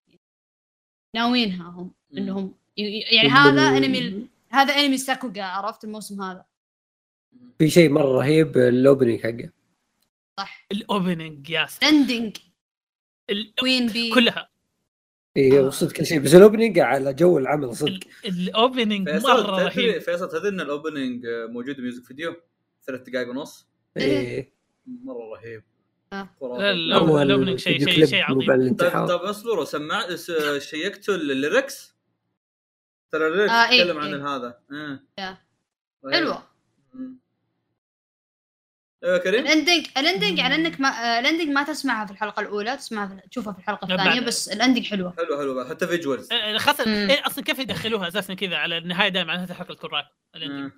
E: ناوينها هم إنهم يعني هذا أنمي ساكوغا، عرفت الموسم هذا
C: في شيء مرة رهيب الأوبننج حقه.
E: صح
D: الأوبننج يا
E: اندنج وين بي
D: كلها
C: وصدق كل شيء، بس الأوبننج على جو العمل صدق.
D: الأوبننج مرة رهيب.
A: فيصل تدري إن الأوبننج موجود ميوزك فيديو 3 دقائق ونص. مرة رهيب.
D: الأوبننج شيء عظيم.
A: طب اصبروا شيكتوا الليركس، ترى الليركس تتكلم عن هذا
E: حلوة.
A: كريم
E: الاندنج على انك الاندنج ما تسمعها في الحلقه الاولى، تشوفها في الحلقه الثانيه، بس الاندنج
A: حلو حتى فيجوالز
D: خاصه اصلا كيف يدخلوها اساسا كذا على النهايه دائما على الحلقه الكراك الاندنج.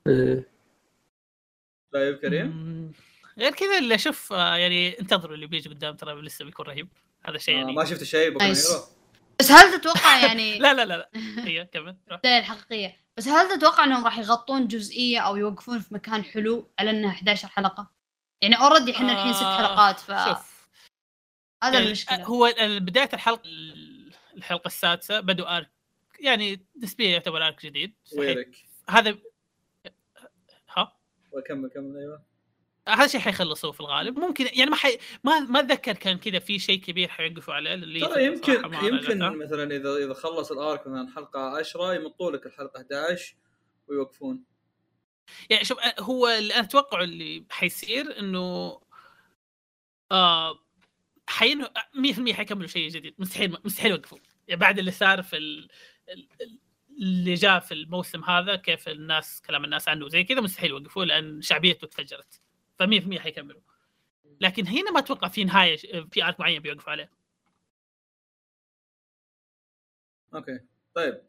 A: طيب كريم
D: غير كذا اللي اشوف يعني انتظروا اللي بيجي قدام، ترى لسه بيكون رهيب هذا الشيء. يعني
A: ما شفت شيء بكره.
E: بس هل تتوقع يعني
D: لا هي كمل
E: لا الحقيقيه، بس هل تتوقع انهم راح يغطون جزئيه او يوقفون في مكان حلو على انها 11 حلقه؟ يعني اوريدي احنا الحين 6 حلقات
D: شوف
E: هذا المشكله.
D: هو بدايه الحلقه السادسه بدوا ارك يعني نسبيا يعتبر ارك جديد. هذا
A: وكمل ايوه
D: هذا شيء حيخلصوه في الغالب. ممكن يعني ما اتذكر كان كذا في شيء كبير حيوقفوا عليه اللي
A: ترى يمكن مثلا اذا خلص الارك مثلا حلقه 10 يمطوا لك الحلقه 11 ويوقفون.
D: يعني شوف هو اللي انا اتوقع اللي حيصير انه 100% حيكملوا شيء جديد. مستحيل يوقفوا يعني بعد اللي صار في اللي جاء في الموسم هذا، كيف الناس كلام الناس عنه زي كذا، مستحيل يوقفوا لان شعبيته تفجرت. ف100% حيكملوا، لكن هنا ما اتوقع في نهايه في ارك معين بيوقفوا عليه.
A: اوكي طيب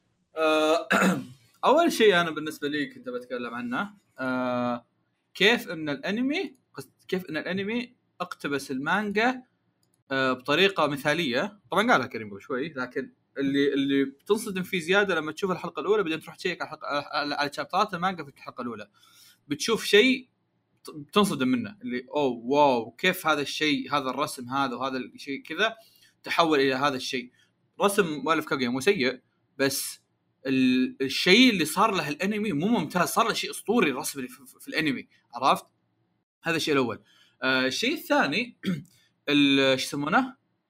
A: اول شيء انا بالنسبه لي كنت بتكلم عنه كيف ان الانمي اقتبس المانجا بطريقه مثاليه. طبعا قالها كريم قبل شوي، لكن اللي بتنصدم فيه زياده لما تشوف الحلقه الاولى بعدين تروح تشيك على شابترات المانجا في الحلقه الاولى، بتشوف شيء تنصدم منه، اللي واو كيف هذا الشيء، هذا الرسم هذا وهذا الشيء كذا تحول الى هذا الشيء. رسم مؤلف كاغويا مو سيء، بس الشيء اللي صار له الانمي مو ممتاز، صار له شيء اسطوري الرسم في الانمي، عرفت؟ هذا الشيء الاول. الشيء الثاني ايش يسمونه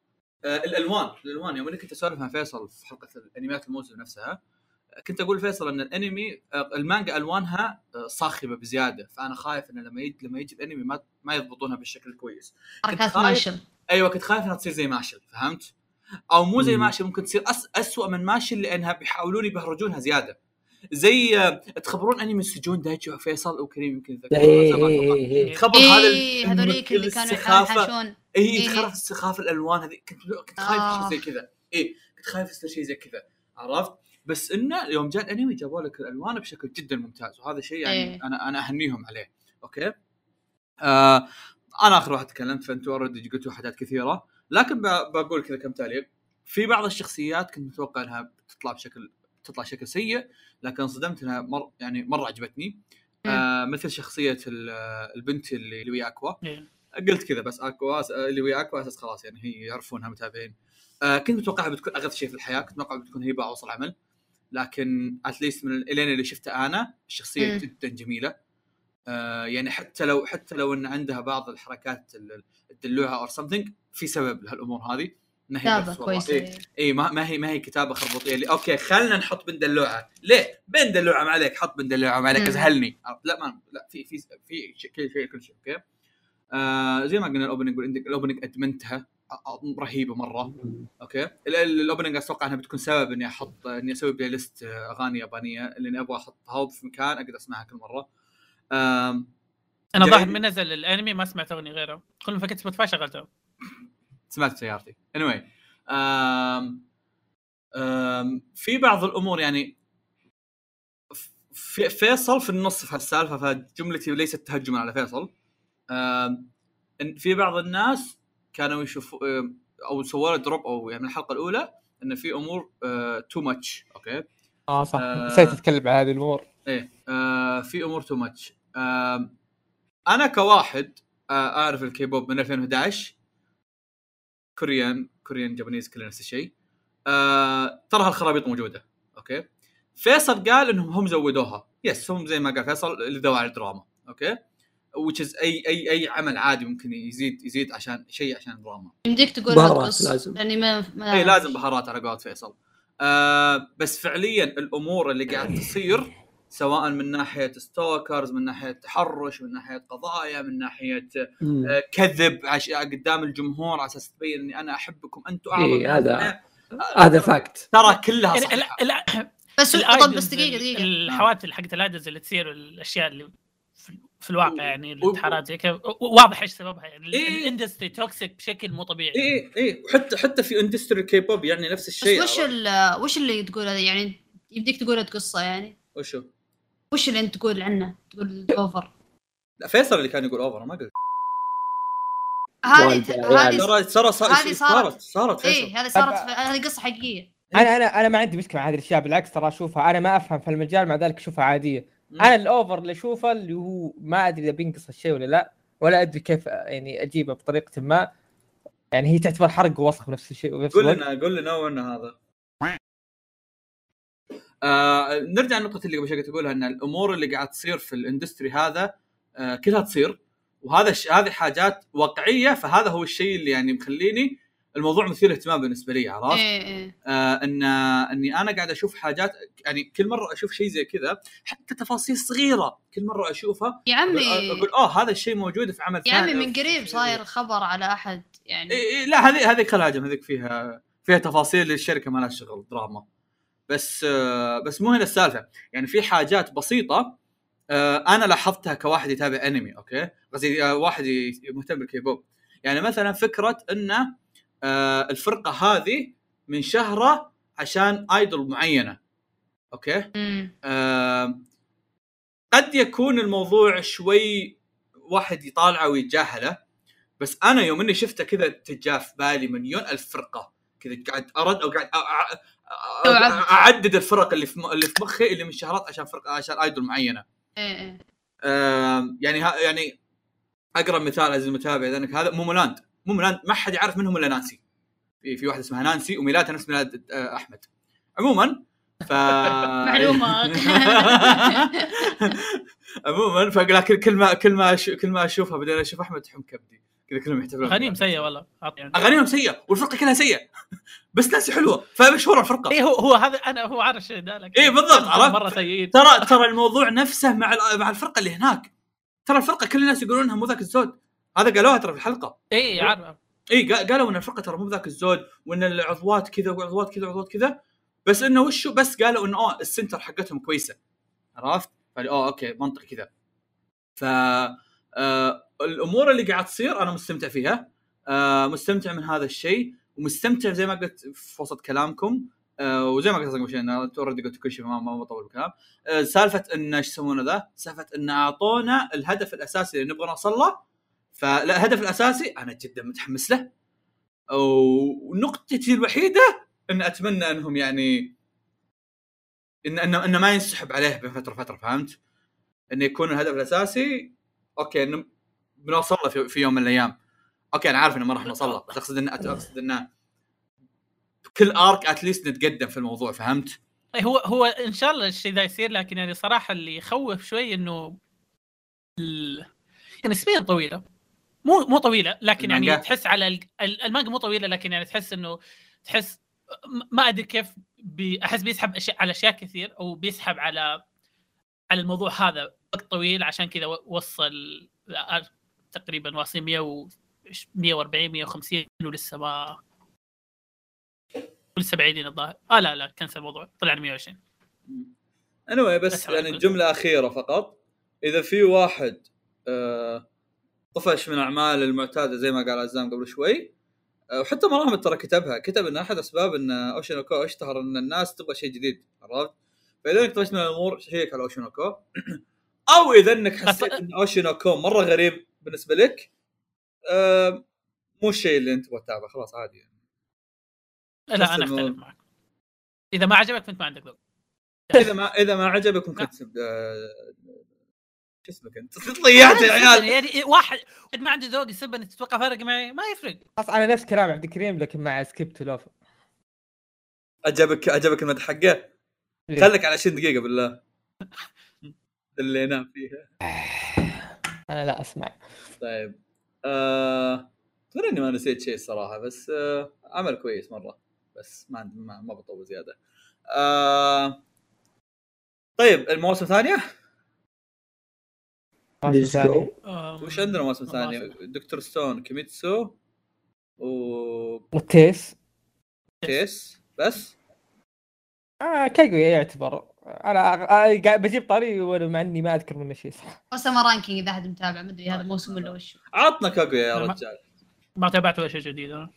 A: الالوان يوم انك كنت اسولف مع فيصل في حلقه الانميات الموسم نفسها، كنت اقول فيصل ان الانمي المانجا الوانها صاخبه بزياده، فانا خايف ان لما يجي الانمي ما يضبطونها بالشكل الكويس.
E: حركات ماشل.
A: ايوه كنت خايف انها تصير زي ماشل، فهمت؟ او مو زي ماشل، ممكن تصير اسوأ من ماشل لانها بيحاولون يبهرجونها زياده. زي تخبرون انمي السجون دايتشي وفيصل وكريم يمكن
E: تخبر هذا هذوليك اللي كانوا يحاشون
A: تخرف السخافه الالوان هذه. كنت خايف شيء زي كذا. كنت خايف يصير شيء زي كذا، عرفت؟ بس انه يوم جاء الانمي جابوا لك الالوان بشكل جدا ممتاز، وهذا شيء يعني انا اهنيهم عليه. اوكي انا اخر واحد تكلمت، فانتوا اوريدي قلتوا حاجات كثيره، لكن بقول كذا كم تعليق. في بعض الشخصيات كنت متوقع انها تطلع شكل سيء، لكن صدمت انها مره عجبتني. مثل شخصيه البنت اللي ويا اكوا. قلت كذا بس اكوا اللي ويا اكوا اساس خلاص يعني هي يعرفونها متابعين. كنت متوقعها بتكون اغث شيء في الحياه، كنت متوقع بتكون هي باوصل عمل، لكن اتليست من الين اللي شفته انا الشخصيه جدا جميله. يعني حتى لو ان عندها بعض الحركات الدلوعه او something، في سبب لهالامور هذه.
E: كتابه كويسه.
A: ما هي كتابه خربوطيه اللي اوكي خلنا نحط بن دلوعه. ليه بن دلوعه ما عليك؟ حط بن دلوعه ما عليك، ازهلني. لا في كل شيء اوكي. زي ما قلنا الاوبننج والاندنج، الاوبننج ادمنتها رهيبه مره. اوكي الاوبننج اتوقع انها بتكون سبب اني اسوي بلاي ليست اغاني يابانيه اللي ابغى احطها في مكان اقدر اسمعها كل مره.
D: انا ظاهر من نزل الانمي ما سمعت اغنيه غيره، كل فكرت سبوتيفاي شغلته،
A: سمعت سيارتي. anyway في بعض الامور يعني فيصل في النص في هالسالفه، فجملتي ليست تهجما على فيصل. في بعض الناس كانوا يشوفوا او سووا دروب او يعني من الحلقه الاولى ان في امور تو ماتش. اوكي
B: صح نسيت اتكلم عن هذه الامور.
A: في امور تو ماتش. انا كواحد اعرف الكيبوب من 2011، كوريان جابانيز كلنا نفس الشيء. ترى هالخرابيط موجوده. اوكي فيصل قال انهم هم زودوها، يس هم زي ما قال فيصل اللي دواعي الدراما. اوكي which is اي عمل عادي ممكن يزيد عشان شيء عشان دراما.
E: يمديك تقول
C: لازم
E: يعني
A: ما لازم بهارات على قولة فيصل. بس فعليا الامور اللي قاعد تصير سواء من ناحيه ستوكرز، من ناحيه تحرش، من ناحيه قضايا، من ناحيه كذب قدام الجمهور على اساس تبين اني انا احبكم انتم اعظم.
C: هذا فاكت
A: ترى كلها
D: صح.
E: بس دقيقه
D: الحوادث حقت الايدلز اللي تصير والاشياء اللي في الواقع يعني الانتحارات زي كذا واضح ايش سببها. يعني الاندستري توكسيك بشكل مو طبيعي.
A: حتى في اندستري كيبوب يعني نفس الشيء.
E: وش اللي تقول هذا يعني يبديك تقول قصه يعني وش اللي انت تقول عنه؟ تقول اوفر؟
A: لا فيصل اللي كان يقول اوفر، ما قلت.
E: هذه
A: صارت
E: ايه هذه صارت هذه قصه حقيقيه.
B: انا ما عندي مشكله مع هذه الاشياء، بالعكس ترى اشوفها انا ما افهم في المجال، مع ذلك اشوفها عاديه. انا الاوفر اللي اشوفه اللي هو ما ادري اذا بينقص الشيء ولا لا، ولا ادري كيف يعني اجيبه بطريقه ما، يعني هي تعتبر حرق ووسخ بنفس الشيء.
A: قول لنا وين هذا. نرجع للنقطه اللي قبل شوي تقولها ان الامور اللي قاعد تصير في الاندستري هذا كلها تصير، وهذا هذه حاجات واقعيه، فهذا هو الشيء اللي يعني مخليني الموضوع مثير اهتمام بالنسبه لي. عرفت اني انا قاعد اشوف حاجات يعني كل مره اشوف شيء زي كذا، حتى تفاصيل صغيره كل مره اشوفها
E: يا عمي
A: اقول هذا الشيء موجود في عمل
E: ثاني. يا عمي من قريب صاير خبر على احد يعني
A: لا هذه خلاجم، هذيك فيها تفاصيل الشركه ما لها شغل دراما، بس مو هنا السالفه. يعني في حاجات بسيطه انا لاحظتها كواحد يتابع انمي. اوكي قصدي واحد مهتم بالكيبوب. يعني مثلا فكره ان الفرقه هذه من شهره عشان ايدول معينه. اوكي قد يكون الموضوع شوي واحد يطالعه ويتجاهله، بس انا يوم اني شفته كذا تجاف بالي مليون الف فرقه كذا، قاعد ارد او قاعد اعدد الفرق اللي في مخي اللي من شهرات عشان فرقه عشان ايدول معينه. يعني اقرب مثال عزيزي المتابع ذنك هذا مو ميلاند ما حد يعرف منهم الا نانسي. في واحده اسمها نانسي وميلادها نفس ميلاد احمد. عموما
E: معلومات
A: عموما فلكن كل ما اشوفها بدل اشوف احمد تحم كبدي. كذا كلهم يحتفلون.
D: اغانيهم سيئه والله،
A: اغانيهم سيئه والفرقه كلها سيئه بس ناس حلوه، فمشهوره الفرقه.
D: اي هو هذا انا هو عارف الشيء ده، لكن
A: اي بالضبط عرفت
D: مره سيئين.
A: ترى الموضوع نفسه مع الفرقه اللي هناك. ترى الفرقه كل الناس يقولونها مو ذاك الزود، هذا قالوها ترى في الحلقه.
D: اي عارف.
A: اي قالوا ان الفرقه ترى مو ذاك الزود، وان العضوات كذا وعضوات كذا وعضوات كذا، بس انه وشو بس قالوا انه السنتر حقتهم كويسه، عرفت؟ اوكي منطقي كذا. ف الامور اللي قاعد تصير انا مستمتع فيها، مستمتع من هذا الشيء، ومستمتع زي ما قلت في وسط كلامكم، وزي ما قلت قبل شوي انا اوريدي قلت كل شيء ما بطول بالكلام. سالفه ان ايش يسمونه ذا، سالفه ان اعطونا الهدف الاساسي اللي نبغى نوصل له. فلا الهدف الاساسي انا جدا متحمس له، ونقطتي الوحيده ان اتمنى انهم يعني ان ما ينسحب عليه بين فتره، فهمت؟ انه يكون الهدف الاساسي اوكي انه بنوصل له في يوم من الايام. اوكي انا عارف انه ما راح نوصل له، بس اقصد ان كل ارك اتليست نتقدم في الموضوع، فهمت؟
D: هو ان شاء الله الشيء ذا يصير، لكن يعني صراحه اللي يخوف شوي انه يعني نسبيا طويله، مو طويله، لكن يعني تحس على المانجا مو طويله، لكن يعني تحس ما ادري كيف احس بيسحب على اشياء كثير، او بيسحب على الموضوع هذا وقت طويل، عشان كذا وصل تقريبا واصل 140 150 ولسه ما لسه بعيدين الظاهر. لا كنسل الموضوع، طلع 120.
A: anyway بس يعني الجمله اخيره فقط، اذا في واحد طفش من اعمال المعتاده زي ما قال عزام قبل شوي، وحتى مراهم ترى كتب ان احد اسباب ان اوشينوكو اشتهر ان الناس تبغى شيء جديد، عرفت؟ فاذا انك طفشت من الامور شيك على اوشينوكو او اذا انك حسيت ان اوشينوكو مره غريب بالنسبه لك، مو الشيء اللي انت تتابعه، خلاص عادي يعني.
D: لا انا اختلف معك، اذا ما عجبك انت ما عندك ذوق.
A: اذا ما عجبك ممكن تسب اسمك انت ضيعت يا عيال.
D: يعني واحد ما عنده ذوق يسب انك تتوقع فرق معي، ما يفرق.
B: خلاص على نفس كلام عبد الكريم، لكن مع سكيبت لوفا.
A: عجبك المدح حقه؟ خليك على 20 دقيقه بالله اللي ينام فيها.
B: انا لا اسمع.
A: طيب ترى اني ما نسيت شيء الصراحه، بس عمل كويس مره، بس ما بطول زياده. طيب الموسم الثانيه وش عندنا موسم ثاني؟ دكتور ستون، كيميتسو
B: وتيس بس
C: كايغويا يعتبر. انا قاعد بجيب طاري وانا مع اني ما اذكر منه شيء صح.
E: قسم رانكينج اذا احد متابع، ما ادري هذا موسم ولا وش.
A: عطنا كايغويا يا رجال.
D: ما تابعت ولا شيء جديد انا.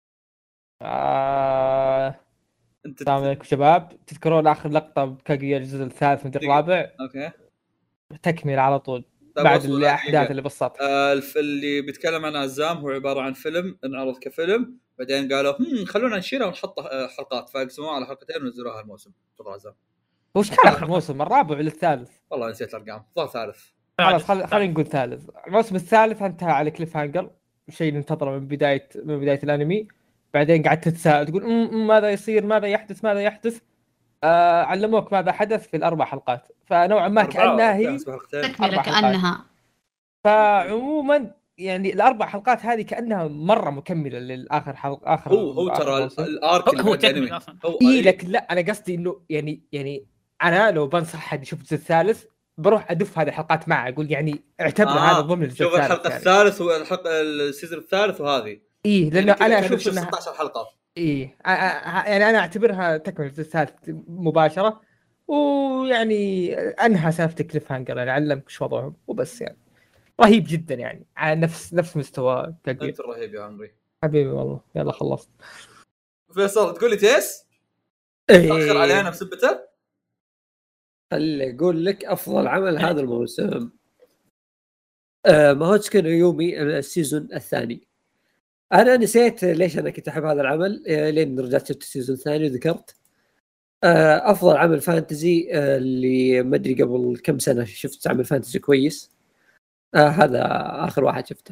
B: انت السلام عليكم شباب، تذكرون اخر لقطه بكايغويا الجزء الثالث من الرابع؟
A: اوكي
B: تكمل على طول بعد الاحداث اللي بالسطح.
A: اللي بيتكلم عن عزام هو عباره عن فيلم انعرض كفيلم، بعدين قالوا خلونا نشيلها ونحط حلقات، فقسموها على حلقتين ونزلوها الموسم. تفضل عزام.
B: وش كان اخر موسم، الرابع ولا الثالث؟
A: والله نسيت الارقام. ظهر ثالث.
B: خلاص خلينا نقول ثالث. الموسم الثالث انتهى على كليف هانجر، شيء ننتظره من بدايه الانمي. بعدين قعدت تتساءل تقول ماذا يصير، ماذا يحدث. علموك ماذا حدث في الاربع حلقات، فنوعا ما كانها هي
E: تكمله كانها.
B: فعموما يعني الاربع حلقات هذه كانها مره مكمله للاخر حلقه. اخر
A: هو ترى الارك
D: هو تكمل اصلا.
B: لكن لا انا قصدي انه يعني انا لو بنصح حد يشوف الجزء الثالث بروح ادف هذه الحلقات معه، اقول يعني اعتبر هذا ضمن الجزء الثالث.
A: شوف الحلقه الثالث والحلقه السيزون الثالث وهذه
B: لانه انا اشوف انها
A: 16 حلقه.
B: يعني انا اعتبرها تكمل الجزء الثالث مباشره، ويعني انهى سالفه كليف هانجر، يعني علمك شو وضعهم وبس. يعني رهيب جدا، يعني على نفس مستوى كايغويا.
A: انت رهيب يا عمري
B: حبيبي والله. يلا خلصت.
A: فيصل تقول لي تيس تاخر علينا بسبته.
C: خلي اقول لك افضل عمل هذا الموسم ماهوتسوكي نو يومي السيزون الثاني. انا نسيت ليش انا كنت احب هذا العمل، لين رجعت شفت السيزون الثاني وذكرت افضل عمل فانتزي اللي ما ادري قبل كم سنه شفت عمل فانتزي كويس. هذا اخر واحد شفته.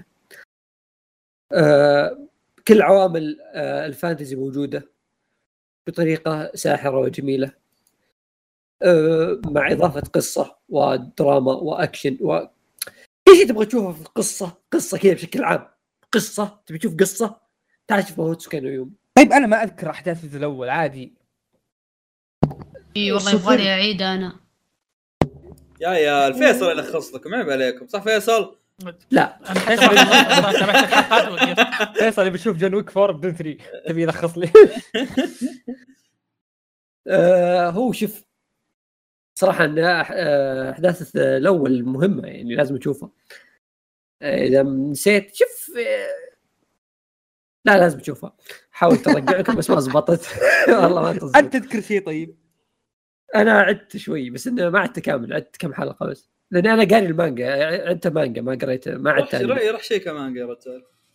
C: كل عوامل الفانتزي موجوده بطريقه ساحره وجميله، مع اضافه قصه ودراما واكشن كل شيء تبغى تشوفه في قصه كذا بشكل عام. قصه، تبي تشوف قصه، تعال شوف موهوتسوكي نو يومي.
B: طيب انا ما اذكر احداث الجزء الاول عادي.
E: اي والله يبغالي اعيد انا.
A: يا الفيصل يلخص لكم، عيب عليكم صح فيصل؟
C: لا
D: انا حتى تابعت الحلقات ووقفت.
B: فيصل بيشوف جون ويك 4 بدون 3 تبي يلخص لي.
C: هو شوف صراحه ان احداث الاول مهمه يعني لازم تشوفها. اذا نسيت شوف لا لازم تشوفها. حاول ترجعك بس ما زبطت. والله ما تزبط.
B: انت تذكر شيء طيب؟
C: انا عدت شوي بس انه ما عدت كامل، عدت كم حلقه بس لان انا قاري المانجا، عدت مانجا ما قريت ما عدت.
A: راح شيء كمان قريت.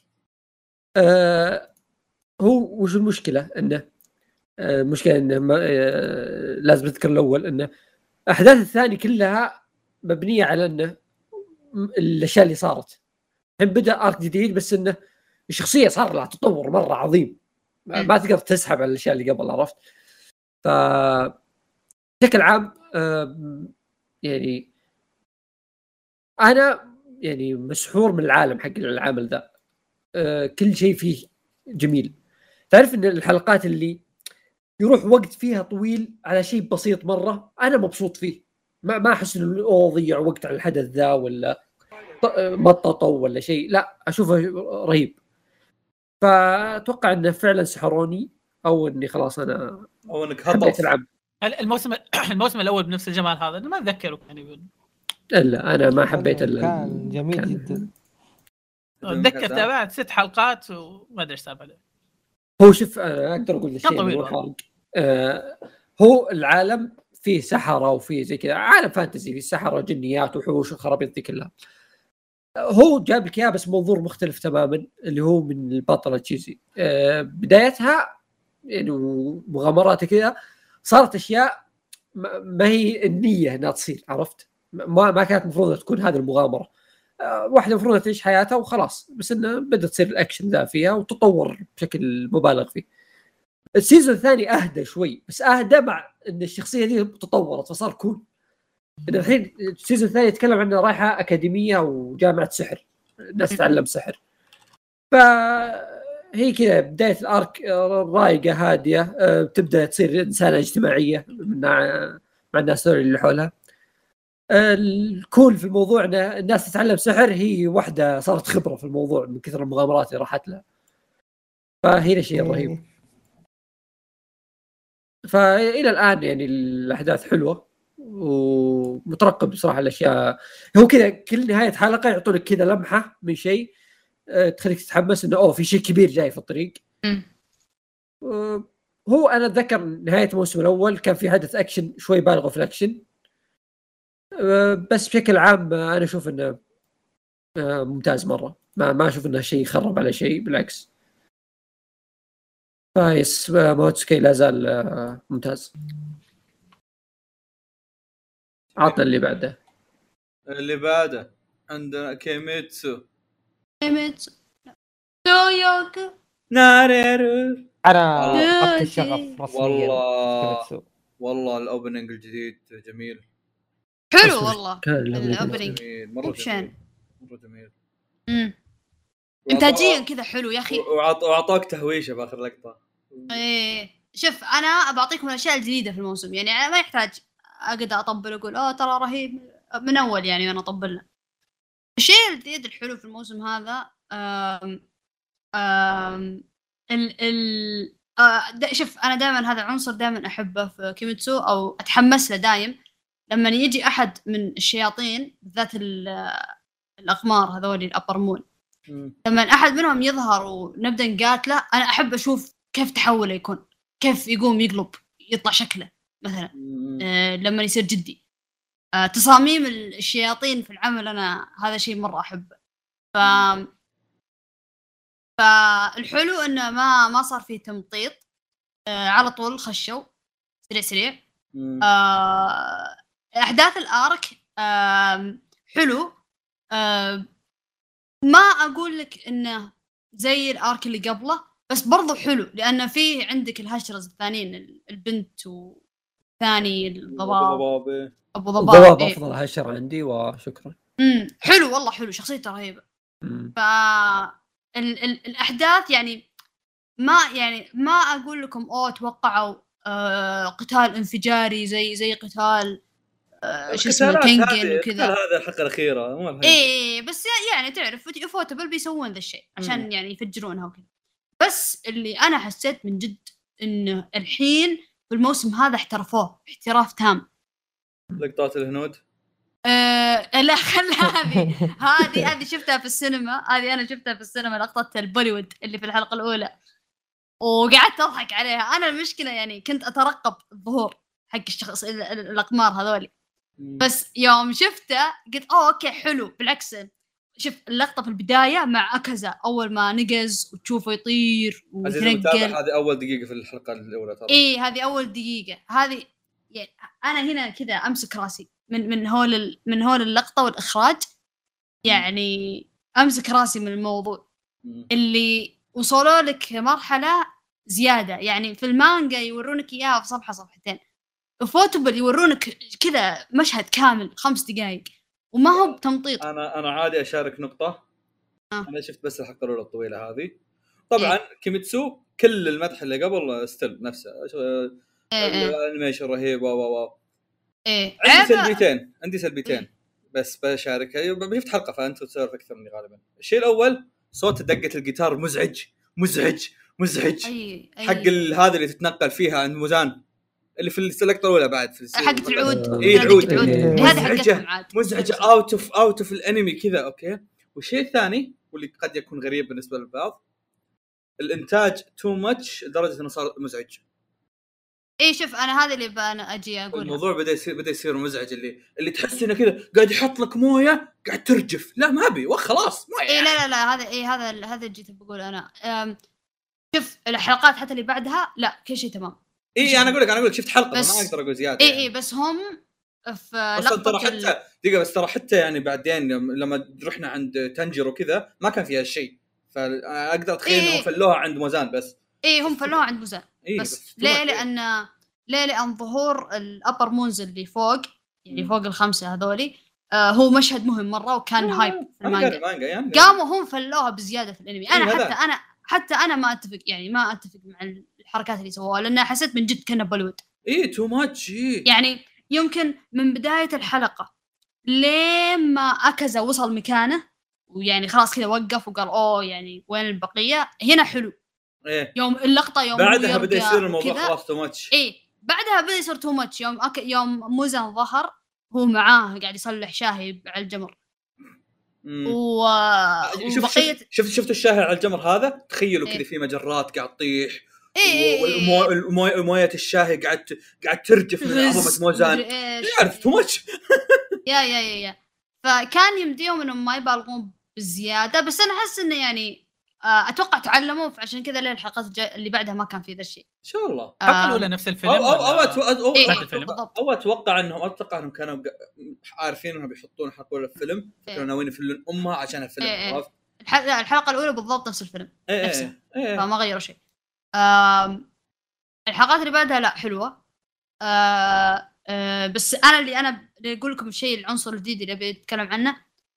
C: هو وش المشكله انه المشكله انه لازم اذكر الاول انه احداث الثاني كلها مبنيه على انه الاشياء اللي صارت. الحين بدا ارك جديد بس انه الشخصيه صار لها تطور مره عظيم، ما تقدر تسحب على الاشياء اللي قبل، عرفت؟ ف بشكل عام يعني انا يعني مسحور من العالم حق العمل ذا. كل شيء فيه جميل. تعرف ان الحلقات اللي يروح وقت فيها طويل على شيء بسيط مره انا مبسوط فيه، ما احس انه ضيع وقت على الحدث ذا ولا مططوا ولا شيء، لا اشوفه رهيب. فاتوقع انه فعلا سحروني او اني خلاص انا
A: او انك
C: حبيت العب.
D: الموسم الاول بنفس الجمال هذا ما اتذكره يعني.
C: لا انا ما حبيت
B: كان جميل جدا.
D: اتذكر تابعت 6 حلقات وما ادري ايش صار عليه.
C: هو شوف انا اقدر اقول الشيء هو العالم فيه سحرة وفيه زي كذا، عالم فانتزي فيه سحرة جنيات وحوش وخرابيط ذي كلها. هو جاب لك اياه بس منظور مختلف تماما اللي هو من البطلة تشيزي. بدايتها يعني مغامرات كذا صارت اشياء ما هي النية انها تصير، عرفت؟ ما كانت مفروض تكون هذه المغامرة. واحدة مفروض تعيش حياتها وخلاص، بس انه بدأت تصير الاكشن ذا فيها وتطور بشكل مبالغ فيه. السيزون الثاني اهدى شوي، بس اهدى مع ان الشخصيه دي تطورت فصار كول. الحين السيزون الثاني يتكلم عنه رايحه اكاديميه وجامعه سحر، الناس تتعلم سحر. فهي كذا بدايه الارك رايقه هاديه. تبدا تصير انسانه اجتماعيه مع الناس اللي حولها. الكول في الموضوع ان الناس تتعلم سحر، هي واحده صارت خبره في الموضوع من كثر المغامرات اللي راحت لها. فهي الشيء الرهيب. فإلى الآن يعني الأحداث حلوة ومترقب بصراحة الأشياء. هو كذا كل نهاية حلقة يعطونك كذا لمحة من شيء تخليك تتحمس إنه في شيء كبير جاي في الطريق. هو أنا أتذكر نهاية الموسم الأول كان في حدث أكشن شوي بالغوا في الأكشن، بس بشكل عام أنا أشوف إنه ممتاز مرة. ما أشوف إنه شيء يخرب على شيء، بالعكس. فايس موهوتسوكي لا زال ممتاز. عطنا اللي بعده عندنا كيميتسو
E: تويوكو
A: ناريرو.
B: انا فقدت الشغف رسميا.
A: والله الاوبننج الجديد جميل
E: حلو والله. الاوبننج
A: مره جميل.
E: انتاجيا كذا حلو يا اخي.
A: واعطاك تهويشه باخر لقطه.
E: ايه شوف انا بعطيكم الاشياء الجديده في الموسم، يعني ما يحتاج اقدر اطبل اقول ترى رهيب من اول يعني وانا اطبلنا. الشيء الجديد الحلو في الموسم هذا شوف انا دائما هذا العنصر دائما احبه في كيميتسو او اتحمس له دايم لما يجي احد من الشياطين بالذات الاقمار هذول الابر مون. لما احد منهم يظهر ونبدا نقاتله انا احب اشوف كيف تحوله يكون، كيف يقوم يقلب يطلع شكله مثلا. لما يصير جدي تصاميم الشياطين في العمل انا هذا شيء مره احبه. فالحلو انه ما صار فيه تمطيط، على طول خشوا سريع. احداث الارك حلو. ما اقول لك انه زي الارك اللي قبله بس برضو حلو لانه فيه عندك الهشرز الثانيين البنت وثاني الضباب ابو ضباب.
C: افضل هشر عندي وشكرا.
E: حلو والله حلو، شخصيته رهيبه. الاحداث يعني ما اقول لكم توقعوا قتال انفجاري زي قتال شو اسمه تنجن وكذا.
A: هذا الحلقه الاخيره مو الحين.
E: ايه بس يعني تعرف فوتبل بيسوون ذا الشيء عشان يعني يفجرونها وكذا. بس اللي انا حسيت من جد انه الحين في الموسم هذا احترفوه احتراف تام.
A: لقطات الهنود
E: لا خل هذه شفتها في السينما. هذه انا شفتها في السينما لقطة البوليوود اللي في الحلقة الأولى وقعدت أضحك عليها. أنا المشكلة يعني كنت أترقب الظهور حق الشخص الأقمار هذولي بس يوم شفته قلت أوكي حلو. بالعكس شوف اللقطة في البداية مع أكازا أول ما نقز وتشوفه يطير ويتنقل.
A: هذه أول دقيقة في الحلقة الأولى ترى.
E: إيه هذه أول دقيقة. هذه يعني أنا هنا كذا أمسك راسي من هول اللقطة والإخراج. يعني أمسك راسي من الموضوع اللي وصلوا لك مرحلة زيادة. يعني في المانجا يورونك إياها في صفحة صفحتين وفوتبل يورونك كذا مشهد كامل 5 دقائق وما هو بتمطيط.
A: أنا عادي أشارك نقطة. أنا شفت بس الحلقة الأولى الطويلة هذه طبعا. كيميتسو كل المدح اللي قبل ستيل نفسه. الانيميشن رهيب واو. عندي سلبيتين بس بشارك. شفت حلقة فأنت تسولف أكثر مني غالبا. الشيء الأول صوت دقة الجيتار مزعج حق هذا اللي تتنقل فيها عند موزان اللي في اللقطة الأولى بعد في
E: حقة العود.
A: العود
E: هذه حقتهم
A: مزعجة اوت اوف الانمي كذا. اوكي. والشيء الثاني واللي قد يكون غريب بالنسبة للبعض الانتاج تو ماتش لدرجة انه صار مزعج.
E: ايه شوف انا هذا اللي انا اجي اقول
A: الموضوع بدا يصير مزعج اللي تحس انه كذا قاعد يحط لك مويه قاعد ترجف. لا ما ابي وخلاص مويه.
E: ايه لا هذا جيت بقول انا. شوف الحلقات حتى اللي بعدها لا كل شيء تمام.
A: ايه انا اقول لك شفت حلقه ما اقدر اقول زياده.
E: ايه بس هم في
A: لقطه ترى حتى دقيقه بس ترى حتى يعني بعدين لما رحنا عند تنجر وكذا ما كان فيها شيء فاقدر اتخيل انهم فلوها عند موزان بس.
E: ايه هم فلوها عند موزان بس ليه لأن ظهور الأبر مونز اللي فوق يعني فوق ال5 هذولي هو مشهد مهم مرة وكان هايب في المانجا يعني قاموا هم فلوها بزيادة في الانمي. انا حتى انا ما اتفق مع الحركات اللي سووها لأن حسيت من جد كنا بوليوود.
A: ايه تو ماتش
E: يعني يمكن من بداية الحلقة لما أكازا وصل مكانه ويعني خلاص كذا وقف وقال يعني وين البقية هنا حلو.
A: إيه؟
E: يوم اللقطة يوم
A: بعدها بدأ يصير الموضوع خلاص تو ماتش.
E: ايه بعدها بدأ يصير تو ماتش يوم موزان ظهر هو معاه قاعد يصلح شاهي على الجمر وبقية
A: شفت الشاهي على الجمر هذا تخيلوا كذا في مجرات قاعد تطيح ومويه الشاهي قاعد ترجف من عظمة موزان. يعرف تو ماتش.
E: يا فكان يمديهم انهم ما يبالغون بزيادة بس انا احس انه يعني اتوقع تعلموا عشان كذا ليه الحلقات اللي بعدها ما كان في ذا الشيء
A: ان شاء الله.
D: الحلقه الاولى نفس الفيلم
A: او اتوقع انهم كانوا عارفين انهم بيحطون حلقه ولا فيلم كانوا ناويين يفلون امها عشان الفيلم. عرفت
E: الحلقه الاولى بالضبط نفس الفيلم نفسه فما غيروا شيء. الحلقات اللي بعدها لا حلوه. بس انا اللي اقول لكم الشيء العنصر الجديد اللي بيتكلم عنه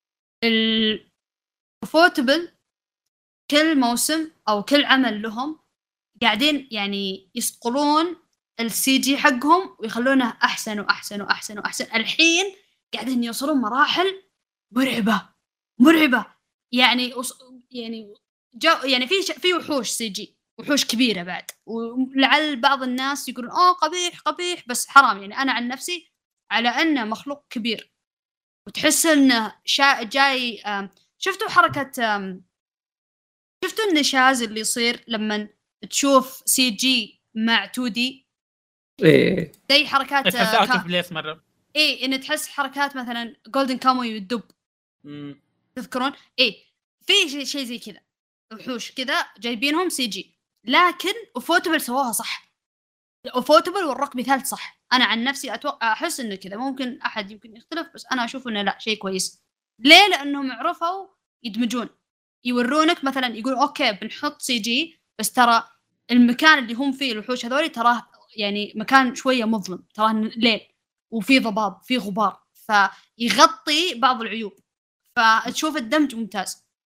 E: الفوتبل كل موسم او كل عمل لهم قاعدين يعني يسقلون السي جي حقهم ويخلونه احسن واحسن واحسن واحسن. الحين قاعدين يوصلون مراحل مرعبه يعني يعني في وحوش سي جي وحوش كبيره بعد ولعل بعض الناس يقولون قبيح بس حرام. يعني انا عن نفسي على انه مخلوق كبير وتحس انه جاي. شفتوا حركه شفتوا النشاز اللي يصير لما تشوف سي جي مع 2D
C: ايه
E: زي حركات
D: بليس مرة
E: ايه ان تحس حركات مثلا جولدن كاموي والدب تذكرون ايه في شيء زي كذا وحوش كذا جايبينهم سي جي لكن وفوتبل سواها صح وفوتبل والركب ثالث صح. انا عن نفسي اتوقع احس انه كذا ممكن احد يمكن يختلف بس انا اشوف انه لا شيء كويس. ليه؟ لانهم عرفوا يدمجون يورونك مثلا يقول اوكي بنحط سي جي بس ترى المكان اللي هم فيه الوحوش هذولي تراه يعني مكان شويه مظلم تراه ليل وفي ضباب في غبار فيغطي بعض العيوب فتشوف الدمج ممتاز.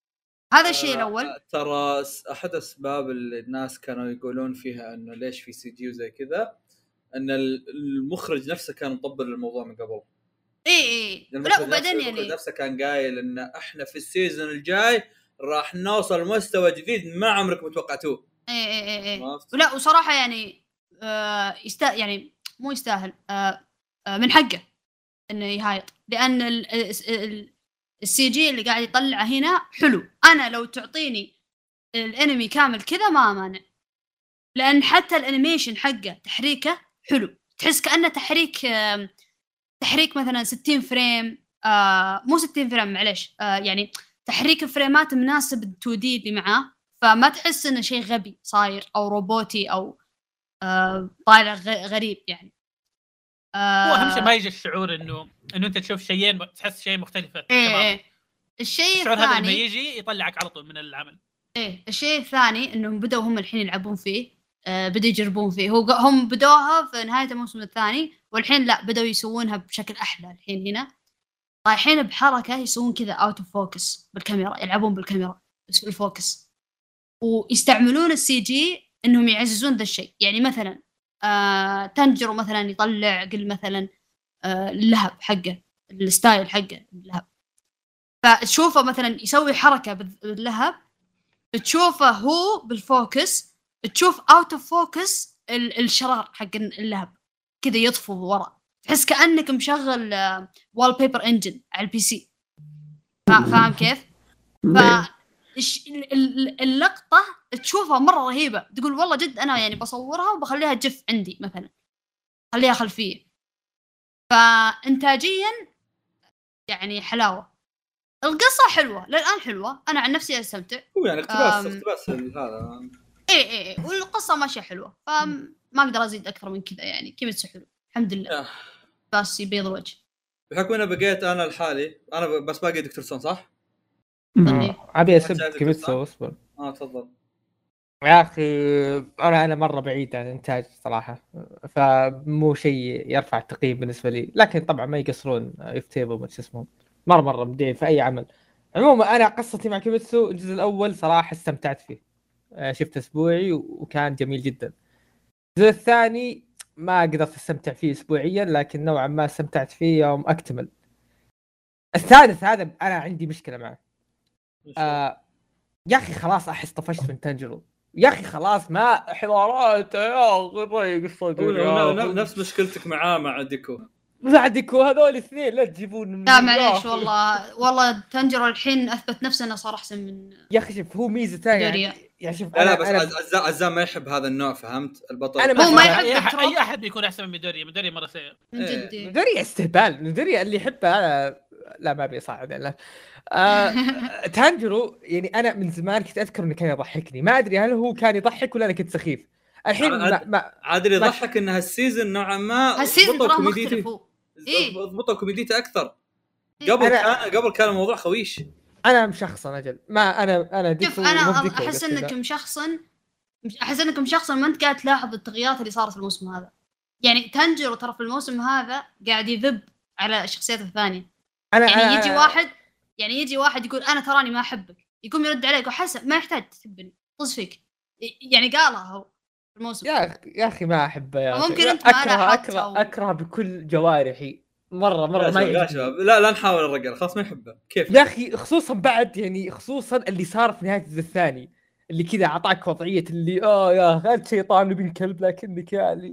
E: هذا الشيء الاول.
A: ترى احد اسباب اللي الناس كانوا يقولون فيها انه ليش في سي جي وزي كذا ان المخرج نفسه كان مطبل الموضوع من قبل.
E: اي لا وبعدين
A: يعني نفسه كان قايل ان احنا في السيزون الجاي راح نوصل مستوى جديد ما عمرك متوقعتوه.
E: اي ولا وصراحه يعني يعني مو يستاهل من حقه انه يهايط، لان السي جي اللي قاعد يطلعه هنا حلو. انا لو تعطيني الانمي كامل كذا ما مانع، لان حتى الانيميشن حقه تحريكه حلو، تحس كأنه تحريك مثلا 60 فريم، مو 60 فريم معليش، يعني تحريك فريمات مناسب ال2D اللي معاه، فما تحس انه شيء غبي صاير او روبوتي او طالع غريب يعني.
D: هو اهم شيء ما يجي الشعور انه انت تشوف شيئين تحس شيء مختلف تماما.
E: الشيء
D: الثاني هذا لما يجي يطلعك على طول من العمل.
E: الشيء الثاني انهم بدأوا هم الحين يلعبون فيه، بدأوا يجربون فيه. هم بدوها في نهاية الموسم الثاني، والحين لا بدأوا يسوونها بشكل أحلى. الحين هنا رايحين بحركة يسوون كذا اوت اوف فوكس بالكاميرا، يلعبون بالكاميرا بس بالفوكس، ويستعملون السي جي انهم يعززون ذا الشيء. يعني مثلا تنجرو مثلا يطلع قل مثلا اللهب حقه، الستايل حقه اللهب، فتشوفه مثلا يسوي حركة باللهب، تشوفه هو بالفوكس، تشوف اوت اوف فوكس الشرار حق اللهب كذا يطفو ورا، تحس كأنك مشغل وال بيبر انجن على البي سي. فاهم كيف؟ اللقطة تشوفها مرة رهيبة، تقول والله جد أنا يعني بصورها وبخليها جف عندي مثلا، خليها خلفية. فإنتاجيا يعني حلاوة. القصة حلوة للآن، حلوة، أنا عن نفسي أستمتع.
A: هو يعني اقتباس هذا.
E: إيه والقصة ماشية حلوة، فما أقدر أزيد أكثر من كذا. يعني كيميتسو حلو الحمد لله. بس يبيض الوجه.
A: بحكم أنا بقيت أنا لحالي، أنا بس باقي دكتور سون صح؟
B: أبي أسب كيميتسو أصبر.
A: تفضل.
B: يا أخي أنا مرة بعيد عن إنتاج صراحة، فمو شيء يرفع التقييم بالنسبة لي، لكن طبعا ما يقصرون يفتيبوا ما اسمهم مرة مبدعين في أي عمل. عموما أنا قصتي مع كيميتسو الجزء الأول صراحة استمتعت فيه، شفت أسبوعي وكان جميل جدا. الجزء الثاني ما قدرت استمتع فيه أسبوعيا، لكن نوعا ما استمتعت فيه يوم أكتمل. الثالث هذا أنا عندي مشكلة معه. يا أخي خلاص أحس طفشت من تنجرو، يا أخي خلاص ما حوارات يا غير قصة.
A: نفس مشكلتك مع ديكو.
B: مع ديكو هذول الاثنين لا تجيبون.
E: لا معليش والله تنجرو الحين أثبت نفسه أنه صار أحسن من.
B: يا أخي شوف هو ميزة ثانية يعني شوف
A: لا بس عزام ما يحب هذا النوع، فهمت البطل؟
E: هو ما يحب
D: أي أحد بيكون أحسن من ميدوريا مرة سيء.
E: من جد
B: ميدوريا استهبال. ميدوريا اللي يحبه لا ما بيصعد يعني. تانجرو يعني انا من زمان كنت اذكر انه كان يضحكني، ما ادري هل هو كان يضحك ولا انا كنت سخيف. الحين
A: عادل يضحك ان هالسيزون نوعا ما
E: ضبطوا كوميديته،
A: ضبطوا كوميديته اكثر. قبل كان الموضوع خويش.
B: انا مشخصن اجل ما انا
E: شوف انا احس انك مشخصن ما انت قاعد تلاحظ التغييرات اللي صارت في الموسم هذا. يعني تانجرو ترى في الموسم هذا قاعد يذب على الشخصيات الثانية. يجي واحد يقول انا تراني ما احبك، يقوم يرد عليك وحسب ما يحتاج تحبني طز فيك. يعني قالها هو في الموسم.
B: يا اخي ما احبه يا اخي.
E: ممكن انت
B: اكره بكل جوارحي مرة ما
A: يعجبني. لا نحاول الرجال خلاص ما يحبه كيف
B: يا اخي، خصوصا بعد يعني خصوصا اللي صار في نهاية الجزء الثاني اللي كذا اعطاك وضعية اللي يا انت شيطان وبن كلب لكنك يعني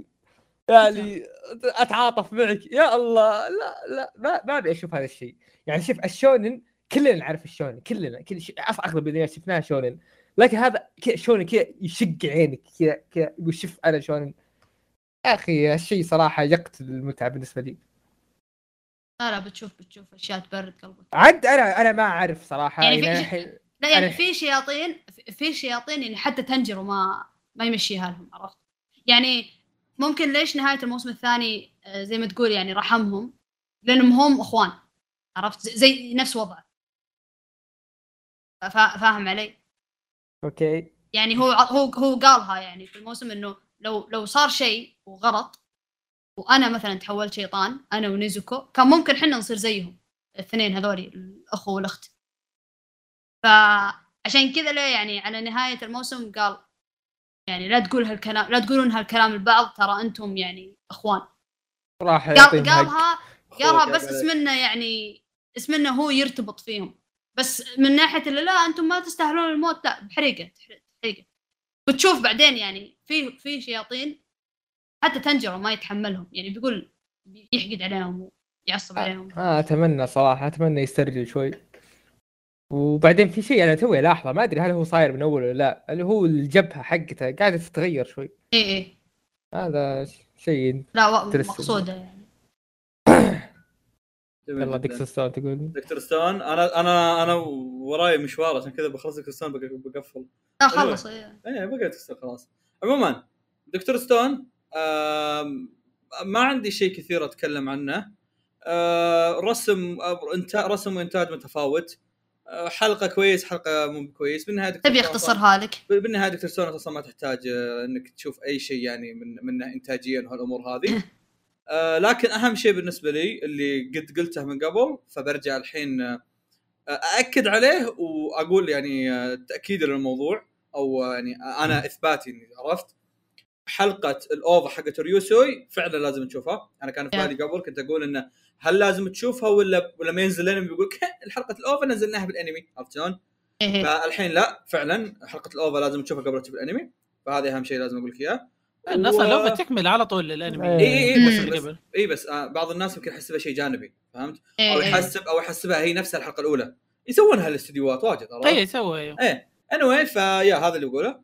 B: اتعاطف معك يا الله. لا ما ابي اشوف هذا الشيء. يعني شوف الشونن كلنا نعرف الشونن، كل اغلب اللي شفناه شونن، لكن هذا شونن كذا يشق عينك كذا يقول شوف انا شونن. يا اخي الشيء صراحه يقتل المتعه بالنسبه لي.
E: لا بتشوف اشياء تبرد قلبك.
B: عاد انا ما اعرف صراحه
E: يعني لا يعني في شياطين يعني حتى تنجروا ما يمشيها لهم، عرفت؟ يعني ممكن ليش نهاية الموسم الثاني زي ما تقول يعني رحمهم، لأنهم هم أخوان، عرفت؟ زي نفس وضعه. فاهم علي؟
B: أوكي.
E: يعني هو قالها يعني في الموسم إنه لو صار شيء وغلط وأنا مثلا تحولت شيطان أنا ونيزوكو، كان ممكن حنا نصير زيهم الاثنين هذولي الأخو والأخت. عشان كذا ليه يعني على نهاية الموسم قال يعني لا تقول هالكلام، لا تقولون هالكلام البعض، ترى أنتم يعني أخوان.
B: راح
E: قالها بس اسمنا يعني اسمنا هو يرتبط فيهم، بس من ناحية اللي لا أنتم ما تستاهلون الموت، لا بحريقة. بتشوف بعدين يعني في شياطين حتى تنجروا ما يتحملهم، يعني بيقول يحقد عليهم ويعصب عليهم.
B: أتمنى صراحة، أتمنى يسترجل شوي. وبعدين في شيء أنا توي لاحظه، ما أدري هل هو صاير من أول ولا لا، اللي هو الجبهة حقته قاعدة تتغير شوي.
E: إيه
B: هذا شيء
E: لا مقصودة يعني.
B: يلا دكتور ستون تقول.
A: دكتور ستون انا وراي مشوار، عشان كذا بخلص دكتور ستون بقفل.
E: لا خلص ايه
A: بقيت دكتور خلاص. عموما دكتور ستون ما عندي شيء كثير اتكلم عنه. رسم وانتاج متفاوت، حلقه كويس حلقه مو كويس. بالنهايه
E: تبي اختصرها لك؟
A: بالنهايه دكتور ستون اصلا ما تحتاج انك تشوف اي شيء يعني منه انتاجيا وهالامور هذه. لكن اهم شيء بالنسبه لي اللي قد قلته من قبل، فبرجع الحين ااكد عليه واقول يعني تاكيد للموضوع، او يعني انا اثباتي اني عرفت. حلقه الاوفا حقت ريوسوي فعلا لازم تشوفها. انا كان في بالي قبل كنت اقول انه هل لازم تشوفها ولا ما ينزل الانمي، بيقول الحلقه الاوفا نزلناها بالانمي، عرفت شلون؟ فالحين لا، فعلا حلقه الاوفا لازم تشوفها قبل تشوف الانمي، فهذا اهم شيء لازم اقول لك اياه.
D: الناس الاوفا تكمل على طول الانمي.
A: بس بعض الناس يمكن يحسبها شيء جانبي، فهمت؟ او يحسبها هي نفس الحلقه الاولى. يسوونها الاستديوهات واجد، عرفت؟
D: يسوي
A: anyway فيا هذا اللي بقوله.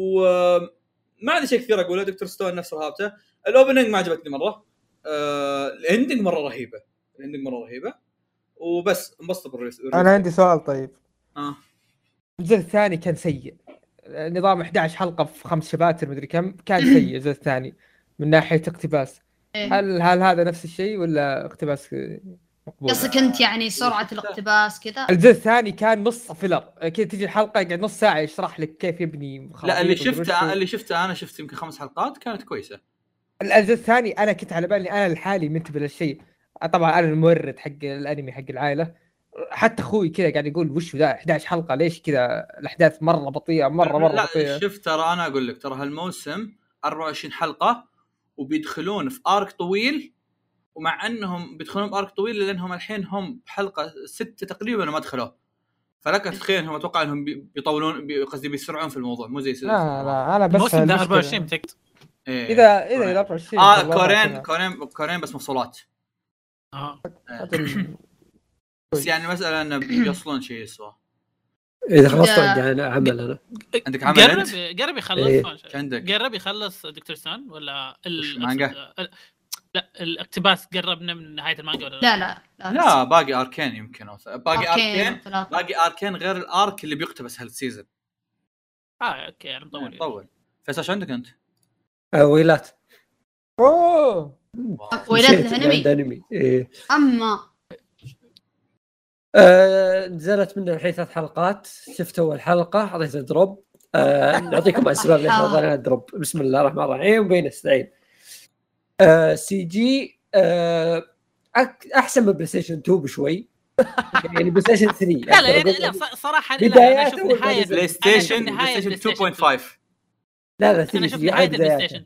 A: وما عندي شيء كثير اقوله. دكتور ستون نفس رهابته. الاوبننج ما عجبتني مره. الاندنج مره رهيبه. وبس انبسط بالريس.
B: انا عندي سؤال طيب.
A: الجزء
B: الثاني كان سيء، نظام 11 حلقه في 5 شباتر مدري كم، كان سيء الجزء الثاني من ناحيه اقتباس. هل هذا نفس الشيء ولا اقتباس مقبول؟
E: قصدك انت يعني سرعه الاقتباس كذا؟
B: الجزء الثاني كان نص فيلر كذا، تجي الحلقه يقعد نص ساعه يشرح لك كيف يبني.
A: لا اللي شفته انا شفت يمكن 5 حلقات كانت كويسه.
B: الجزء الثاني انا كنت على بالي انا لحالي منتبه للشيء. طبعا انا المورد حق الانمي حق العائله، حتى اخوي كذا قاعد يقول وش ذا 11 حلقه ليش كذا الاحداث مره بطيئه مره بطيئه.
A: شفت ترى انا اقول لك ترى هالموسم 24 حلقه وبيدخلون في ارك طويل، ومع انهم بيدخلون بارك طويل لانهم الحين هم بحلقه 6 تقريبا ما دخلوا. فلك تتخيل انهم اتوقع انهم بيطولون قصدي بيسرعون في الموضوع، مو زي
B: لا انا بس
D: الموسم ده 24 تكت.
B: اذا
A: 24 كورين بس مفصولات. بس يعني مساله انه بيوصلون شيء يسوى.
C: اذا خلصت عندي عمل انا.
A: عندك عمل
D: قرب يخلص. قرب يخلص دكتور ستون ولا
A: المانجا؟
D: لا الاقتباس قربنا من نهايه المانجا ولا
A: لا باقي اركين يمكن باقي اركين غير الارك اللي بيقتبس هالسيزون.
D: اوكي يعني مطول.
A: فيصل ايش عندك انت؟
C: ويلات.
E: ويلات الانمي.
C: إيه.
E: اما
C: نزلت منه الحين 3 حلقات. شفت اول حلقه اعطيته دروب. نعطيكم اسباب ليش اعطينا دروب. بسم الله الرحمن الرحيم وبين استعين. سي جي احسن من بلاي ستيشن 2 بشوي. يعني بلاي ستيشن 3
D: لا صراحه
C: انا
D: شفت نهايه
A: بلاي ستيشن 2.5.
C: لا
D: انا شفت نهايه بلاي ستيشن.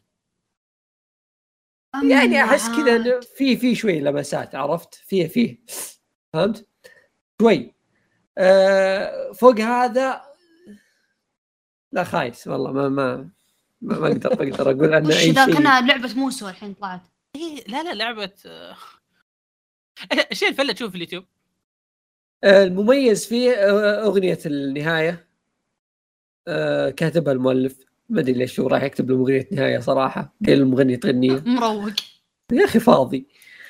C: يعني احس كذا في شوي لمسات، عرفت؟ فيه فهمت شوي. فوق هذا لا خايس والله. ما اقدر اقول عنه اي شيء.
E: اذا كنا لعبه موسو الحين طلعت.
D: لا لعبه ايش الفله تشوف في اليوتيوب.
C: المميز فيه اغنيه النهايه. كاتبها المؤلف، ما ادري ليش هو راح يكتب له اغنيه نهايه صراحه. قال المغني تغنيه
E: مروق
C: يا اخي فاضي.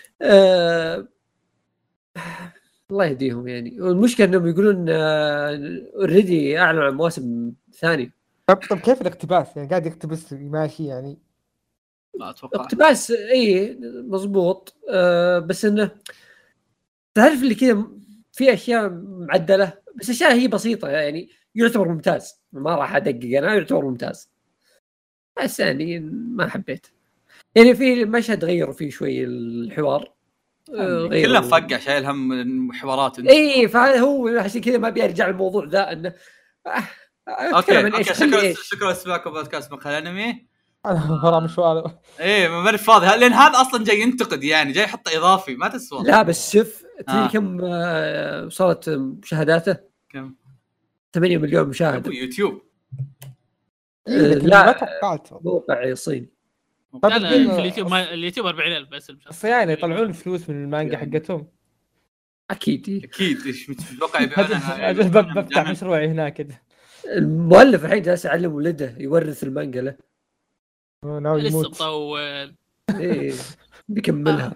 C: الله يهديهم يعني. والمشكله انهم يقولون اوريدي اعلنوا عن مواسم ثاني.
B: طب كيف الاقتباس يعني قاعد يقتبس ماشي يعني؟
A: ما اتوقع
C: اقتباس اي مزبوط. بس انه تعرف اللي كذا في اشياء معدله، بس اشياء هي بسيطه يعني يعتبر ممتاز. ما راح ادقق انا، يعتبر ممتاز. بس يعني ما حبيت يعني في مشهد غيروا فيه شوي الحوار.
A: كله فقع شايل هم حوارات.
C: اي فهو عشان كذا ما بيرجع الموضوع ذا انه
A: اوكي شكرا استماعكم بودكاست مقهى الانمي.
B: انا مش فاضي.
A: ايه ماني فاضي لان هذا اصلا جاي ينتقد يعني جاي يحط اضافي ما تسوى.
C: لا بس شوف تدري كم وصلت مشاهداته؟
A: كم؟
C: 8 مليون مشاهد
A: يوتيوب.
B: لا ما توقعت
C: موقع صيني.
D: لا في اليوتيوب اليوتيوب 40,000 بس
B: يعني يطلعون فلوس من المانجا حقتهم
C: اكيد
A: ايش متوقع يبيعونها؟
B: بفتح مشروعي هناك كذا.
C: المؤلف الحين جالس يعلم ولده يورث المانجا له.
B: ناوي يموت.
D: لسه مطول.
C: ايه بيكملها.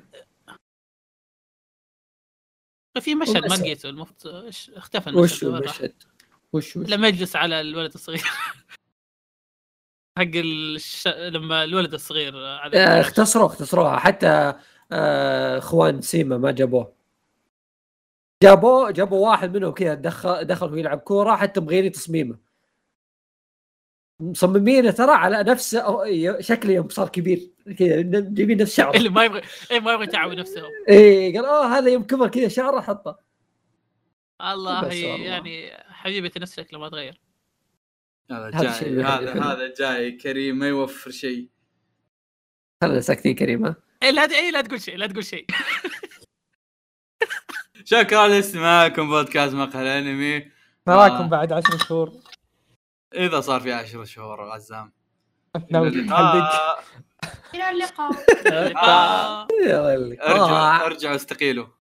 D: في مشهد ما لقيته المفروض اختفى
C: المشهد. وش
D: لما يجلس على الولد الصغير حق لما الولد الصغير
C: اختصروها حتى اخوان سيما ما جابوا واحد منهم كذا دخل يلعب كوره حتى مغيرين تصميمه مصممينه ترى على نفس شكله يوم صار كبير كذا جايبين نفس شعره
D: اللي ما يبغى يتعب نفسهم.
C: ايه قال هذا يوم كبر كذا شعره حطه.
D: الله يعني حبيبي نفس شكله ما تغير.
A: هذا جاي كريم ما يوفر شيء.
C: خلنا ساكتين كريمه.
D: لا تقول شيء
A: شكرا لاستماعكم بودكاست مقهى الانمي.
B: نراكم بعد 10 شهور
A: اذا صار في 10 شهور عزام.
E: الى اللقاء.
A: ارجعوا استقيلوا.